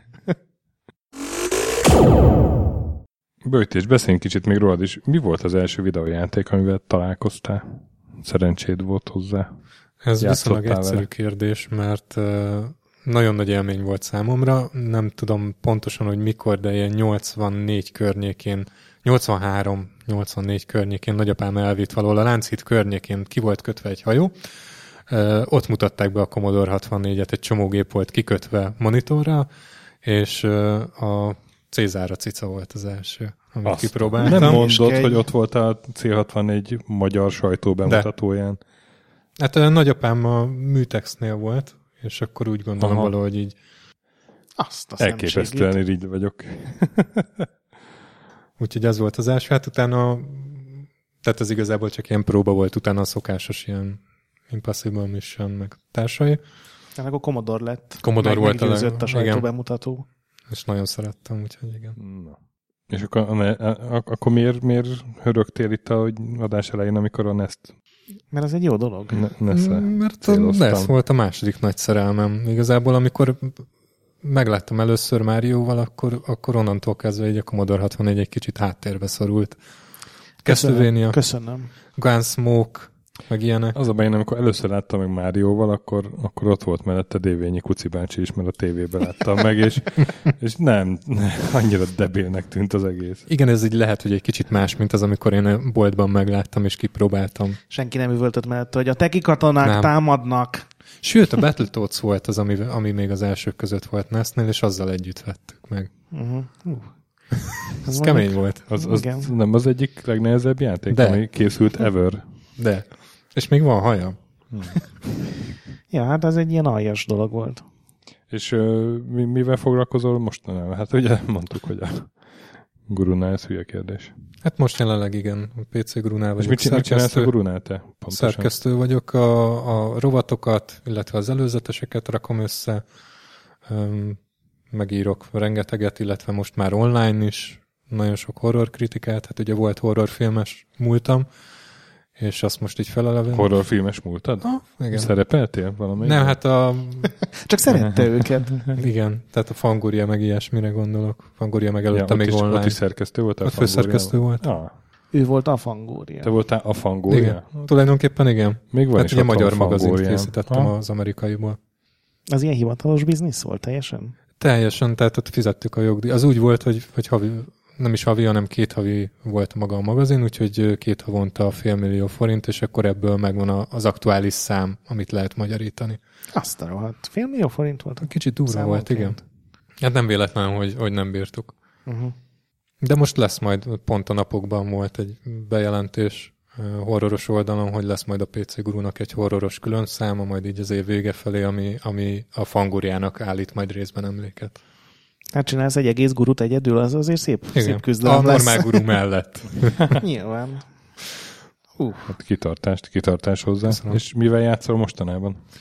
Böjtés, beszéljünk kicsit még rólad is. Mi volt az első videójáték, amivel találkoztál? Szerencséd volt hozzá? Ez viszonylag egyszerű kérdés, mert nagyon nagy élmény volt számomra. Nem tudom pontosan, hogy mikor, de ilyen 84 környékén, 83-84 környékén nagyapám elvitt valahol a Lánchíd környékén ki volt kötve egy hajó. Ott mutatták be a Commodore 64-et, egy csomó gép volt kikötve monitorra, és a Cézára cica volt az első, amit kipróbáltam. Nem mondod, hogy ott volt a C64 magyar sajtó bemutatóján. Hát a nagyapám a Műtexnél volt, és akkor úgy gondolom valahogy így. Azt a elképesztően irigy vagyok. Úgyhogy ez volt az első. Hát utána, tehát ez igazából csak ilyen próba volt, utána a szokásos ilyen Impossible Mission, meg társai. Tehát akkor Commodore lett. Commodore volt a sajtó bemutató. És nagyon szerettem, úgyhogy igen. Na. És akkor miért hörögtél itt a adás elején, amikor a Nest? Mert az egy jó dolog. Mert a Nest volt a második nagy szerelmem. Igazából, amikor megláttam először Márióval, akkor onnantól kezdve egy a Commodore 64 egy kicsit háttérbe szorult. Köszönöm. Gunsmoke, meg ilyenek. Az a baj, amikor először láttam meg Márióval, akkor ott volt mellette Dévényi Kuci bácsi is, mert a tévében láttam meg, és nem, annyira debilnek tűnt az egész. Igen, ez így lehet, hogy egy kicsit más, mint az, amikor én a boltban megláttam és kipróbáltam. Senki nem üvöltött mellette, hogy a teki katonák támadnak. Sőt, a Battletoads volt az, ami még az elsők között volt NES-nél, és azzal együtt vettük meg. Ez kemény volt. Az nem az egyik legnehezebb játék, ami készült ever. De. És még van haja. Ja, hát ez egy ilyen aljas dolog volt. És mivel foglalkozol mostanában? Hát ugye mondtuk, hogy a gurunál, ez hülye kérdés. Hát most jelenleg igen, a PC gurunál vagyok. És mit csinálsz a gurunál te? Pontosan? Szerkesztő vagyok, a rovatokat, illetve az előzeteseket rakom össze, megírok rengeteget, illetve most már online is nagyon sok horror kritikát, hát ugye volt horrorfilmes múltam, és azt most így felelevem. Horrorfilmes múltad? Igen. Szerepeltél valamelyik? Nem, hát Csak szerette őket. Igen, tehát a Fangoria meg ilyesmire gondolok. Fangoria meg előtte még online. Ott is szerkesztő voltál? Ott főszerkesztő volt. Ő volt a Fangoria. Te voltál a Fangoria? Igen, tulajdonképpen igen. Még van hát is ugye magyar magazint készítettem az amerikaiból. Az ilyen hivatalos biznisz volt teljesen? Teljesen, tehát ott fizettük a jogdíj. Az úgy volt, hogy havi, nem is havi, hanem 2 havi volt maga a magazin, úgyhogy 2 havonta $500 000, és akkor ebből megvan az aktuális szám, amit lehet magyarítani. Azt a rohadt. $500 000 volt? Kicsit durva volt, igen. Hát nem véletlen, hogy nem bírtuk. De most lesz majd, pont a napokban volt egy bejelentés horroros oldalon, hogy lesz majd a PC Gurunak egy horroros külön száma, majd így az év vége felé, ami a Fangoriának állít majd részben emléket. Hát csinálsz egy egész gurut egyedül, az azért szép küzdelem lesz. A normál guru mellett. Nyilván. Hát kitartás hozzá. Köszönöm. És mivel játszol mostanában?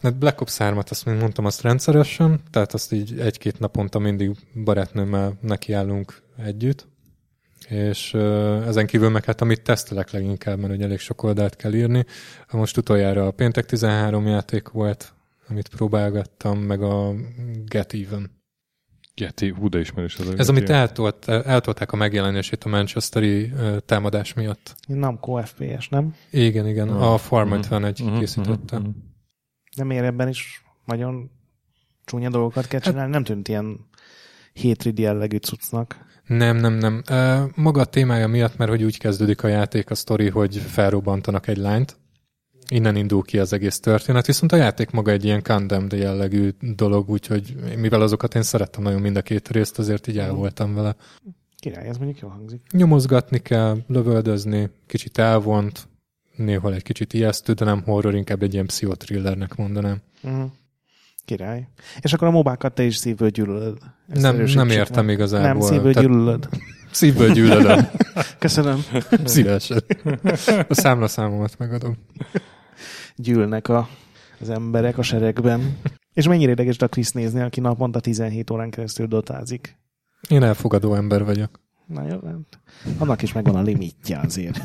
Mert Black Ops 3-at, azt még mondtam, azt rendszeresen, tehát azt így 1-2 naponta mindig barátnőmmel nekiállunk együtt, és ezen kívül meg hát amit tesztelek leginkább, mert ugye elég sok oldalt kell írni. Most utoljára a Péntek 13 játék volt, amit próbálgattam, meg a Get Even. De ismerős az. Ez, amit eltolták a megjelenését a manchesteri támadás miatt. Namco FPS, nem? Igen. A Farm 51 készítette. De miért ebben is nagyon csúnya dolgokat kell csinálni? Nem tűnt ilyen hétrid jellegű cuccnak. Nem. Maga a témája miatt, mert hogy úgy kezdődik a játék, a sztori, hogy felrobbantanak egy lányt. Innen indul ki az egész történet, viszont a játék maga egy ilyen condemned jellegű dolog, úgyhogy mivel azokat én szerettem nagyon mind a 2 részt, azért így el voltam vele. Király, ez mondjuk jól hangzik. Nyomozgatni kell, lövöldözni, kicsit elvont, néhol egy kicsit ijesztő, de nem horror, inkább egy ilyen pszichothrillernek mondanám. Király. És akkor a mobákat te is szívből gyűlölöd. Nem értem igazából. Nem, szívből gyűlölöd. Szívből gyűlölöm. Köszönöm. Szívesen. A számlaszámomat megadom. Gyűlnek az emberek a seregben. És mennyire ideges a Krisz nézni, aki naponta 17 órán keresztül dotázik? Én elfogadó ember vagyok. Na jó, annak is megvan a limitje azért.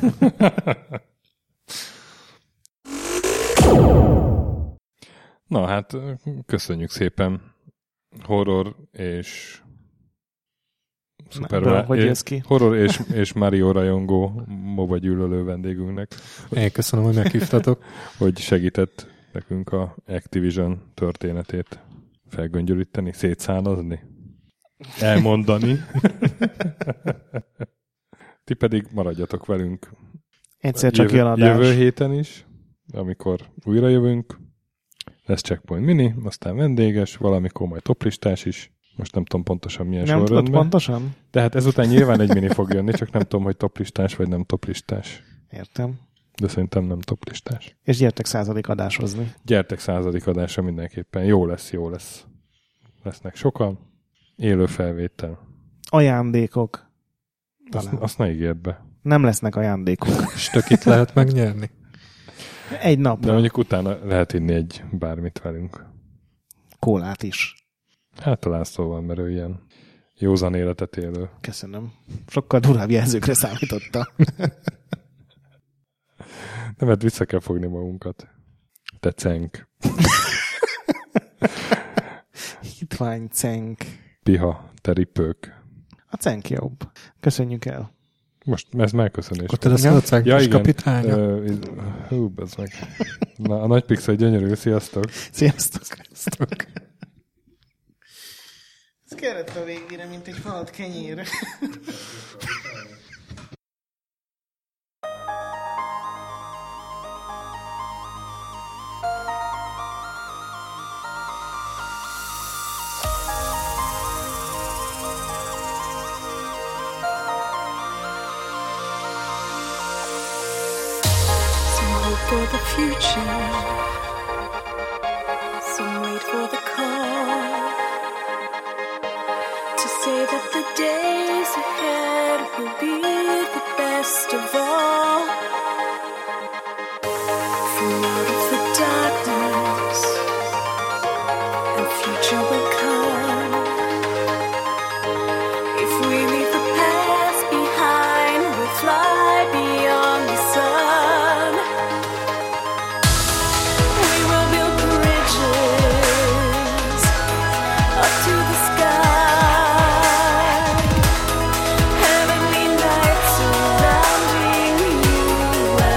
Na hát, köszönjük horror és horror és Mario rajongó MOBA gyűlölő vendégünknek. Én köszönöm, hogy meghívtatok. Hogy segített nekünk a Activision történetét felgöngyölíteni, szétszálazni, elmondani. Ti pedig maradjatok velünk egyszer csak jön adás. Jövő héten is, amikor újra jövünk. Lesz Checkpoint Mini, aztán vendéges, valamikor majd toplistás is. Most nem tudom pontosan milyen sorrendben. Nem tudod pontosan? De hát ezután nyilván egy mini fog jönni, csak nem tudom, hogy toplistás vagy nem toplistás. Értem. De szerintem nem toplistás. És gyertek 100. adáshozni. Gyertek 100. adásra mindenképpen. Jó lesz. Lesznek sokan. Élő felvétel. Ajándékok. Azt ne ígérd be. Nem lesznek ajándékok. Stökit lehet megnyerni. Egy napra. De mondjuk utána lehet inni egy bármit velünk. Kólát is. Hát talán szóval, mert ő ilyen józan életet élő. Köszönöm. Sokkal durvább jelzőkre számította. Nem, mert vissza kell fogni magunkat. Te cenk. Hitvány cenk. Piha, te ripők. A cenk jobb. Köszönjük el. Most ez megköszönés. Akkor te leszel a cenkes kapitánya. Hú, bezd meg. Na, a nagy pixel gyönyörű. Sziasztok. Sziasztok. Ez kellett a végére, mint egy falat kenyér. For the future, some wait for the call to say that the days ahead will be the best of all. From out of the darkness, a future will come. If we leave the past behind, we'll fly beyond the sun. Heavenly nights surrounding you.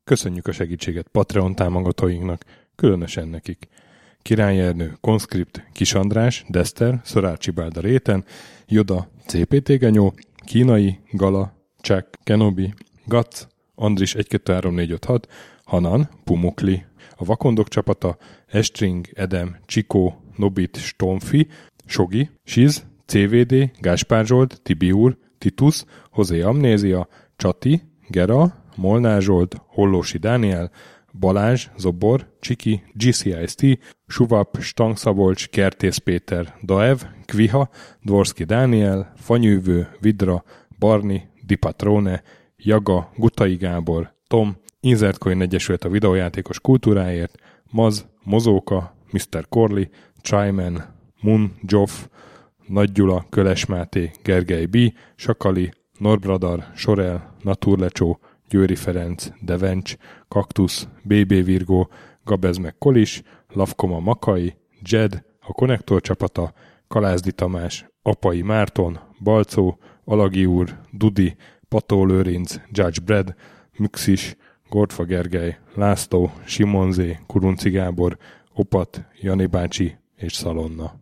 Köszönjük a segítséget Patreon támogatóinknak, különösen nekik. Király Ernő, Konszkript, Kis András, Dester, Szorácsi Bálda Réten, Joda, CPT Genyó, Kínai, Gala, Chuck, Kenobi, Gac, Andris 1-2-3-4-5-6, Hanan, Pumukli, a Vakondok csapata, Estring, Edem, Csikó, Nobit, Stomfi, Sogi, Siz, CVD, Gáspár Zsolt, Tibiúr, Titus, Hozé Amnézia, Csati, Gera, Molnár Zsolt, Hollósi Dániel, Balázs, Zobor, Csiki, GCIST, Suvap, Stangszabolcs, Kertész Péter, Daev, Kviha, Dvorszki Dániel, Fanyűvő, Vidra, Barni, Dipatrone, Jaga, Gutai Gábor, Tom, Insert Coin Egyesület a videójátékos kultúráért, Maz, Mozóka, Mr. Corley, Tryman, Mun, Joff, Nagy Gyula, Köles Máté, Gergely B., Sakali, Norbradar, Sorel, Naturlecsó, Győri Ferenc, Devencs, Kaktusz, BB Virgó, Gabez meg Kolis, Lavkoma Makai, Jed, a Konnektor csapata, Kalázdi Tamás, Apai Márton, Balcó, Alagi úr, Dudi, Pató Lőrinc, Judge Brad, Müxis, Gortfa Gergely, László, Simonzé, Kurunci Gábor, Opat, Jani bácsi és Szalonna.